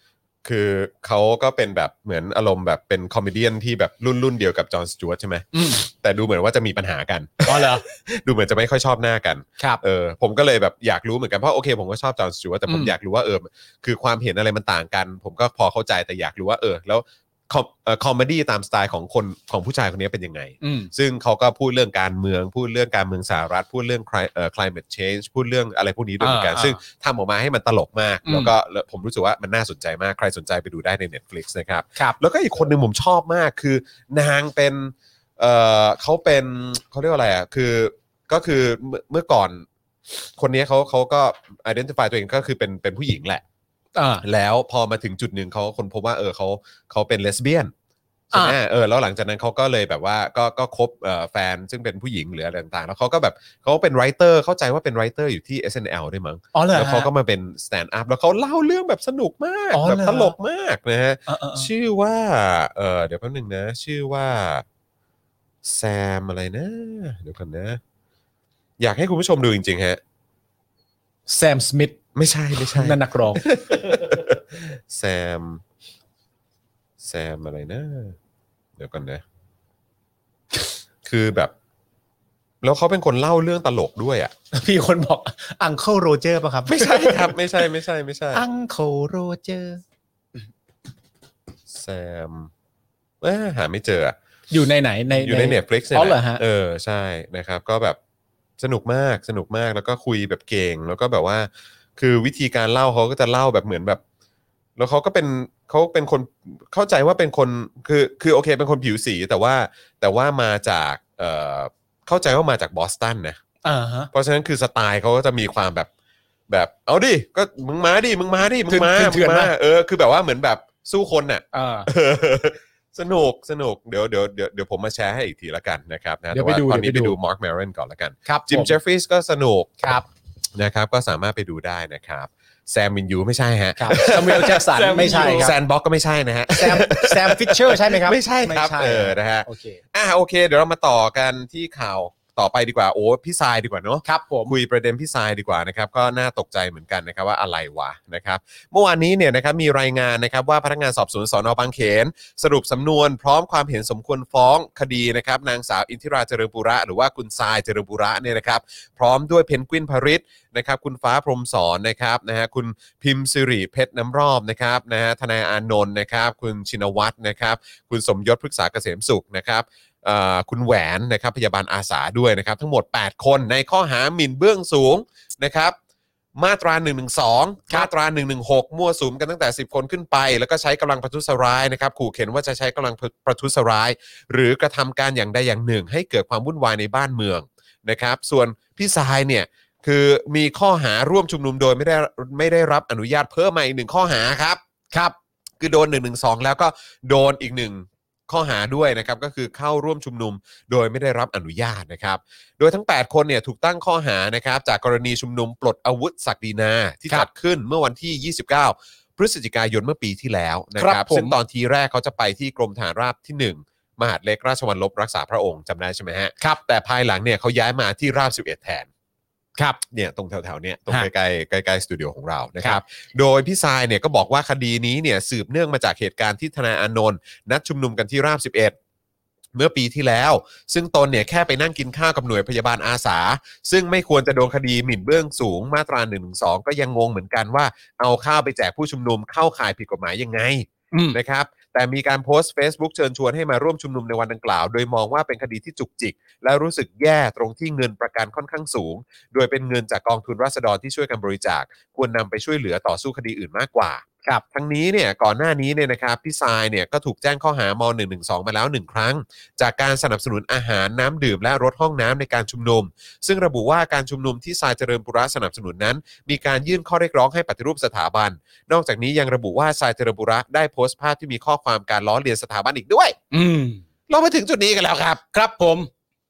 คือเขาก็เป็นแบบเหมือนอารมณ์แบบเป็นคอมเมเดี้ที่แบบรุ่นเดียวกับจอห์นสจ๊วตใช่ไหมแต่ดูเหมือนว่าจะมีปัญหากันอ๋อเหรอดูเหมือนจะไม่ค่อยชอบหน้ากันครับผมก็เลยแบบอยากรู้เหมือนกันเพราะโอเคผมก็ชอบจอห์นสจ๊วตแต่ผมอยากรู้ว่าคือความเห็นอะไรมันต่างกันผมก็พอเข้าใจแต่อยากรู้ว่าแล้วคอมเมดี้ตามสไตล์ของผู้ชายคนนี้เป็นยังไงซึ่งเขาก็พูดเรื่องการเมืองพูดเรื่องการเมืองสหรัฐพูดเรื่องclimate change พูดเรื่องอะไรพวกนี้ด้วยเหมือนกันซึ่งทำออกมาให้มันตลกมากแล้วก็ผมรู้สึกว่ามันน่าสนใจมากใครสนใจไปดูได้ใน Netflix นะครับแล้วก็อีกคนหนึ่งผมชอบมากคือนางเป็นเขาเป็นเขาเรียกว่าอะไรอ่ะก็คือเมื่อก่อนคนนี้เขาก็ identify ตัวเองก็คือเป็นผู้หญิงแหละแล้วพอมาถึงจุดหนึ่งเขาคนพบว่าเขาเป็นเลสเบี้ยนใช่ไหมแล้วหลังจากนั้นเขาก็เลยแบบว่าก็คบแฟนซึ่งเป็นผู้หญิงหรืออะไรต่างๆแล้วเขาก็แบบเขาเป็นไรเตอร์เข้าใจว่าเป็นไรเตอร์อยู่ที่ SNL ด้วยมั้งแล้วเขาก็มาเป็นสแตนด์อัพแล้วเขาเล่าเรื่องแบบสนุกมากแบบตลกมากนะฮะชื่อว่าเดี๋ยวแป๊บนึงนะชื่อว่าแซมอะไรนะเดี๋ยวกันนะอยากให้คุณผู้ชมดูจริงๆฮะแซมสมิธไม่ใช่นั่นนักร้องแซมอะไรนะเดี๋ยวก่อนนะคือแบบแล้วเขาเป็นคนเล่าเรื่องตลกด้วยอ่ะพี่คนบอกอังเคิลโรเจอร์ป่ะครับไม่ใช่ครับไม่ใช่อังเคิลโรเจอร์แซมหาไม่เจออยู่ในไหนอยู่ใน Netflix อ๋อเหรอฮะใช่นะครับก็แบบสนุกมากแล้วก็คุยแบบเก่งแล้วก็แบบว่าคือวิธีการเล่าเขาก็จะเล่าแบบเหมือนแบบแล้วเขาเป็นคนเข้าใจว่าเป็นคนคือโอเคเป็นคนผิวสีแต่ว่ามาจากเข้าใจว่ามาจากบอสตันนะเพราะฉะนั้นคือสไตล์เขาก็จะมีความแบบเอาดิก็มึงมามึงมาคือแบบว่าเหมือนแบบสู้คนน่ะสนุกเดี๋ยวผมมาแชร์ให้อีกทีละกันนะครับนะแต่ว่าตอนนี้ไปดูมาร์คแมรรอนก่อนละกันจิมเจฟฟรีย์ก็สนุกนะครับก็สามารถไปดูได้นะครับแซมวินยูไม่ใช่ฮะซามูเอลแจ็คสันไม่ใช่ครับแซนบ็อกก็ไม่ใช่นะฮะแซมฟิชเชอร์ใช่ไหมครับไม่ใช่ครับนะฮะโอเคเดี๋ยวเรามาต่อกันที่ข่าวต่อไปดีกว่าพี่ทรายดีกว่าเนาะครับผมคุยประเด็นพี่ทรายดีกว่านะครับก็น่าตกใจเหมือนกันนะครับว่าอะไรวะนะครับเมื่อวานนี้เนี่ยนะครับมีรายงานนะครับว่าพนักงานสอบสวนสน.บางเขนสรุปสำนวนพร้อมความเห็นสมควรฟ้องคดีนะครับนางสาวอินทิราเจริญปุระหรือว่าคุณทรายเจริญปุระเนี่ยนะครับพร้อมด้วยเพนกวินพริตนะครับคุณฟ้าพรหมสอนนะครับนะฮะคุณพิมพ์สิริเพชรน้ำรอบนะครับนะฮะทนายอานนท์นะครับคุณชินวัตรนะครับคุณสมยศพฤกษาเกษมสุขนะครับคุณแหวนนะครับพยาบาลอาสาด้วยนะครับทั้งหมด8คนในข้อหาหมิ่นเบื้องสูงนะครับมาตรา112มาตรา116มั่วสุมกันตั้งแต่10คนขึ้นไปแล้วก็ใช้กำลังประทุษร้ายนะครับขู่เข็นว่าจะใช้กำลังประทุษร้ายหรือกระทำการอย่างใดอย่างหนึ่งให้เกิดความวุ่นวายในบ้านเมืองนะครับส่วนพี่ทรายเนี่ยคือมีข้อหาร่วมชุมนุมโดยไม่ได้รับอนุญาตเพิ่มมาอีก1ข้อหาครับคือโดน112แล้วก็โดนอีก1ข้อหาด้วยนะครับก็คือเข้าร่วมชุมนุมโดยไม่ได้รับอนุญาตนะครับโดยทั้ง8คนเนี่ยถูกตั้งข้อหานะครับจากกรณีชุมนุมปลดอาวุธศักดินาที่จัดขึ้นเมื่อวันที่29พฤศจิกายนเมื่อปีที่แล้วนะครับซึ่งตอนทีแรกเขาจะไปที่กรมทหารราบที่1มหาดเล็กราชวัลลบรักษาพระองค์จำได้ใช่ไหมฮะครับแต่ภายหลังเนี่ยเขาย้ายมาที่ราบ11แทนครับเนี่ยตรงแถวๆเนี่ยตรงใกล้ๆสตูดิโอของเรานะครับโดยพี่ทรายเนี่ยก็บอกว่าคดีนี้เนี่ยสืบเนื่องมาจากเหตุการณ์ที่ทนายอานนท์นัดชุมนุมกันที่ราบ11เมื่อปีที่แล้วซึ่งตนเนี่ยแค่ไปนั่งกินข้าวกับหน่วยพยาบาลอาสาซึ่งไม่ควรจะโดนคดีหมิ่นเบื้องสูงมาตรา112ก็ยังงงเหมือนกันว่าเอาข้าวไปแจกผู้ชุมนุมเข้าข่ายผิดกฎหมายยังไงนะครับแต่มีการโพสต์ Facebook เชิญชวนให้มาร่วมชุมนุมในวันดังกล่าวโดยมองว่าเป็นคดีที่จุกจิกและรู้สึกแย่ตรงที่เงินประกันค่อนข้างสูงโดยเป็นเงินจากกองทุนราษฎรที่ช่วยกันบริจาคควรนำไปช่วยเหลือต่อสู้คดีอื่นมากกว่าครับทั้งนี้เนี่ยก่อนหน้านี้เนี่ยนะครับพี่ทรายเนี่ยก็ถูกแจ้งข้อหาม.112 มาแล้ว1ครั้งจากการสนับสนุนอาหารน้ำดื่มและรถห้องน้ำในการชุมนุมซึ่งระบุว่าการชุมนุมที่ทรายเจริญปุระสนับสนุนนั้นมีการยื่นข้อเรียกร้องให้ปฏิรูปสถาบันนอกจากนี้ยังระบุว่าทรายเจริญปุระได้โพสต์ภาพที่มีข้อความการล้อเลียนสถาบันอีกด้วยเรามาถึงจุดนี้กันแล้วครับครับผม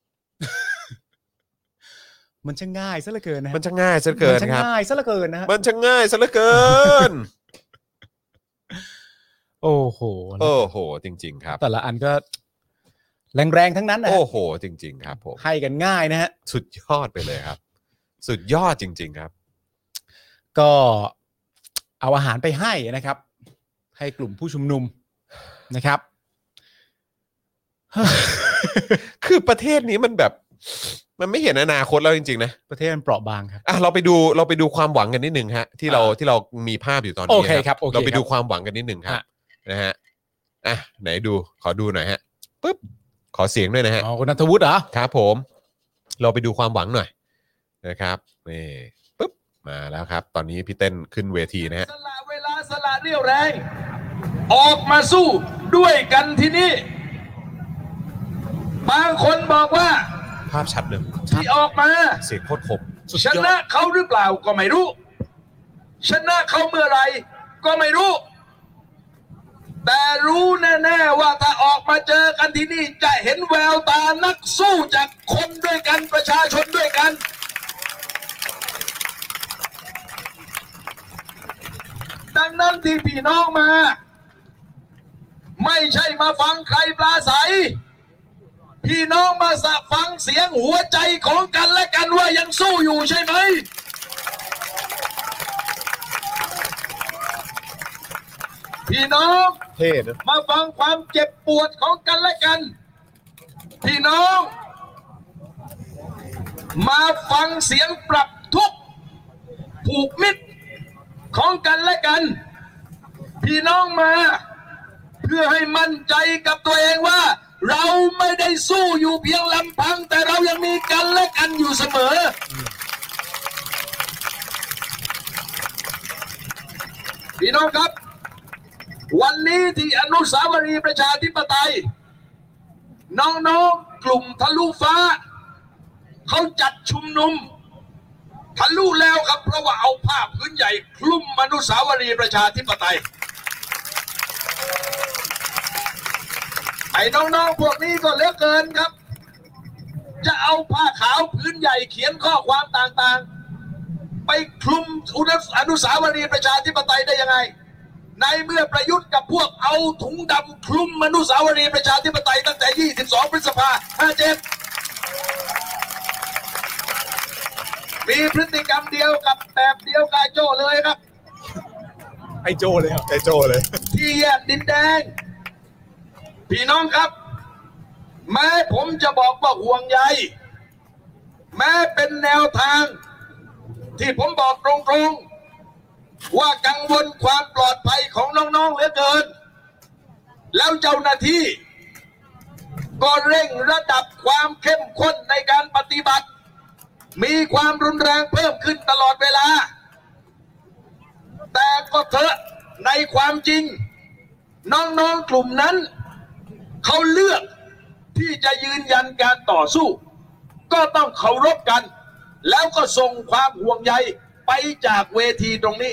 มันช่างง่ายซะเหลือเกินนะมันช่างง่ายซะเหลือเกินครับมันช่างง่ายซะเหลือเกินนะมันช่างง่ายซะเหลือเกินโอ้โหจริงๆครับแต่ละอันก็แรงๆทั้งนั้นนะโอ้โหจริงๆครับผมให้กันง่ายนะฮะสุดยอดไปเลยครับสุดยอดจริงๆครับก็เอาอาหารไปให้นะครับให้กลุ่มผู้ชุมนุมนะครับคือประเทศนี้มันแบบมันไม่เห็นอนาคตแล้วจริงๆนะประเทศมันเปราะบางครับเราไปดูความหวังกันนิดนึงฮะที่เรามีภาพอยู่ตอนนี้โอเคครับโอเคเราไปดูความหวังกันนิดนึงครับนะฮะไหนดูขอดูหน่อยฮะปึ๊บขอเสียงด้วยนะฮะคุณณัฐวุฒิเหรอครับผมเราไปดูความหวังหน่อยนะครับนี่ปึ๊บมาแล้วครับตอนนี้พี่เต้นขึ้นเวทีนะฮะสละเวลาสละเรี่ยวแรงออกมาสู้ด้วยกันที่นี่บางคนบอกว่าภาพชัดเลยที่ออกมาเสียงโคตรคมชนะเขาหรือเปล่าก็ไม่รู้ชนะเขาเมื่อไรก็ไม่รู้แต่รู้แน่ๆว่าถ้าออกมาเจอกันที่นี่จะเห็นแววตานักสู้จากคนด้วยกันประชาชนด้วยกันดังนั้นที่พี่น้องมาไม่ใช่มาฟังใครปราศัยพี่น้องมาฟังเสียงหัวใจของกันและกันว่ายังสู้อยู่ใช่ไหมพี่น้องมาฟังความเจ็บปวดของกันและกันพี่น้องมาฟังเสียงปรับทุกข์ผูกมิตรของกันและกันพี่น้องมาเพื่อให้มั่นใจกับตัวเองว่าเราไม่ได้สู้อยู่เพียงลำพังแต่เรายังมีกันและกันอยู่เสมอพี่น้องครับวันนี้ที่อนุสาวรีย์ประชาธิปไตยน้องๆกลุ่มทะลุฟ้าเขาจัดชุมนุมทะลุแล้วครับเพราะว่าเอาผ้าพื้นใหญ่คลุมอนุสาวรีย์ประชาธิปไตยไอ้น้องๆพวกนี้ก็เหลือเกินครับจะเอาผ้าขาวพื้นใหญ่เขียนข้อความต่างๆไปคลุมอนุสาวรีย์ประชาธิปไตยได้ยังไงในเมื่อประยุทธ์กับพวกเอาถุงดำคลุมอนุสาวรีย์ประชาธิปไตยตั้งแต่22 พฤษภาคม 57มีพฤติกรรมเดียวกับแบบเดียวกับโจ้เลยครับไอ้โจ้เลยที่แยกดินแดงพี่น้องครับแม้ผมจะบอกว่าห่วงใยแม้เป็นแนวทางที่ผมบอกตรงๆว่ากังวลความปลอดภัยของน้องๆเหลือเกินแล้วเจ้าหน้าที่ก็เร่งระดับความเข้มข้นในการปฏิบัติมีความรุนแรงเพิ่มขึ้นตลอดเวลาแต่ก็เถอะในความจริงน้องๆกลุ่มนั้นเขาเลือกที่จะยืนยันการต่อสู้ก็ต้องเคารพกันแล้วก็ส่งความห่วงใยไปจากเวทีตรงนี้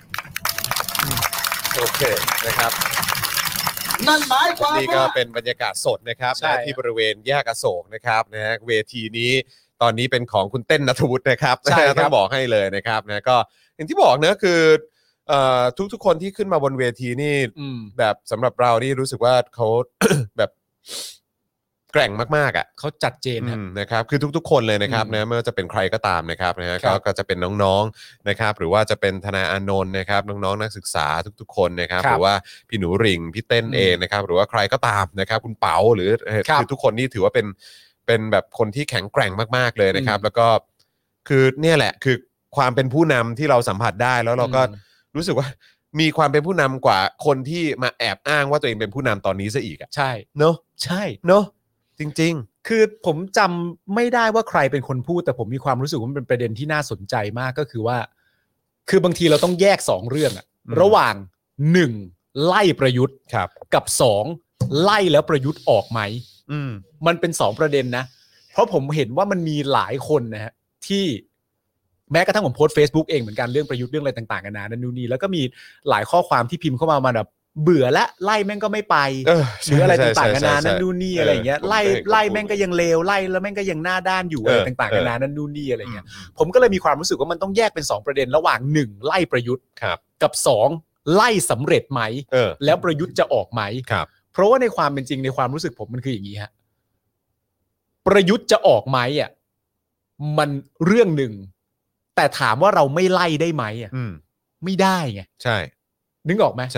โอเคนะครับนั่นหมายความว่านี่ก็เป็นบรรยากาศสดนะครับที่บริเวณแยกอโศกนะครับนะฮะเวทีนี้ตอนนี้เป็นของคุณเต้นณัฐวุฒินะครับต้องบอกให้เลยนะครับนะก็อย่างที่บอกเนอะคือทุกคนที่ขึ้นมาบนเวทีนี่แบบสำหรับเรานี่รู้สึกว่าเขา แบบแกร่งมากๆอ่ะเขาจัดเจนนะครับคือทุกๆคนเลยนะครับนะไม่ว่าจะเป็นใครก็ตามนะครับนะฮะก็จะเป็นน้องๆนะครับหรือว่าจะเป็นธนาอานนท์นะครับน้องๆนักศึกษาทุกๆคนนะครับหรือว่าพี่หนูริ่งพี่เต้นเองนะครับหรือว่าใครก็ตามนะครับคุณเป๋าหรือคือทุกคนนี่ถือว่าเป็นแบบคนที่แข็งแกร่งมากๆเลยนะครับแล้วก็คือเนี่ยแหละคือความเป็นผู้นำที่เราสัมผัสได้แล้วเราก็รู้สึกว่ามีความเป็นผู้นำกว่าคนที่มาแอบอ้างว่าตัวเองเป็นผู้นำตอนนี้ซะอีกอ่ะใช่เนอะใช่เนอะจริงๆคือผมจำไม่ได้ว่าใครเป็นคนพูดแต่ผมมีความรู้สึกว่ามันเป็นประเด็นที่น่าสนใจมากก็คือว่าคือบางทีเราต้องแยก2เรื่องอะระหว่าง1ไล่ประยุทธ์กับ2ไล่แล้วประยุทธ์ออกไหมมันเป็น2ประเด็นนะเพราะผมเห็นว่ามันมีหลายคนนะฮะที่แม้กระทั่งผมโพสต์ Facebook เองเหมือนกันเรื่องประยุทธ์เรื่องอะไรต่างๆกันานั่นนู่นนี่แล้วก็มีหลายข้อความที่พิมพ์เข้ามาแบบเบื่อและไล่แม่งก็ไม่ไปหรืออะไรต่างๆกันานั่นนู่นนี่อะไรอย่างเงี้ยไล่แม่งก็ยังเลวไล่แล้วแม่งก็ยังหน้าด้านอยู่อะไรต่างๆกันานั่นนู่นนี่อะไรเงี้ยผมก็เลยมีความรู้สึกว่ามันต้องแยกเป็น2ประเด็นระหว่าง1ไล่ประยุทธ์กับ2ไล่สำเร็จไหมแล้วประยุทธ์จะออกไหมเพราะว่าในความเป็นจริงในความรู้สึกผมมันคืออย่างนี้ฮะประยุทธ์จะออกไหมอ่ะมันเรื่องหนึ่งแต่ถามว่าเราไม่ไล่ได้ไหมอ่ะไม่ได้ไงใช่นึกออกไหมใช่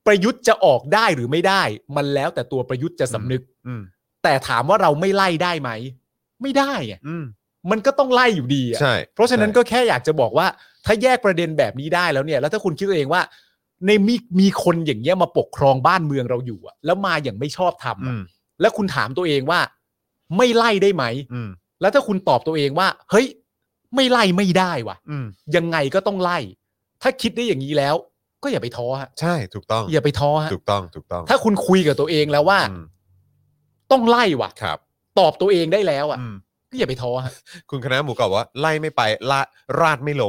ประยุทธ์จะออกได้หรือไม่ได้มันแล้วแต่ตัวประยุทธ์จะสำนึกแต่ถามว่าเราไม่ไล่ได้ไหมไม่ได้อ่ะมันก็ต้องไล่อยู่ดีอ่ะเพราะฉะนั้นก็แค่อยากจะบอกว่าถ้าแยกประเด็นแบบนี้ได้แล้วเนี่ยแล้วถ้าคุณคิดตัวเองว่าในมีคนอย่างเงี้ยมาปกครองบ้านเมืองเราอยู่อ่ะแล้วมาอย่างไม่ชอบธรรมแล้วคุณถามตัวเองว่าไม่ไล่ได้ไหมแล้วถ้าคุณตอบตัวเองว่าเฮ้ยไม่ไล่ไม่ได้ว่ะยังไงก็ต้องไล่ถ้าคิดได้อย่างนี้แล้วก็อย่าไปท้อฮะใช่ถูกต้องอย่าไปท้อฮะถูกต้องถ้าคุณคุยกับตัวเองแล้วว่าต้องไล่ว่ะครับตอบตัวเองได้แล้วอ่ะก็อย่าไปท้อฮะคุณคณะหมูกรอบว่าไล่ไม่ไปราดไม่ลง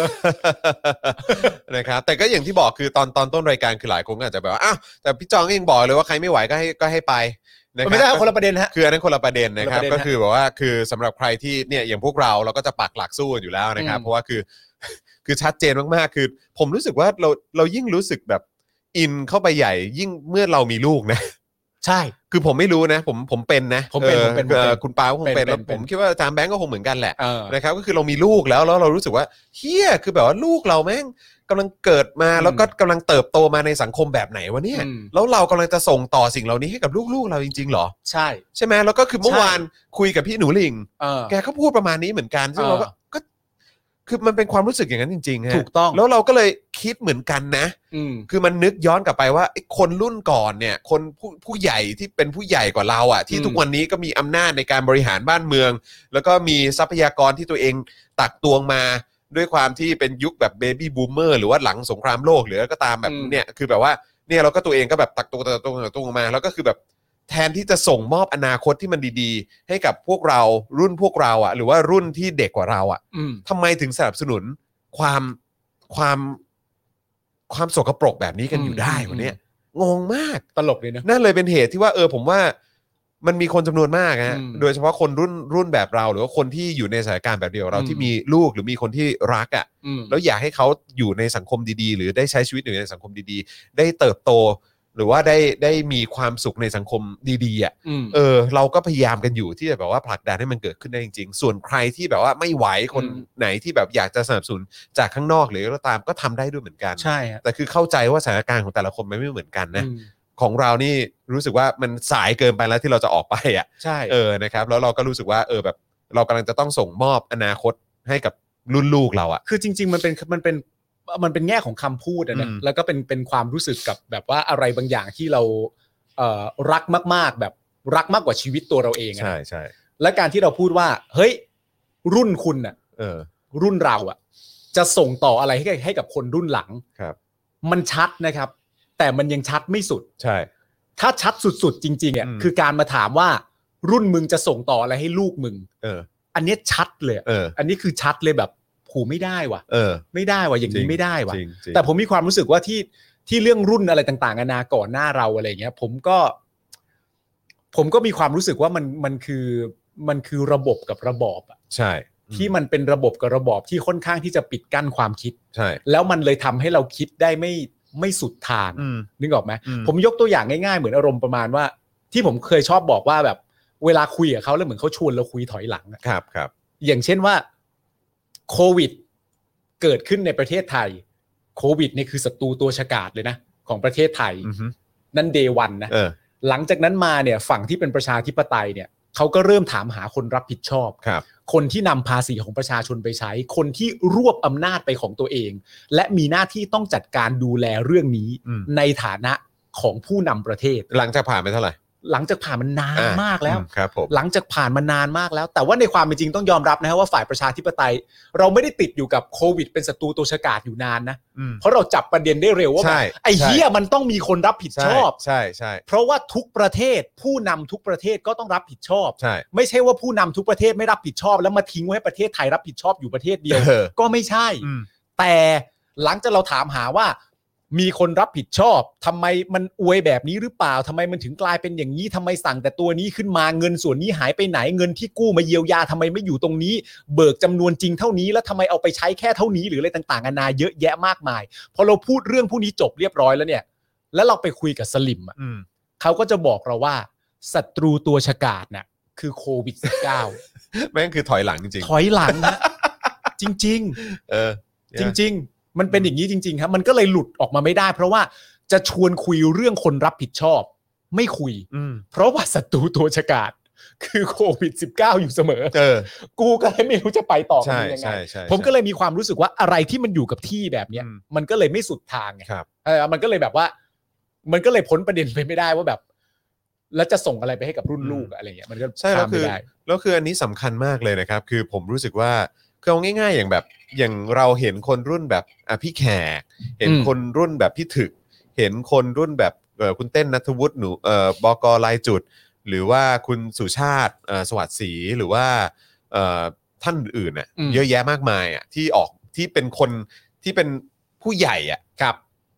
นะครับแต่ก็อย่างที่บอกคือตอนต้นรายการคือหลายคนก็อาจจะแบบว่าอ้าวแต่พี่จองก็ยังบอกเลยว่าใครไม่ไหวก็ให้ไปไม่ได้คนละประเด็นฮะคืออันนั้นคนละประเด็นนะครับก็คือแบบว่าคือสำหรับใครที่เนี่ยอย่างพวกเราก็จะปักหลักสู้กันอยู่แล้วนะครับเพราะว่าคือชัดเจนมากๆคือผมรู้สึกว่าเรายิ่งรู้สึกแบบอินเข้าไปใหญ่ยิ่งเมื่อเรามีลูกนะใช่คือผมไม่รู้นะผมเป็นนะผมเป็นคุณปาคงเป็นแล้วผมคิดว่าอาจารย์แบงก์ก็คงเหมือนกันแหละนะครับก็คือเรามีลูกแล้วเรารู้สึกว่าเฮียคือแบบว่าลูกเราแม่งกำลังเกิดมาแล้วก็กำลังเติบโตมาในสังคมแบบไหนวะเนี่ยแล้วเรากำลังจะส่งต่อสิ่งเหล่านี้ให้กับลูกๆเราจริงๆหรอใช่ไหมแล้วก็คือเมื่อวานคุยกับพี่หนูลิงแกก็พูดประมาณนี้เหมือนกันซึ่งเราก็คือมันเป็นความรู้สึกอย่างนั้นจริงๆฮะถูกต้องแล้วเราก็เลยคิดเหมือนกันนะคือมันนึกย้อนกลับไปว่าไอ้คนรุ่นก่อนเนี่ยคนผู้ใหญ่ที่เป็นผู้ใหญ่กว่าเราอ่ะที่ทุกวันนี้ก็มีอำนาจในการบริหารบ้านเมืองแล้วก็มีทรัพยากรที่ตัวเองตักตวงมาด้วยความที่เป็นยุคแบบเบบี้บูมเมอร์หรือว่าหลังสงครามโลกหรือก็ตามแบบเนี่ยคือแบบว่าเนี่ยเราก็ตัวเองก็แบบตักตวงมาแล้วก็คือแบบแทนที่จะส่งมอบอนาคตที่มันดีๆให้กับพวกเรารุ่นพวกเราอ่ะหรือว่ารุ่นที่เด็กกว่าเราอ่ะทำไมถึงสนับสนุนความสกปรกแบบนี้กันอยู่ได้วะเนี่ยงงมากตลกเลยนะนั่นเลยเป็นเหตุที่ว่าผมว่ามันมีคนจำนวนมากฮะโดยเฉพาะคนรุ่นแบบเราหรือว่าคนที่อยู่ในสถานการณ์แบบเดียวเราที่มีลูกหรือมีคนที่รักอ่ะแล้วอยากให้เขาอยู่ในสังคมดีๆหรือได้ใช้ชีวิตอยู่ในสังคมดีๆได้เติบโตหรือว่าได้มีความสุขในสังคมดีๆอ่ะเราก็พยายามกันอยู่ที่จะแบบว่าผลักดันให้มันเกิดขึ้นได้จริงๆส่วนใครที่แบบว่าไม่ไหวคนไหนที่แบบอยากจะสนับสนุนจากข้างนอกหรือก็ตามก็ทำได้ด้วยเหมือนกันใช่แต่คือเข้าใจว่าสถานการณ์ของแต่ละคนมันไม่เหมือนกันนะของเรานี่รู้สึกว่ามันสายเกินไปแล้วที่เราจะออกไปอ่ะใช่นะครับแล้วเราก็รู้สึกว่าแบบเรากำลังจะต้องส่งมอบอนาคตให้กับรุ่นลูกเราอ่ะคือจริงๆมันเป็นแง่ของคำพูดนะแล้วก็เป็นความรู้สึกกับแบบว่าอะไรบางอย่างที่เรารักมากๆแบบรักมากกว่าชีวิตตัวเราเองใช่ใช่และการที่เราพูดว่าเฮ้ยรุ่นคุณอ่ะรุ่นเราอ่ะจะส่งต่ออะไรให้กับคนรุ่นหลังครับมันชัดนะครับแต่มันยังชัดไม่สุดใช่ถ้าชัดสุดๆจริงๆอ่ะคือการมาถามว่ารุ่นมึงจะส่งต่ออะไรให้ลูกมึงอันนี้ชัดเลยอันนี้คือชัดเลยแบบผูไม่ได้ว่ะไม่ได้ว่ะอย่างนี้ไม่ได้ว่ะแต่ผมมีความรู้สึกว่าที่เรื่องรุ่นอะไรต่างๆนานาก่อนหน้าเราอะไรเงี้ยผมก็มีความรู้สึกว่ามันคือระบบกับระบอบอ่ะใช่ที่มันเป็นระบบกับระบอบที่ค่อนข้างที่จะปิดกั้นความคิดใช่แล้วมันเลยทำให้เราคิดได้ไม่สุดทางนึกออกไหมผมยกตัวอย่างง่ายๆเหมือนอารมณ์ประมาณว่าที่ผมเคยชอบบอกว่าแบบเวลาคุยกับเขาแล้วเหมือนเขาชวนเราคุยถอยหลังครับอย่างเช่นว่าโควิดเกิดขึ้นในประเทศไทยโควิดนี่คือศัตรูตัวฉกาจเลยนะของประเทศไทยนั่น Day 1นะหลังจากนั้นมาเนี่ยฝั่งที่เป็นประชาธิปไตยเนี่ยเขาก็เริ่มถามหาคนรับผิดชอบคนที่นำภาษีของประชาชนไปใช้คนที่รวบอำนาจไปของตัวเองและมีหน้าที่ต้องจัดการดูแลเรื่องนี้ในฐานะของผู้นำประเทศหลังจากผ่านไปเท่าไหร่หลังจากผ่านมันนานมากแล้วครับผมหลังจากผ่านมานานมากแล้วแต่ว่าในความเป็นจริงต้องยอมรับนะว่าฝ่ายประชาธิปไตยเราไม่ได้ติดอยู่กับโควิดเป็นศัตรูตัวฉกาจอยู่นานนะเพราะเราจับประเด็นได้เร็วว่าไอ้เหี้ยมันต้องมีคนรับผิดชอบใช่ใช่เพราะว่าทุกประเทศผู้นำทุกประเทศก็ต้องรับผิดชอบใช่ไม่ใช่ว่าผู้นำทุกประเทศไม่รับผิดชอบแล้วมาทิ้งไว้ให้ประเทศไทยรับผิดชอบอยู่ประเทศเดียวก็ไม่ใช่แต่หลังจากเราถามหาว่ามีคนรับผิดชอบทำไมมันอวยแบบนี้หรือเปล่าทำไมมันถึงกลายเป็นอย่างนี้ทำไมสั่งแต่ตัวนี้ขึ้นมาเงินส่วนนี้หายไปไหนเงินที่กู้มาเยียวยาทำไมไม่อยู่ตรงนี้เบิกจำนวนจริงเท่านี้แล้วทำไมเอาไปใช้แค่เท่านี้หรืออะไรต่างๆนานาเยอะแยะมากมายพอเราพูดเรื่องพวกนี้จบเรียบร้อยแล้วเนี่ยแล้วเราไปคุยกับสลิมอ่ะเขาก็จะบอกเราว่าศัตรูตัวฉกาจน่ะคือโควิด -19 แม่งคือถอยหลังจริงถอยหลังนะจริงๆจริงๆมันเป็นอย่างนี้จริงๆครับมันก็เลยหลุดออกมาไม่ได้เพราะว่าจะชวนคุยเรื่องคนรับผิดชอบไม่คุยเพราะว่าศัตรูตัวฉกาจคือโควิด19อยู่เสมอกูก็เลยไม่รู้จะไปต่อกันยังไงผมก็เลยมีความรู้สึกว่าอะไรที่มันอยู่กับที่แบบเนี้ยมันก็เลยไม่สุดทางไงมันก็เลยแบบว่ามันก็เลยพ้นประเด็นไปไม่ได้ว่าแบบแล้วจะส่งอะไรไปให้กับรุ่นลูกอะไรเงี้ยมันก็ใช่แล้วคืออันนี้สำคัญมากเลยนะครับคือผมรู้สึกว่าคือเอาง่ายๆอย่างเราเห็นคนรุ่นแบบพี่แขกเห็นคนรุ่นแบบพี่ถึกเห็นคนรุ่นแบบคุณเต้นณัฐวุฒิหนูบก.ลายจุดหรือว่าคุณสุชาติสวัสดิ์ศรีหรือว่าท่านอื่นน่ะเยอะแยะมากมายอ่ะที่ออกที่เป็นคนที่เป็นผู้ใหญ่อ่ะครับ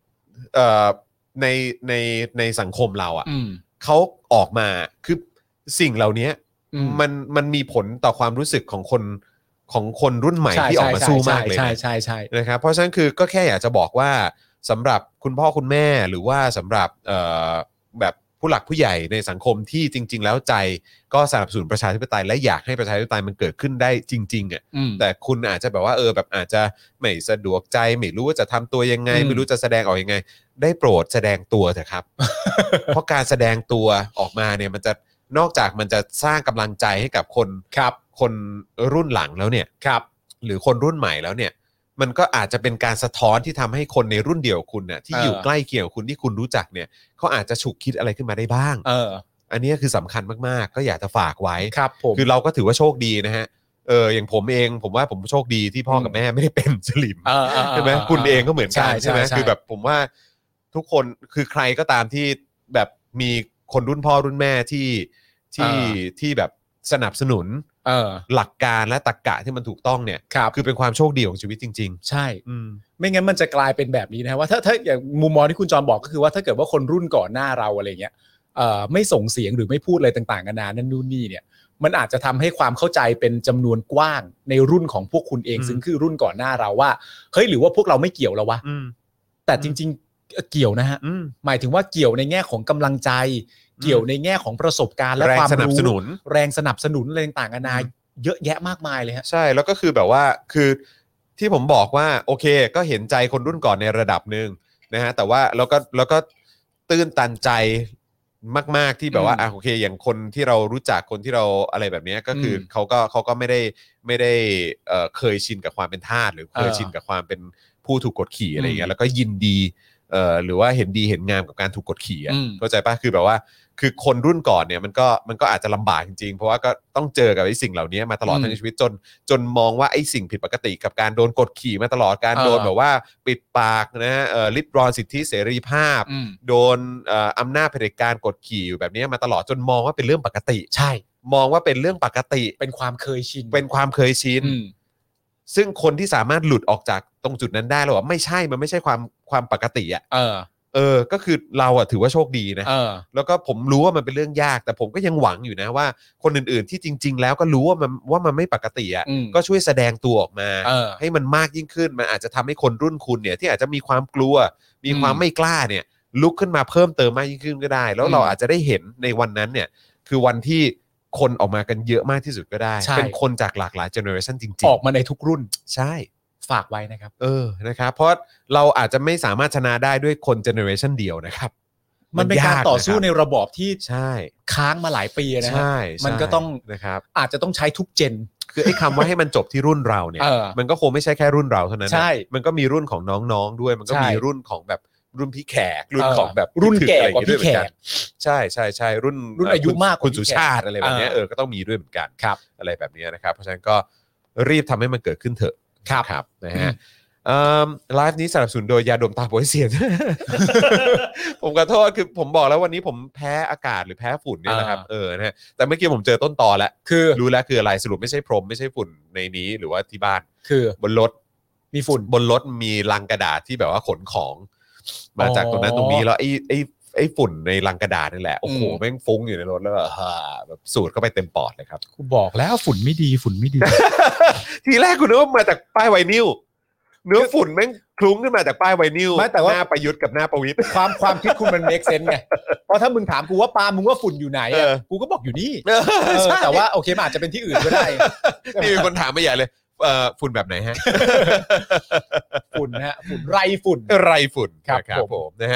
ในสังคมเราอ่ะเขาออกมาคือสิ่งเหล่านี้มันมีผลต่อความรู้สึกของคนรุ่นใหม่ที่ออกมาสู้มากเลยใช่นะครับเพราะฉะนั้นคือก็แค่อยากจะบอกว่าสำหรับคุณพ่อคุณแม่หรือว่าสำหรับแบบผู้หลักผู้ใหญ่ในสังคมที่จริงๆแล้วใจก็สนับสนุนประชาธิปไตยและอยากให้ประชาธิปไตยมันเกิดขึ้นได้จริงๆอ่ะแต่คุณอาจจะแบบว่าแบบอาจจะไม่สะดวกใจไม่รู้ว่าจะทำตัวยังไงไม่รู้จะแสดงออกยังไงได้โปรดแสดงตัวเถอะครับ เพราะการแสดงตัวออกมาเนี่ยมันจะนอกจากมันจะสร้างกำลังใจให้กับคนรุ่นหลังแล้วเนี่ยหรือคนรุ่นใหม่แล้วเนี่ยมันก็อาจจะเป็นการสะท้อนที่ทำให้คนในรุ่นเดียวคุณน่ะที่อยู่ใกล้เคียงกับคุณที่คุณรู้จักเนี่ยเขาอาจจะฉุกคิดอะไรขึ้นมาได้บ้างอันนี้คือสำคัญมากๆก็อยากจะฝากไว้คือเราก็ถือว่าโชคดีนะฮะอย่างผมเองผมว่าผมโชคดีที่พ่อกับแม่ไม่ได้เป็นสลิมใช่ไหมคุณเองก็เหมือนกันใช่ไหมคือแบบผมว่าทุกคนคือใครก็ตามที่แบบมีคนรุ่นพ่อรุ่นแม่ที่แบบสนับสนุนหลักการและตรรกะที่มันถูกต้องเนี่ยคือเป็นความโชคดีของชีวิตจริงๆใช่ไม่งั้นมันจะกลายเป็นแบบนี้นะว่าถ้าอย่างมุมมองที่คุณจรบอกก็คือว่าถ้าเกิดว่าคนรุ่นก่อนหน้าเราอะไรเงี้ยไม่ส่งเสียงหรือไม่พูดอะไรต่างๆกันานานั่นนู่นนี่เนี่ยมันอาจจะทำให้ความเข้าใจเป็นจำนวนกว้างในรุ่นของพวกคุณเองซึ่งคือรุ่นก่อนหน้าเราว่าเฮ้ยหรือว่าพวกเราไม่เกี่ยวแล้ววะแต่จริงๆเกี่ยวนะฮะหมายถึงว่าเกี่ยวในแง่ของกำลังใจเกี่ยวในแง่ของประสบการณ์และความรู้แรงสนับสนุนอะไรต่างๆนานาเยอะแยะมากมายเลยฮะใช่แล้วก็คือแบบว่าคือที่ผมบอกว่าโอเคก็เห็นใจคนรุ่นก่อนในระดับหนึ่งนะฮะแต่ว่าแล้วก็ตื้นตันใจมากๆที่แบบว่าโอเคอย่างคนที่เรารู้จักคนที่เราอะไรแบบนี้ก็คือเขาก็ไม่ได้เคยชินกับความเป็นทาสหรือเคยชินกับความเป็นผู้ถูกกดขี่อะไรอย่างเงี้ยแล้วก็ยินดีหรือว่าเห็นดีเห็นงามกับการถูกกดขี่เข้าใจป่ะคือแบบว่าคือคนรุ่นก่อนเนี่ยมันก็อาจจะลำบากจริงๆเพราะว่าก็ต้องเจอกับไอ้สิ่งเหล่านี้มาตลอดทั้งชีวิตจนมองว่าไอ้สิ่งผิดปกติกับการโดนกดขี่มาตลอดการโดนแบบว่าปิดปากนะลิดรอนสิทธิเสรีภาพโดนอำนาจเผด็จการกดขี่อยู่แบบนี้มาตลอดจนมองว่าเป็นเรื่องปกติใช่มองว่าเป็นเรื่องปกติเป็นความเคยชินซึ่งคนที่สามารถหลุดออกจากตรงจุดนั้นได้แล้วว่าไม่ใช่มันไม่ใช่ความปกติอ่ะก็คือเราอ่ะถือว่าโชคดีนะแล้วก็ผมรู้ว่ามันเป็นเรื่องยากแต่ผมก็ยังหวังอยู่นะว่าคนอื่นๆที่จริงๆแล้วก็รู้ว่ามันไม่ปกติอ่ะก็ช่วยแสดงตัวออกมาให้มันมากยิ่งขึ้นมันอาจจะทำให้คนรุ่นคุณเนี่ยที่อาจจะมีความกลัวมีความไม่กล้าเนี่ยลุกขึ้นมาเพิ่มเติมมากยิ่งขึ้นก็ได้แล้วเราอาจจะได้เห็นในวันนั้นเนี่ยคือวันที่คนออกมากันเยอะมากที่สุดก็ได้เป็นคนจากหลากหลายเจเนอเรชันจริงๆออกมาในทุกรุ่นใช่ฝากไว้นะครับนะครับเพราะเราอาจจะไม่สามารถชนะได้ด้วยคนเจเนอเรชันเดียวนะครับมันเป็นการต่อสู้ในระบอบที่ใช่ค้างมาหลายปีนะฮะมันก็ต้องนะครับอาจจะต้องใช้ทุกเจนคือไอ้คำว่าให้มันจบที่รุ่นเราเนี่ยมันก็คงไม่ใช่แค่รุ่นเราเท่านั้นใช่มันก็มีรุ่นของน้องๆด้วยมันก็มีรุ่นของแบบรุ่นพี่แขกรุ่นของแบบรุ่นแก่กว่าพี่แขกใช่รุ่นอายุมากคุณสุชาติอะไรแบบนี้ก็ต้องมีด้วยเหมือนกันอะไรแบบนี้นะครับเพราะฉะนั้นก็รีบทำให้มันเกิดขึ้นเถอะครับนะฮะไลฟ์นี้สนับสนุนโดยยาดมตาโปรยเสียง ผมขอโทษคือผมบอกแล้ววันนี้ผมแพ้อากาศหรือแพ้ฝุ่นเนี่ยนะครับนะฮะแต่เมื่อกี้ผมเจอต้นตอแล้วคือรู้แล้วคืออะไรสรุปไม่ใช่พรมไม่ใช่ฝุ่นในนี้หรือว่าที่บ้านคือบนรถมีฝุ่นบนรถมีลังกระดาษที่แบบว่าขนของมาจากตรงนั้นตรงนี้แล้วไอ้ฝุ่นในลังกระดาษนี่แหละโอ้โหแม่งฟุ้งอยู่ในรถแล้วแบบสูดเข้าไปเต็มปอดเลยครับกูบอกแล้วฝุ่นไม่ดี ทีแรกกูนึกว่ามาจากป้ายไวนิลเนื้อฝุ่นแม่งคลุ้งขึ้นมาจากป้ายไวนิลหน้าประยุทธ์กับหน้าประวิตรความคิดคุณมันเมคเซนส์ไงเพราะถ้ามึงถามกูว่าปามึงว่าฝุ่นอยู่ไหนกูก็บอกอยู่นี่แต่ว่าโอเคมันอาจจะเป็นที่อื่นก็ได้นี่มีคนถามมาใหญ่เลยฝุ่นแบบไหนฮะฝุ่นนะฮะฝุ่นไรฝุ่นครับผมนะฮะ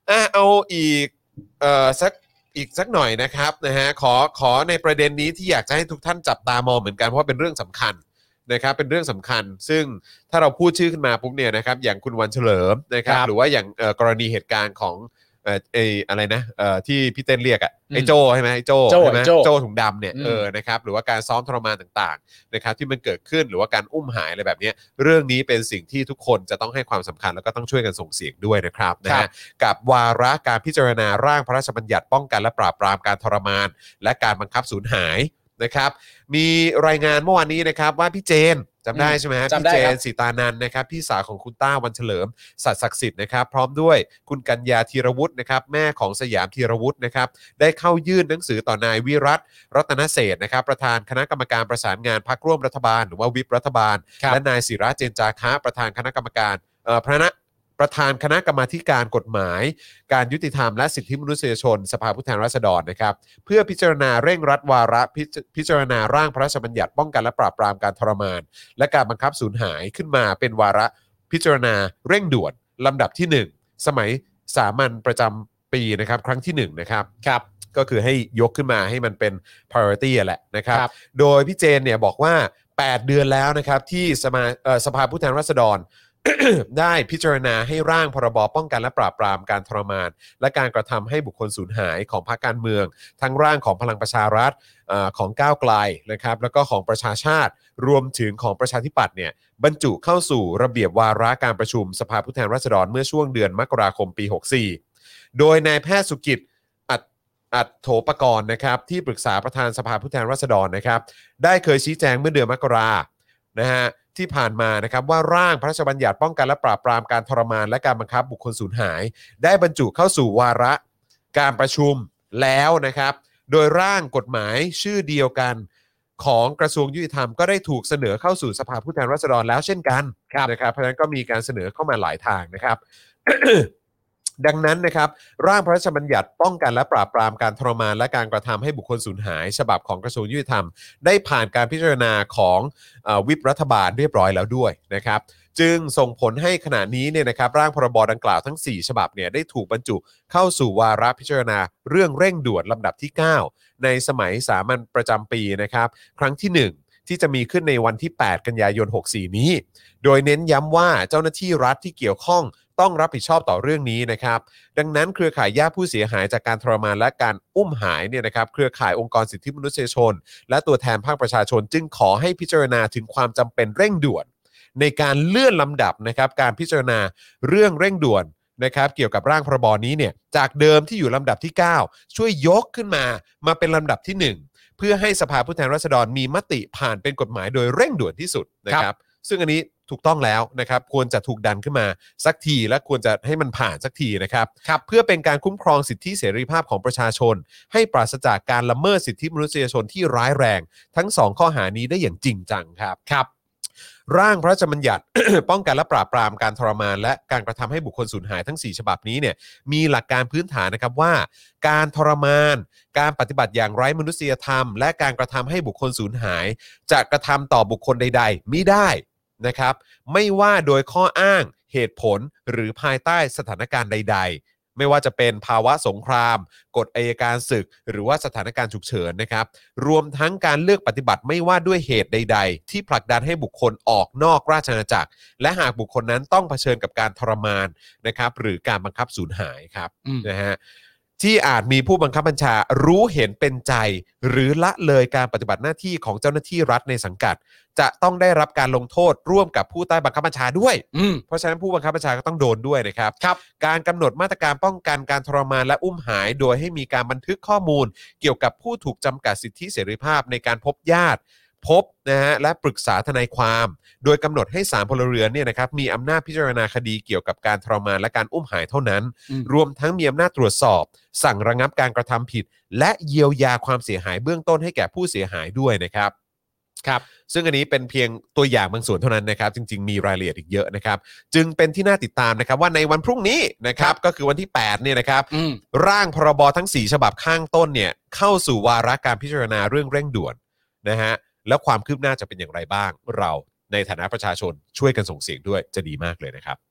เอาอีกสักหน่อยนะครับนะฮะขอในประเด็นนี้ที่อยากจะให้ทุกท่านจับตามองเหมือนกันเพราะว่าเป็นเรื่องสำคัญนะครับเป็นเรื่องสำคัญซึ่งถ้าเราพูดชื่อขึ้นมาปุ๊บเนี่ยนะครับอย่างคุณวันเฉลิมนะครับหรือว่าอย่างกรณีเหตุการณ์ของอะไรนะที่พี่เต้นเรียกอ่ะไอ้โจใช่ไหมไอ้โจใช่ไหมโจถุงดำเนี่ยนะครับหรือว่าการซ้อมทรมานต่างๆนะครับที่มันเกิดขึ้นหรือว่าการอุ้มหายอะไรแบบนี้เรื่องนี้เป็นสิ่งที่ทุกคนจะต้องให้ความสำคัญแล้วก็ต้องช่วยกันส่งเสียงด้วยนะครับนะฮะกับวาระการพิจารณาร่างพระราชบัญญัติป้องกันและปราบปรามการทรมานและการบังคับสูญหายนะครับมีรายงานเมื่อวานนี้นะครับว่าพี่เจนจำได้ใช่ไหมฮะพี่เจนสีตานันนะครับพี่สาวของคุณต้าวันเฉลิมสัตย์ศักดิ์สิทธิ์นะครับพร้อมด้วยคุณกัญญาธีรวุฒินะครับแม่ของสยามธีรวุฒินะครับได้เข้ายื่นหนังสือต่อนายวิรัตรัตนเศรษฐ์นะครับประธานคณะกรรมการประสานงานพรรคร่วมรัฐบาลหรือว่าวิปรัฐบาลและนายศิระเจนจาคะประธานคณะกรรมการประธานคณะกรรมาธิการกฎหมายการยุติธรรมและสิทธิมนุษยชนสภาผู้แทนราษฎรนะครับเพื่อพิจารณาเร่งรัดวาระพิจารณาร่างพระราชบัญญัติป้องกันและปราบปรามการทรมานและการบังคับสูญหายขึ้นมาเป็นวาระพิจารณาเร่งด่วนลำดับที่1สมัยสามัญประจำปีนะครับครั้งที่1นะครับก็คือให้ยกขึ้นมาให้มันเป็น priority แหละนะครับโดยพี่เจนเนี่ยบอกว่า8เดือนแล้วนะครับที่สภาผู้แทนราษฎรได้พิจารณาให้ร่างพรบป้องกันและปราบปรามการทรมานและการกระทำให้บุคคลสูญหายของพรรคการเมืองทั้งร่างของพลังประชารัฐของก้าวไกลนะครับแล้วก็ของประชาชาติรวมถึงของประชาธิปัตย์เนี่ยบรรจุเข้าสู่ระเบียบวาระการประชุมสภาผู้แทนราษฎรเมื่อช่วงเดือนมกราคมปี64โดยนายแพทย์สุกิจอัฏโถปกรณ์นะครับที่ปรึกษาประธานสภาผู้แทนราษฎรนะครับได้เคยชี้แจงเมื่อเดือนมกรานะฮะที่ผ่านมานะครับว่าร่างพระราชบัญญัติป้องกันและปราบปรามการทรมานและการบังคับบุคคลสูญหายได้บรรจุเข้าสู่วาระการประชุมแล้วนะครับโดยร่างกฎหมายชื่อเดียวกันของกระทรวงยุติธรรมก็ได้ถูกเสนอเข้าสู่สภาผู้แทนราษฎรแล้วเช่นกันนะครับเพราะฉะนั้นก็มีการเสนอเข้ามาหลายทางนะครับ ดังนั้นนะครับร่างพระราชบัญญัติป้องกันและปราบปรามการทรมานและการกระทำให้บุคคลสูญหายฉบับของกระทรวงยุติธรรมได้ผ่านการพิจารณาของวิปรัฐบาลเรียบร้อยแล้วด้วยนะครับจึงส่งผลให้ขณะนี้เนี่ยนะครับร่างพรบดังกล่าวทั้ง4ฉบับเนี่ยได้ถูกบรรจุเข้าสู่วาระพิจารณาเรื่องเร่งด่วนลำดับที่9ในสมัยสามัญประจำปีนะครับครั้งที่1ที่จะมีขึ้นในวันที่8กันยายน64นี้โดยเน้นย้ำว่าเจ้าหน้าที่รัฐที่เกี่ยวข้องต้องรับผิดชอบต่อเรื่องนี้นะครับดังนั้นเครือข่ายญาติผู้เสียหายจากการทรมานและการอุ้มหายเนี่ยนะครับเครือข่ายองค์กรสิทธิมนุษยชนและตัวแทนภาคประชาชนจึงขอให้พิจารณาถึงความจำเป็นเร่งด่วนในการเลื่อนลำดับนะครับการพิจารณาเรื่องเร่งด่วนนะครับเกี่ยวกับร่างพรบนี้เนี่ยจากเดิมที่อยู่ลำดับที่9ช่วยยกขึ้นมาเป็นลำดับที่1เพื่อให้สภาผู้แทนราษฎรมีมติผ่านเป็นกฎหมายโดยเร่งด่วนที่สุดนะครับซึ่งอันนี้ถูกต้องแล้วนะครับควรจะถูกดันขึ้นมาสักทีและควรจะให้มันผ่านสักทีนะครับเพื่อเป็นการคุ้มครองสิทธิเสรีภาพของประชาชนให้ปราศจากการละเมิดสิทธิมนุษยชนที่ร้ายแรงทั้ง2ข้อหานี้ได้อย่างจริงจังครับร่างพระราชบัญญัติ ป้องกันและปราบปรามการทรมานและการกระทำให้บุคคลสูญหายทั้ง4ฉบับนี้เนี่ยมีหลักการพื้นฐานนะครับว่าการทรมานการปฏิบัติอย่างไร้มนุษยธรรมและการกระทำให้บุคคลสูญหายจะกระทำต่อบุคคลใดๆมิได้นะครับไม่ว่าโดยข้ออ้างเหตุผลหรือภายใต้สถานการณ์ใดๆไม่ว่าจะเป็นภาวะสงครามกฎอัยการศึกหรือว่าสถานการณ์ฉุกเฉินนะครับรวมทั้งการเลือกปฏิบัติไม่ว่าด้วยเหตุใดๆที่ผลักดันให้บุคคลออกนอกราชอาณาจักรและหากบุคคลนั้นต้องเผชิญกับการทรมานนะครับหรือการบังคับสูญหายครับนะฮะที่อาจมีผู้บังคับบัญชารู้เห็นเป็นใจหรือละเลยการปฏิบัติหน้าที่ของเจ้าหน้าที่รัฐในสังกัดจะต้องได้รับการลงโทษร่วมกับผู้ใต้บังคับบัญชาด้วยเพราะฉะนั้นผู้บังคับบัญชาก็ต้องโดนด้วยนะครับการกำหนดมาตรการป้องกันการทรมานและอุ้มหายโดยให้มีการบันทึกข้อมูลเกี่ยวกับผู้ถูกจำกัดสิทธิเสรีภาพในการพบญาติพบนะฮะและปรึกษาทนายความโดยกำหนดให้ศาลพลเรือนเนี่ยนะครับมีอำนาจพิจารณาคดีเกี่ยวกับการทรมานและการอุ้มหายเท่านั้นรวมทั้งมีอำนาจตรวจสอบสั่งระงับการกระทำผิดและเยียวยาความเสียหายเบื้องต้นให้แก่ผู้เสียหายด้วยนะครับซึ่งอันนี้เป็นเพียงตัวอย่างบางส่วนเท่านั้นนะครับจริงๆมีรายละเอียดอีกเยอะนะครับจึงเป็นที่น่าติดตามนะครับว่าในวันพรุ่งนี้นะครับก็คือวันที่8เนี่ยนะครับร่างพรบทั้ง4ฉบับข้างต้นเนี่ยเข้าสู่วาระการพิจารณาเรื่องเร่งด่วนนะฮะแล้วความคืบหน้าจะเป็นอย่างไรบ้างเราในฐานะประชาชนช่วยกันส่งเสียงด้วยจะดีมากเลยนะครับ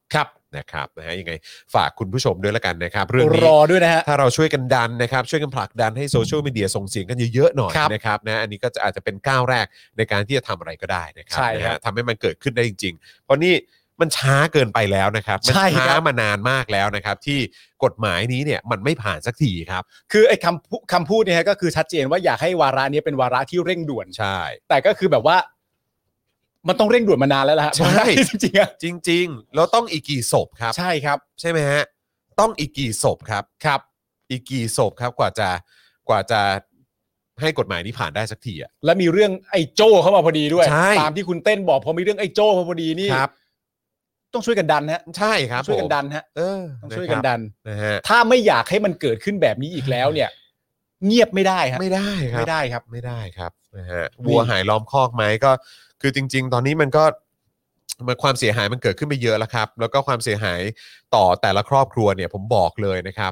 ครับนะครับนะฮะยังไงฝากคุณผู้ชมด้วยละกันนะครับเรื่องนี้รอด้วยนะฮะถ้าเราช่วยกันดันนะครับช่วยกันผลักดันให้โซเชียลมีเดียส่งเสียงกันเยอะๆหน่อยครับนะครับนะอันนี้ก็จะอาจจะเป็นก้าวแรกในการที่จะทำอะไรก็ได้นะครัใช่นะครัฮะบทำให้มันเกิดขึ้นได้จริงๆเพราะนี่มันช้าเกินไปแล้วนะครับมันใช่ครับช้ามานานมากแล้วนะครับที่กฎหมายนี้เนี่ยมันไม่ผ่านสักทีครับคือไอ้คำพูดเนี่ยฮะก็คือชัดเจนว่าอยากให้วาระนี้เป็นวาระที่เร่งด่วนใช่แต่ก็คือแบบว่า มันต้องเร่งด่วนมานานแล้วล่ะฮะใช่จริงๆอะจริงๆแล้วต้องอีกกี่ศพครับใช่ครับใช่ไหมฮะต้องอีกกี่ศพครับครับอีกกี่ศพครับกว่าจะให้กฎหมายนี้ผ่านได้สักทีอ่ะแล้วมีเรื่องไอ้โจ้เข้ามาพอดีด้วยใช่ตามที่คุณเต้นบอกพอมีเรื่องไอ้โจ้มาพอดีนี่ครับต้องช่วยกันดันฮะใช่ครับช่วยกันผมดันฮะเออต้องช่วยกันดันนะฮะถ้าไม่อยากให้มันเกิดขึ้นแบบนี้อีกแล้วเนี่ย เงียบไม่ได้ฮะไม่ได้ครับไม่ได้ครับไม่ได้ครับนะฮะวัวหายล้อมคอกไหมก็คือจริง ๆ ตอนนี้มันก็ความเสียหายมันเกิดขึ้นไปเยอะแล้วครับแล้วก็ความเสียหายต่อแต่ละครอบครัวเนี่ยผมบอกเลยนะครับ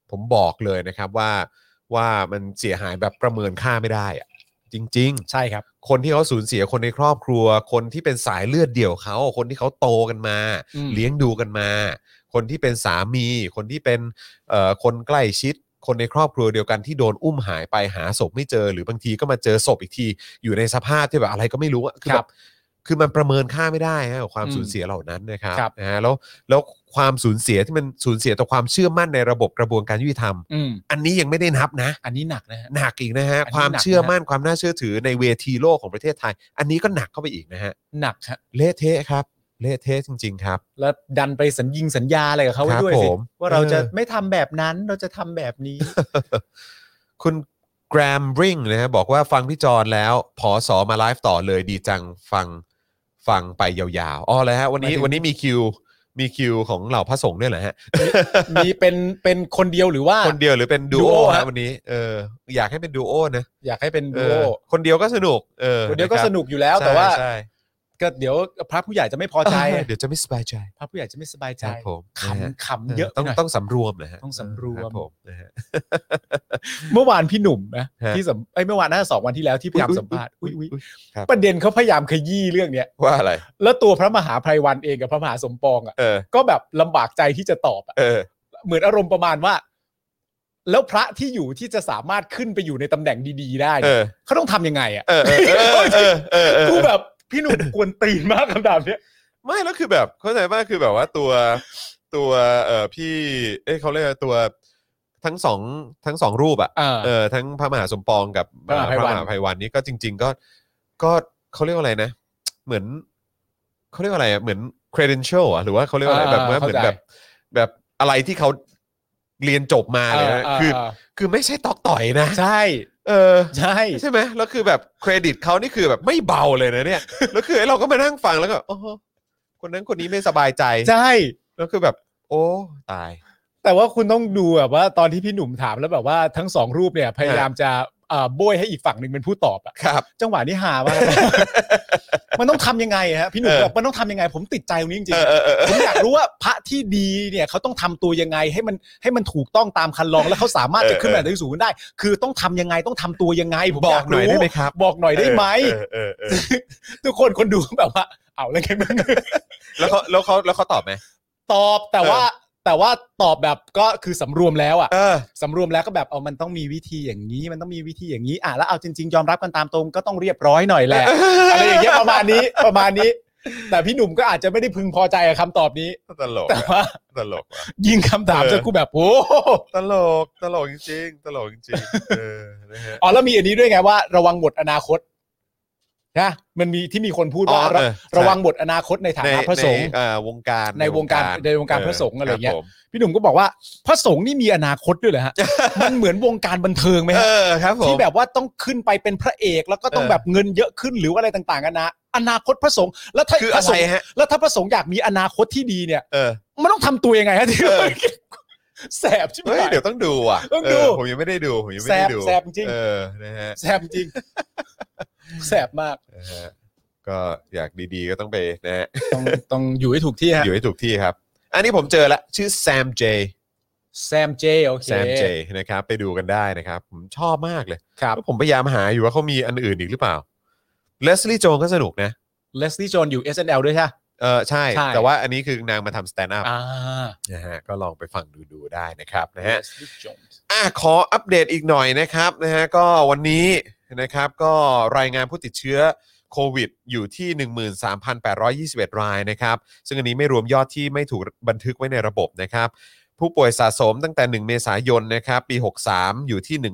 ว่ามันเสียหายแบบประเมินค่าไม่ได้อะจริงใช่ครับๆ คนที่เขาสูญเสียคนในครอบครัว คนที่เป็นสายเลือดเดี่ยวเขาคนที่เขาโตกันมาอืมเลี้ยงดูกันมา คนที่เป็นสามีคนที่เป็นคนใกล้ชิด คนในครอบครัวเดียวกันที่โดนอุ้มหายไปหาศพไม่เจอหรือบางทีก็มาเจอศพอีกทีอยู่ในสภาพที่แบบอะไรก็ไม่รู้อะคือแบบคือมันประเมินค่าไม่ได้ฮะกับความสูญเสียเหล่านั้นนะครับครับนะฮะแล้วความสูญเสียที่มันสูญเสียต่อความเชื่อมั่นในระบบกระบวนการยุติธรรมอืมอันนี้ยังไม่ได้นับนะอันนี้หนักนะฮะหนักอีกนะฮะอันนี้ความหนักนะเชื่อมั่นความน่าเชื่อถือในเวทีโลกของประเทศไทย อันนี้ก็หนักเข้าไปอีกนะฮะหนักฮะเละเทะครับเละเทะจริง ๆ ครับแล้วดันไปสัญญาอะไรกับเขาไว้ด้วยครับสิผมว่าเราจะเออไม่ทำแบบนั้นเราจะทำแบบนี้คุณแกรมริงนะฮะบอกว่าฟังพี่จอนแล้วผอสอมาไลฟ์ต่อเลยดีจังฟังไปยาวๆอ๋อเลยฮะวันนี้หมายถึงวันนี้มีคิวของเหล่าพระสงฆ์ด้วยเหรอฮะมีเป็นคนเดียวหรือว่าคนเดียวหรือเป็นดูดูโอโอฮะฮะวันนี้อยากให้เป็นดูโอนะอยากให้เป็นเอดูอโอคนเดียวก็สนุกคนเดียวก็ะครับสนุกอยู่แล้วแต่ว่าใช่ก็เดี๋ยวพระผู้ใหญ่จะไม่พอใจเดี๋ยวจะไม่สบายใจพระผู้ใหญ่จะไม่สบายใจครับผมขนะฮะำขำเยอะไปต้องหน่อยต้องสำรวมนะฮะต้องสำรวมคบผมนะฮะเมื่อวานพี่หนุ่มนะฮะที่เมื่อวานน่าจะ2 วันที่แล้วที่พยายามสัมภาษณ์อุ๊ยครับประเด็นเขาพยายามขยี้เรื่องเนี้ยว่าอะไรแล้วตัวพระมหาไพรวันเองกับพระมหาสมปองอ่ะเออก็แบบลำบากใจที่จะตอบอ่ะเออเหมือนอารมณ์ประมาณว่า แล้วพระที่อยู่ที่จะสามารถขึ้นไปอยู่ในตำแหน่งดีๆได้เอเนี่ยอเขาต้องทำยังไงอ่ะเออเออกูแบบพี่หนุ่มกวนตีนมากคำถามเนี้ยไม่แล้วคือแบบเข้าใจว่าคือแบบว่าตัวพี่เขาเรียกว่าตัวทั้งสองรูปอ่ะ ทั้งพระมหาสมปองกับพระมหาไพวันพระมหาไพวันนี่ก็จริง ๆ ก็เขาเรียกว่าอะไรนะ เหมือนเขาเรียกว่าอะไรอ่ะเหมือน credential อ่ะหรือว่าเขาเรียกว่าอะไรแบบว่าเหมือนแบบอะไรที่เขาเรียนจบมาเลยนะคือไม่ใช่ตอกต่อยนะใช่ ใช่ใช่ไหมแล้วคือแบบเครดิตเขานี่คือแบบไม่เบาเลยนะเนี่ย แล้วคือเราก็มานั่งฟังแล้วก็คนนั้นคนนี้ไม่สบายใจใช่แล้วคือแบบโอ้ตายแต่ว่าคุณต้องดูแบบว่าตอนที่พี่หนุ่มถามแล้วแบบว่าทั้งสองรูปเนี่ยพยายามจะโบยให้อีกฝั่งหนึ่งเป็นผู้ตอบอะครับจังหวะนี้หามาก มันต้องทำยังไงฮะพี่หนุ่มแบบมันต้องทำยังไง ผมติดใจตรงนี้จริงๆผมอยากรู้ว่าพระที่ดีเนี่ยเขาต้องทำตัวยังไงให้มันถูกต้องตามคันลองแล้วเขาสามารถจะขึ้นมาได้สูงได้ คือต้องทำยังไงต้องทำตัวยังไงผมอยากหน่อยรู้ได้ไหมครับบอกหน่อยได้ไหม ทุกคนดูแบบว่าเอาแล้วไงมึงแล้วเขาตอบไหมตอบแต่ว่าตอบแบบก็คือสำรวมแล้วอ่ะสำรวมแล้วก็แบบมันต้องมีวิธีอย่างนี้มันต้องมีวิธีอย่างนี้แล้วเอาจริงๆยอมรับกันตามตรงก็ต้องเรียบร้อยหน่อยแหละ อะไรอย่างเงี้ยประมาณนี้ แต่พี่หนุ่มก็อาจจะไม่ได้พึงพอใจกับคำตอบนี้ตลกแต่ว่าตลกยิงคำถามจะกูแบบโอ้ตลกจริงๆนะฮะแล้วมีอันนี้ด้วยไงว่าระวังหมดอนาคตนะมันมีที่มีคนพูดว่าระวังหมดอนาคตในฐานะพระสงฆ์วงการในวงการพระสงฆ์อะไรเงี้ยคบผมพี่หนุ่มก็บอกว่าพระสงฆ์นี่มีอนาคตด้วยเหรอฮะ มันเหมือนวงการบันเทิงไหมฮะครับผมที่แบบว่าต้องขึ้นไปเป็นพระเอกแล้วก็ต้องแบบเงินเยอะขึ้นหรือว่าอะไรต่างๆกันะอนาคตพระสงฆ์แล้วถ้าคือพอะระสไรงฆ์ฮะแล้วถ้าพระสงฆ์อยากมีอนาคตที่ดีเนี่ย มันต้องทำตัวยังไงฮะที่แสบใช่ไหมเดี๋ยวต้องดูอ่ะต้องดูผมยังไม่ได้ดูแสบจริงนะฮะแสบจริงแสบมากนะฮะก็อยากดีๆก็ต้องไปนะฮะต้องอยู่ให้ถูกที่ฮะอยู่ให้ถูกที่ครับ อันนี้ผมเจอละชื่อแซมเจแซมเจโอเคแซมเจนะครับไปดูกันได้นะครับผมชอบมากเลยครับแล้วผมพยายามหาอยู่ว่าเขามีอันอื่นอีกหรือเปล่าเลสลี่โจนก็สนุกนะเลสลี่โจนอยู่ SNL ด้วยใช่ไหมใช่ใช่แต่ว่าอันนี้คือนางมาทำสแตนด์อัพอ่านะฮะก็ลองไปฟังดูได้นะครับนะฮะ Leslie Jones ขออัปเดตอีกหน่อยนะครับนะฮะก็วันนี้นะครับก็รายงานผู้ติดเชื้อโควิดอยู่ที่ 13,821 รายนะครับซึ่งอันนี้ไม่รวมยอดที่ไม่ถูกบันทึกไว้ในระบบนะครับผู้ป่วยสะสมตั้งแต่1เมษายนนะครับปี63อยู่ที่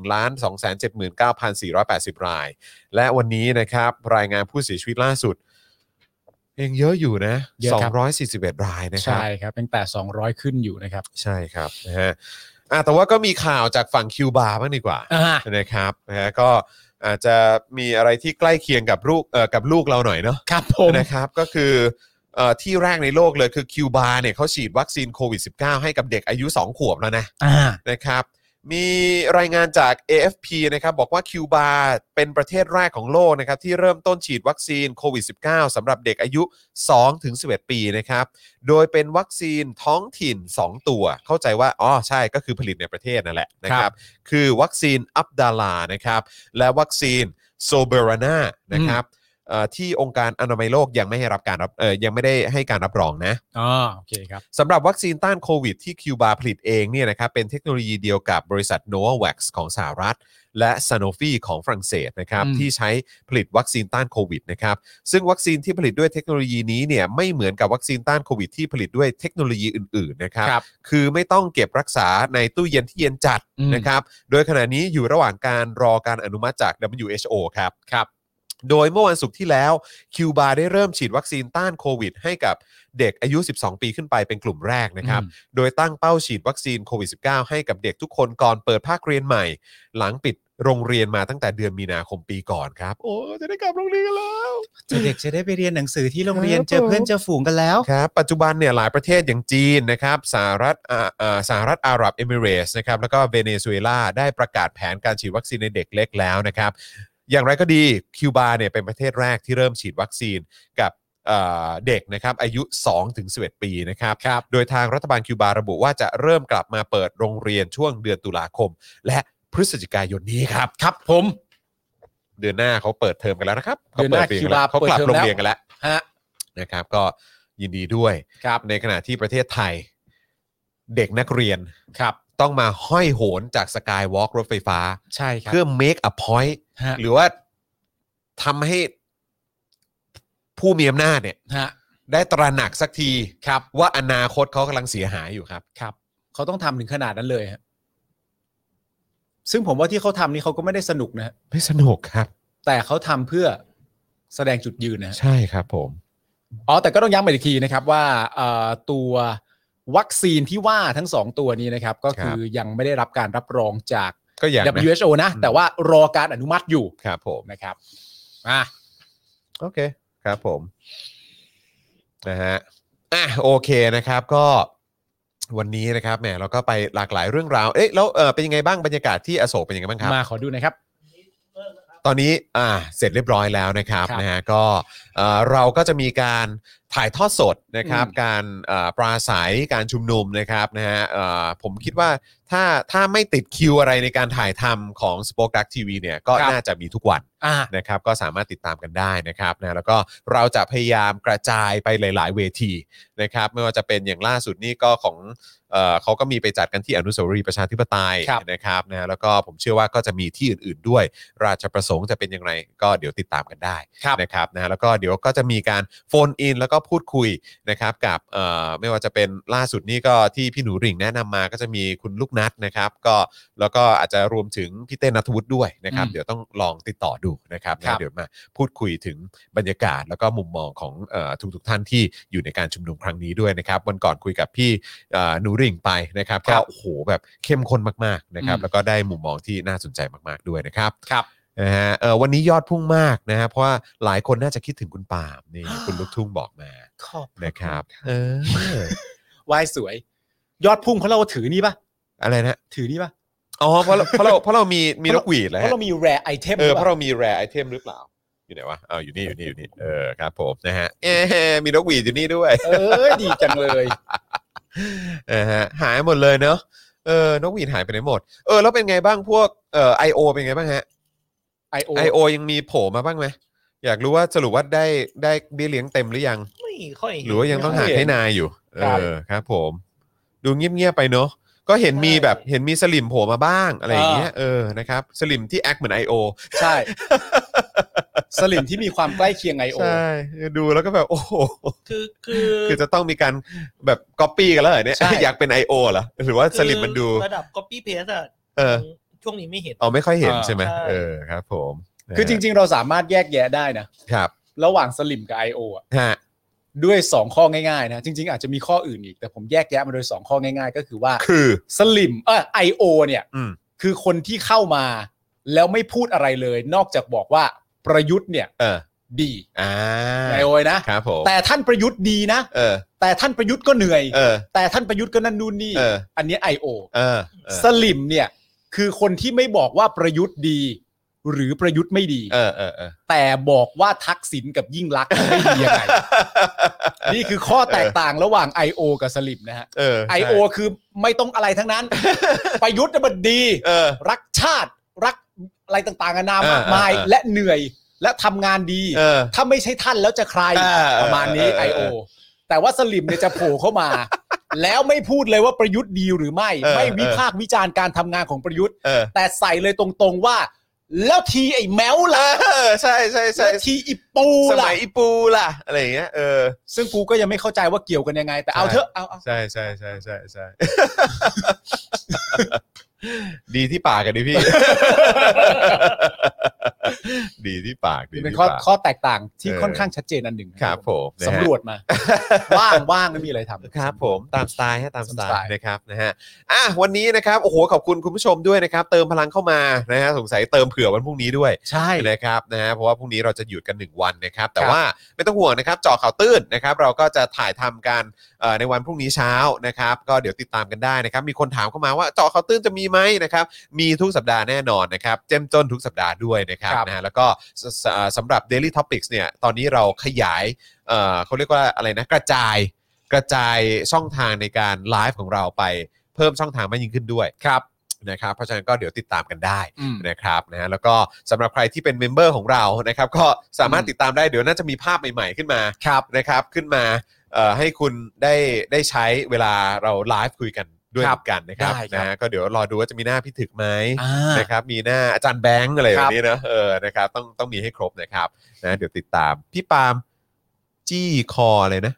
1,279,480 รายและวันนี้นะครับรายงานผู้เสียชีวิตล่าสุดยังเยอะอยู่นะเยอะครับ 241 รายนะครับใช่ครับเป็นแต่200ขึ้นอยู่นะครับใช่ครับนะฮะแต่ว่าก็มีข่าวจากฝั่งคิวบาบ้างดีกว่าอ่านะครับนะฮะก็อาจจะมีอะไรที่ใกล้เคียงกับลูกเราหน่อยเนาะครับผมนะครับก็คือที่แรกในโลกเลยคือคิวบาเนี่ยเขาฉีดวัคซีนโควิด -19 ให้กับเด็กอายุ2ขวบแล้วนะ นะครับมีรายงานจาก AFP นะครับบอกว่าคิวบาเป็นประเทศแรกของโลกนะครับที่เริ่มต้นฉีดวัคซีนโควิด -19 สำหรับเด็กอายุ 2-11 ปีนะครับโดยเป็นวัคซีนท้องถิ่น 2 ตัวเข้าใจว่าใช่ก็คือผลิตในประเทศนั่นแหละนะครับคือวัคซีนอับดาลานะครับและวัคซีนโซเบรานานะครับที่องค์การอนามัยโลกยังไม่ได้ให้การรับรองนะโอเคครับสำหรับวัคซีนต้านโควิดที่คิวบาผลิตเองเนี่ยนะครับเป็นเทคโนโลยีเดียวกับบริษัท Novavax ของสหรัฐและ Sanofi ของฝรั่งเศสนะครับที่ใช้ผลิตวัคซีนต้านโควิดนะครับซึ่งวัคซีนที่ผลิตด้วยเทคโนโลยีนี้เนี่ยไม่เหมือนกับวัคซีนต้านโควิดที่ผลิตด้วยเทคโนโลยีอื่นๆนะครับคือไม่ต้องเก็บรักษาในตู้เย็นที่เย็นจัดนะครับโดยขณะนี้อยู่ระหว่างการรอการอนุมัติจาก WHO ครับโดยเมื่อวันศุกร์ที่แล้วคิวบาได้เริ่มฉีดวัคซีนต้านโควิดให้กับเด็กอายุ12ปีขึ้นไปเป็นกลุ่มแรกนะครับโดยตั้งเป้าฉีดวัคซีนโควิด -19 ให้กับเด็กทุกคนก่อนเปิดภาคเรียนใหม่หลังปิดโรงเรียนมาตั้งแต่เดือนมีนาคมปีก่อนครับโอ้จะได้กลับโรงเรียนกันแล้วเด็กจะได้ไปเรียนหนังสือที่โรงเรียนเจอเพื่อนเจอฝูงกันแล้วครับปัจจุบันเนี่ยหลายประเทศอย่างจีนนะครับสหรัฐอาหรับเอมิเรตส์นะครับแล้วก็เวเนซุเอลาได้ประกาศแผนการฉีดวัคซีนในเด็กเล็กแล้วนะครับอย่างไรก็ดีคิวบาเนี่ยเป็นประเทศแรกที่เริ่มฉีดวัคซีนกับเด็กนะครับอายุ 2-11 ปีนะครับโดยทางรัฐบาลคิวบาระบุว่าจะเริ่มกลับมาเปิดโรงเรียนช่วงเดือนตุลาคมและพฤศจิกายนนี้ครับครับผมเดือนหน้าเขาเปิดเทอมกันแล้วนะครับเดือนหน้าคิวบาเขากลับโรงเรียนกันแล้วฮะนะครับก็ยินดีด้วยในขณะที่ประเทศไทยเด็กนักเรียนต้องมาห้อยโหนจากสกายวอล์กรถไฟฟ้าใช่ครับเพื่อ make a point หรือว่าทำให้ผู้มีอำนาจเนี่ยได้ตระหนักสักทีว่าอนาคตเขากำลังเสียหายอยู่ครับเขาต้องทำถึงขนาดนั้นเลยฮะซึ่งผมว่าที่เขาทำนี่เขาก็ไม่ได้สนุกนะไม่สนุกครับแต่เขาทำเพื่อแสดงจุดยืนนะใช่ครับผมแต่ก็ต้องย้ำอีกทีนะครับว่าตัววัคซีนที่ว่าทั้ง2ตัวนี้นะครับก็คือยังไม่ได้รับการรับรองจาก WHO นะแต่ว่ารอการอนุมัติอยู่ครับผมนะครับโอเคครับผมนะฮะโอเคนะครับก็วันนี้นะครับแหมเราก็ไปหลากหลายเรื่องราวแล้วเป็นยังไงบ้างบรรยากาศที่อโศกเป็นยังไงบ้างครับมาขอดูนะครับตอนนี้เสร็จเรียบร้อยแล้วนะครับนะฮะก็เราก็จะมีการถ่ายทอดสดนะครับการปราศัยการชุมนุมนะครับนะฮะผมคิดว่าถ้าไม่ติดคิวอะไรในการถ่ายทำของ Spoke Dark TV เนี่ยก็น่าจะมีทุกวันนะครับก็สามารถติดตามกันได้นะครับนะแล้วก็เราจะพยายามกระจายไปหลายๆเวทีนะครับไม่ว่าจะเป็นอย่างล่าสุดนี่ก็ของเขาก็มีไปจัดกันที่อนุสาวรีย์ประชาธิปไตยนะครับนะแล้วก็ผมเชื่อว่าก็จะมีที่อื่นๆด้วยราชประสงค์จะเป็นอย่างไรก็เดี๋ยวติดตามกันได้นะครับนะแล้วก็เดี๋ยวก็จะมีการโฟนอินแล้วก็พูดคุยนะครับกับไม่ว่าจะเป็นล่าสุดนี่ก็ที่พี่หนูริ่งแนะนำมาก็จะมีคุณลูกนัดนะครับก็แล้วก็อาจจะรวมถึงพี่เต้ณัฐวุฒิด้วยนะครับเดี๋ยวต้องลองติดต่อดูนะครับนะเดี๋ยวมาพูดคุยถึงบรรยากาศแล้วก็มุมมองของทุกท่านที่อยู่ในการชุมนุมครั้งนี้ด้วยนะครับวันก่อนคุยกับพี่หนูริ่งไปนะครับก็โอ้โหแบบเข้มข้นมากๆนะครับแล้วก็ได้มุมมองที่น่าสนใจมากๆด้วยนะครับนะฮะวันนี้ยอดพุ่งมากนะฮะเพราะว่าหลายคนน่าจะคิดถึงคุณปาล์มนี่คุณลูกทุ่งบอกมานะครับวายสวยยอดพุ่งเพราะเราถือนี่ป่ะอะไรนะถือนี่ป่ะเพราะเรามีนกหวีดแล้วเพราะเรามี rare item เพราะเรามี rare item หรือเปล่าอยู่ไหนวะอยู่นี่ครับผมนะฮะมีนกหวีดอยู่นี่ด้วยดีจังเลยหายหมดเลยเนอะนกหวีดหายไปไหนหมดแล้วเป็นไงบ้างพวกIO เป็นไงบ้างฮะIO ยังมีโผล่มาบ้างไหมอยากรู้ว่าสรุปว่าได้เบี้ยเลี้ยงเต็มหรือยังไม่ค่อยหรือว่ายังต้องหักให้นายอยู่ครับครับผมดูเงียบๆไปเนอะก็เห็นมีแบบเห็นมีสลิมโผล่มาบ้างอะไรอย่างเงี้ยนะครับสลิมที่แอคเหมือน I.O. ใช่สลิมที่มีความใกล้เคียง I.O. ใช่ดูแล้วก็แบบโอ้โหคือจะต้องมีการแบบก๊อปปี้กันแล้วเหรอเนี่ยใช่อยากเป็น I.O. เหรอหรือว่าสลิมมันดูระดับ copy paste อะเออช่วงนี้ไม่เห็นอ๋อไม่ค่อยเห็นใช่ไหมใช่ครับผมนะฮะคือจริงๆเราสามารถแยกแยะได้นะครับ ระหว่างสลิมกับ I.O. อ่ะฮะด้วย2ข้อง่ายๆนะจริงๆอาจจะมีข้ออื่นอีกแต่ผมแยกแยะมาโดย2ข้อง่ายๆก็คือว่าคือสลิมI.O. เนี่ยอืมคือคนที่เข้ามาแล้วไม่พูดอะไรเลย นอกจากบอกว่าประยุทธ์เนี่ยดี I.O. นะครับผมแต่ท่านประยุทธ์ดีนะ แต่ท่านประยุทธ์ก็เหนื่อยแต่ท่านประยุทธ์ก็นั่นนู่นนี่อันนี้ I.O. สลิมเนี่ยคือคนที่ไม่บอกว่าประยุทธ์ดี หรือประยุทธ์ไม่ดีแต่บอกว่าทักษิณกับยิ่งลักษณ์ไม่ดียังไง นี่คือข้อแตกต่างระหว่าง I.O. กับสลิมนะฮะ I.O. คือไม่ต้องอะไรทั้งนั้น ประยุทธ์มันดีรักชาติรักอะไรต่างๆนานามากมายและเหนื่อยและทำงานดีถ้าไม่ใช่ท่านแล้วจะใครประมาณนี้ I.O. แต่ว่าสลิมเนี่ยจะโผล่เข้ามา แล้วไม่พูดเลยว่าประยุทธ์ดีหรือไม่วิพากษ์วิจารณ์การทำงานของประยุทธ์แต่ใส่เลยตรงๆว่าแล้วทีไอ้แมวล่ะใช่ใช่ใช่แล้วทีอีปูล่ะสมัยอีปูล่ะอะไรอย่างเงี้ยซึ่งกูก็ยังไม่เข้าใจว่าเกี่ยวกันยังไงแต่เอาเถอะเอาใช่ใช่ใช่ใช่ใช่ ดีที่ปากกันดิพี่ ดีที่ปากดีเป็นที่ข้อแตกต่างที่ค่อนข้างชัดเจนอันหนึ่งครับผมสำรวจมา ว่างไม่มีอะไรทำครับผมตามสไตล์ตามสไตล์นะครับนะฮะวันนี้นะครับโอ้โหขอบคุณคุณผู้ชมด้วยนะครับเติมพลังเข้ามานะฮะสงสัยเติมเผื่อวันพรุ่งนี้ด้วยใช่นะครับนะฮะเพราะว่าพรุ่งนี้เราจะหยุดกัน1วันนะครับแต่ว่าไม่ต้องห่วงนะครับเจาะข่าวตื้นนะครับเราก็จะถ่ายทำกันในวันพรุ่งนี้เช้านะครับก็เดี๋ยวติดตามกันได้นะครับมีคนถามเข้ามาว่าเจาะข่าวตื้นจะมีไหมนะครับมีทุกสัปดาห์แน่นอนนะครับเจ้มจนทุกสัปดาห์ด้วยนะครับนะฮะแล้วก็สำหรับ Daily Topics เนี่ยตอนนี้เราขยายเขาเรียกว่าอะไรนะกระจายช่องทางในการไลฟ์ของเราไปเพิ่มช่องทางมากยิ่งขึ้นด้วยนะครับเพราะฉะนั้นก็เดี๋ยวติดตามกันได้นะครับนะฮะแล้วก็สำหรับใครที่เป็นเมมเบอร์ของเรานะครับก็สามารถติดตามได้เดี๋ยวน่าจะมีภาพใหม่ๆขึ้นมานะครับขึ้นมาให้คุณได้ใช้เวลาเราไลฟ์คุยกันด้วยเหมือนกันนะครับนะก็เดี๋ยวรอดูว่าจะมีหน้าพี่ถึกไหมนะครับมีหน้าอาจารย์แบงค์อะไรแบบนี้นะนะครับต้องมีให้ครบนะครับนะเดี๋ยวติดตามพี่ปาล์มจี้คออะไรนะ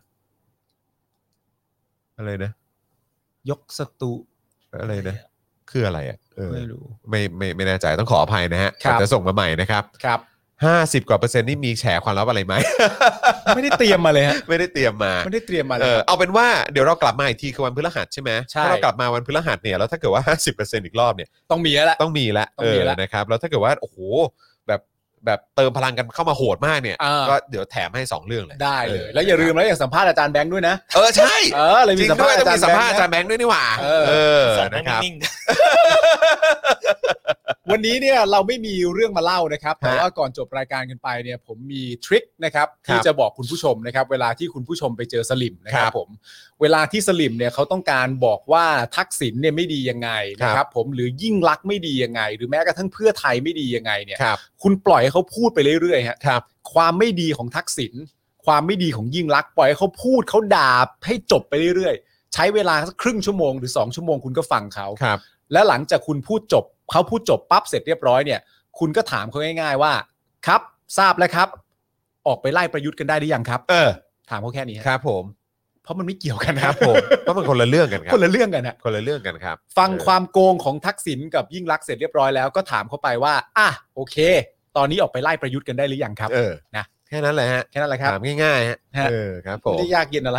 ยกสตูอะไรนะคืออะไรอ่ะไม่รู้ไม่แน่ใจต้องขออภัยนะฮะจะส่งมาใหม่นะครับ50%กว่านี่มีแฉความลับอะไรไหมไม่ได้เตรียมมาเลยฮะไม่ได้เตรียมมาเลยเอาเป็นว่าเดี๋ยวเรากลับมาอีกทีคือวันพฤหัสใช่ไหมถ้าเรากลับมาวันพฤหัสเนี่ยแล้วถ้าเกิดว่า 50% อีกรอบเนี่ยต้องมีแล้วนะครับแล้วถ้าเกิดว่าโอ้โหแบบเติมพลังกันเข้ามาโหดมากเนี่ยก็เดี๋ยวแถมให้2เรื่องเลยได้เลยแล้วอย่าลืมแล้วอย่างสัมภาษณ์อาจารย์แบงค์ด้วยนะใช่เลยมีสัมภาษณ์อาจารย์แบงค์ด้วยนี่หว่านะครับวันนี้เนี่ยเราไม่มีเรื่องมาเล่านะครับแต่ว่าก่อนจบรายการกันไปเนี่ยผมมีทริคนะครับที่จะบอกคุณผู้ชมนะครับเวลาที่คุณผู้ชมไปเจอสลิมนะครับผมเวลาที่สลิมเนี่ยเขาต้องการบอกว่าทักษิณเนี่ยไม่ดียังไงนะครับผมหรือยิ่งลักษณ์ไม่ดียังไงหรือแม้กระทั่งเพื่อไทยไม่ดียังไงเนี่ยคุณปล่อยให้เขาพูดไปเรื่อยๆครับความไม่ดีของทักษิณความไม่ดีของยิ่งลักษณ์ปล่อยให้เขาพูดเขาด่าให้จบไปเรื่อยๆใช้เวลาสักครึ่งชั่วโมงหรือ2ชั่วโมงคุณก็ฟังเขาและหลังจากคุณพูดจบเขาพูดจบปั๊บเสร็จเรียบร้อยเนี่ยคุณก็ถามเขาง่ายๆว่าครับทราบแล้วครับออกไปไล่ประยุทธ์กันได้หรือยังครับถามเขาแค่นี้ครับผมเพราะมันไม่เกี่ยวกันครับผมเพราะมันคนละเรื่องกันครับคนละเรื่องกันฮะคนละเรื่องกันครับฟังความโกงของทักษิณกับยิ่งลักษณ์เสร็จเรียบร้อยแล้วก็ถามเขาไปว่าโอเคตอนนี้ออกไปไล่ประยุทธ์กันได้หรือยังครับนะแค่นั้นแหละฮะแค่นั้นแหละครับถามง่ายๆฮะครับผมไม่ได้ยากเย็นอะไร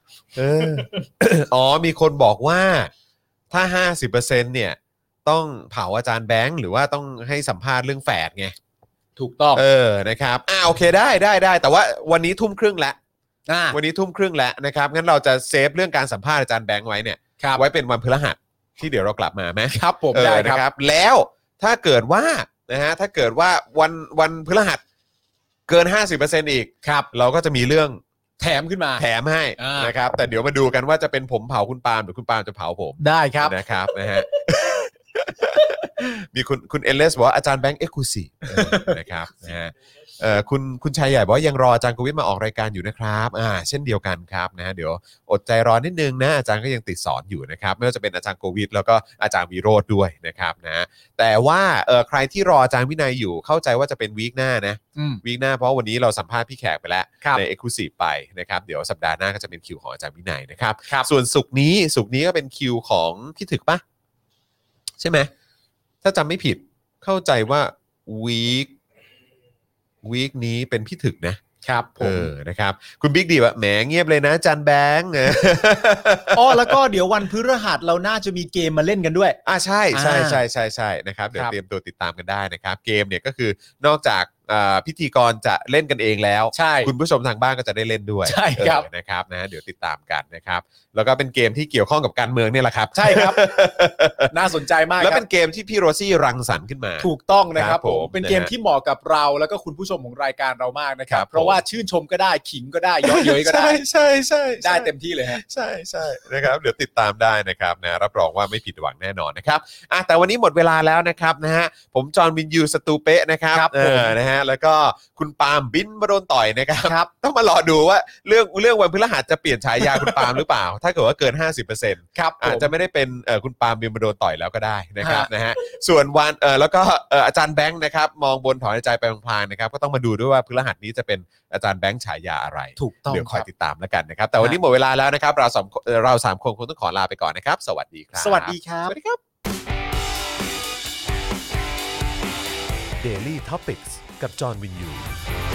มีคนบอกว่าถ้า 50% เนี่ยต้องเผาอาจารย์แบงค์หรือว่าต้องให้สัมภาษณ์เรื่องแฝดไงถูกต้องนะครับโอเคได้แต่ว่าวันนี้ทุ่มครึ่งแล้ววันนี้ทุ่มครึ่งแล้วนะครับงั้นเราจะเซฟเรื่องการสัมภาษณ์อาจารย์แบงค์ไว้เนี่ยไว้เป็นวันพฤหัสที่เดี๋ยวเรากลับมาไหมครับผมได้ครับแล้วถ้าเกิดว่านะฮะถ้าเกิดว่าวันพฤหัสเกิน 50% อีกเราก็จะมีเรื่องแถมขึ้นมาแถมให้นะครับแต่เดี๋ยวมาดูกันว่าจะเป็นผมเผาคุณปาล์มหรือคุณปาล์มจะเผาผมได้ครับนะครับนะฮะมีคุณเอลเลสบอกว่าอาจารย์แบงค์เอ็กซ์คลูซีฟนะครับนะฮะคุณชายใหญ่บอกว่ายังรออาจารย์โควิดมาออกรายการอยู่นะครับเช่นเดียวกันครับนะเดี๋ยวอดใจรอนิดนึงนะอาจารย์ก็ยังติดสอนอยู่นะครับไม่ว่าจะเป็นอาจารย์โควิดแล้วก็อาจารย์วิโรจน์ด้วยนะครับนะแต่ว่าใครที่รออาจารย์วินัยอยู่เข้าใจว่าจะเป็นวีคหน้านะวีคหน้าเพราะวันนี้เราสัมภาษณ์พี่แขกไปแล้วใน Exclusive ไปนะครับเดี๋ยวสัปดาห์หน้าก็จะเป็นคิวของอาจารย์วินัยนะครับส่วนศุกร์นี้ก็เป็นคิวของพี่ถึกปะใช่ไหมถ้าจำไม่ผิดเข้าใจว่าวีคนี้เป็นพี่ถึกนะครับนะครับคุณบิ๊กดีแบบแหมเงียบเลยนะจันแบงค์แล้วก็เดี๋ยววันพฤหัสเราน่าจะมีเกมมาเล่นกันด้วยใช่นะครับเดี๋ยวเตรียมตัวติดตามกันได้นะครับเกมเนี่ยก็คือนอกจากพิธีกรจะเล่นกันเองแล้วคุณผู้ชมทางบ้านก็จะได้เล่นด้วยใช่ครับนะครับนะเดี๋ยวติดตามกันนะครับแล้วก็เป็นเกมที่เกี่ยวข้องกับการเมืองเนี่ยแหละครับใช่ครับน่าสนใจมากแล้วเป็นเกมที่พี่โรซี่รังสรรค์ขึ้นมาถูกต้องนะครับผมเป็นเกมที่เหมาะกับเราแล้วก็คุณผู้ชมของรายการเรามากนะครับเพราะว่าชื่นชมก็ได้ขิงก็ได้ย้อนเย้ยก็ได้ใช่ได้เต็มที่เลยฮะใช่นะครับเดี๋ยวติดตามได้นะครับนะรับรองว่าไม่ผิดหวังแน่นอนนะครับแต่วันนี้หมดเวลาแล้วนะครับนะฮะผมจอห์นวินยูสตูเป๊ะนะครับนะฮะแล้วก็คุณปาล์มบินมาโดนต่อยนะครับต้องมารอดูว่าเรื่องวันพฤหัสจะเปลี่ยนฉายาคุณปาล์มหรือเปล่าถ้าเกิดว่าเกิน 50% ครับอาจจะไม่ได้เป็นคุณปาล์มบินมาโดนต่อยแล้วก็ได้นะครับนะฮะส่วนวันแล้วก็อาจารย์แบงค์นะครับมองบนถอนใจไปพลางๆนะครับก็ต้องมาดูด้วยว่าพฤหัสนี้จะเป็นอาจารย์แบงค์ฉายาอะไรถูกต้องเดี๋ยวคอยติดตามแล้วกันนะครับแต่วันนี้หมดเวลาแล้วนะครับเรา3 คนคงต้องขอลาไปก่อนนะครับสวัสดีครับสวัสดีครับ Daily Topics กับจอห์นวินยู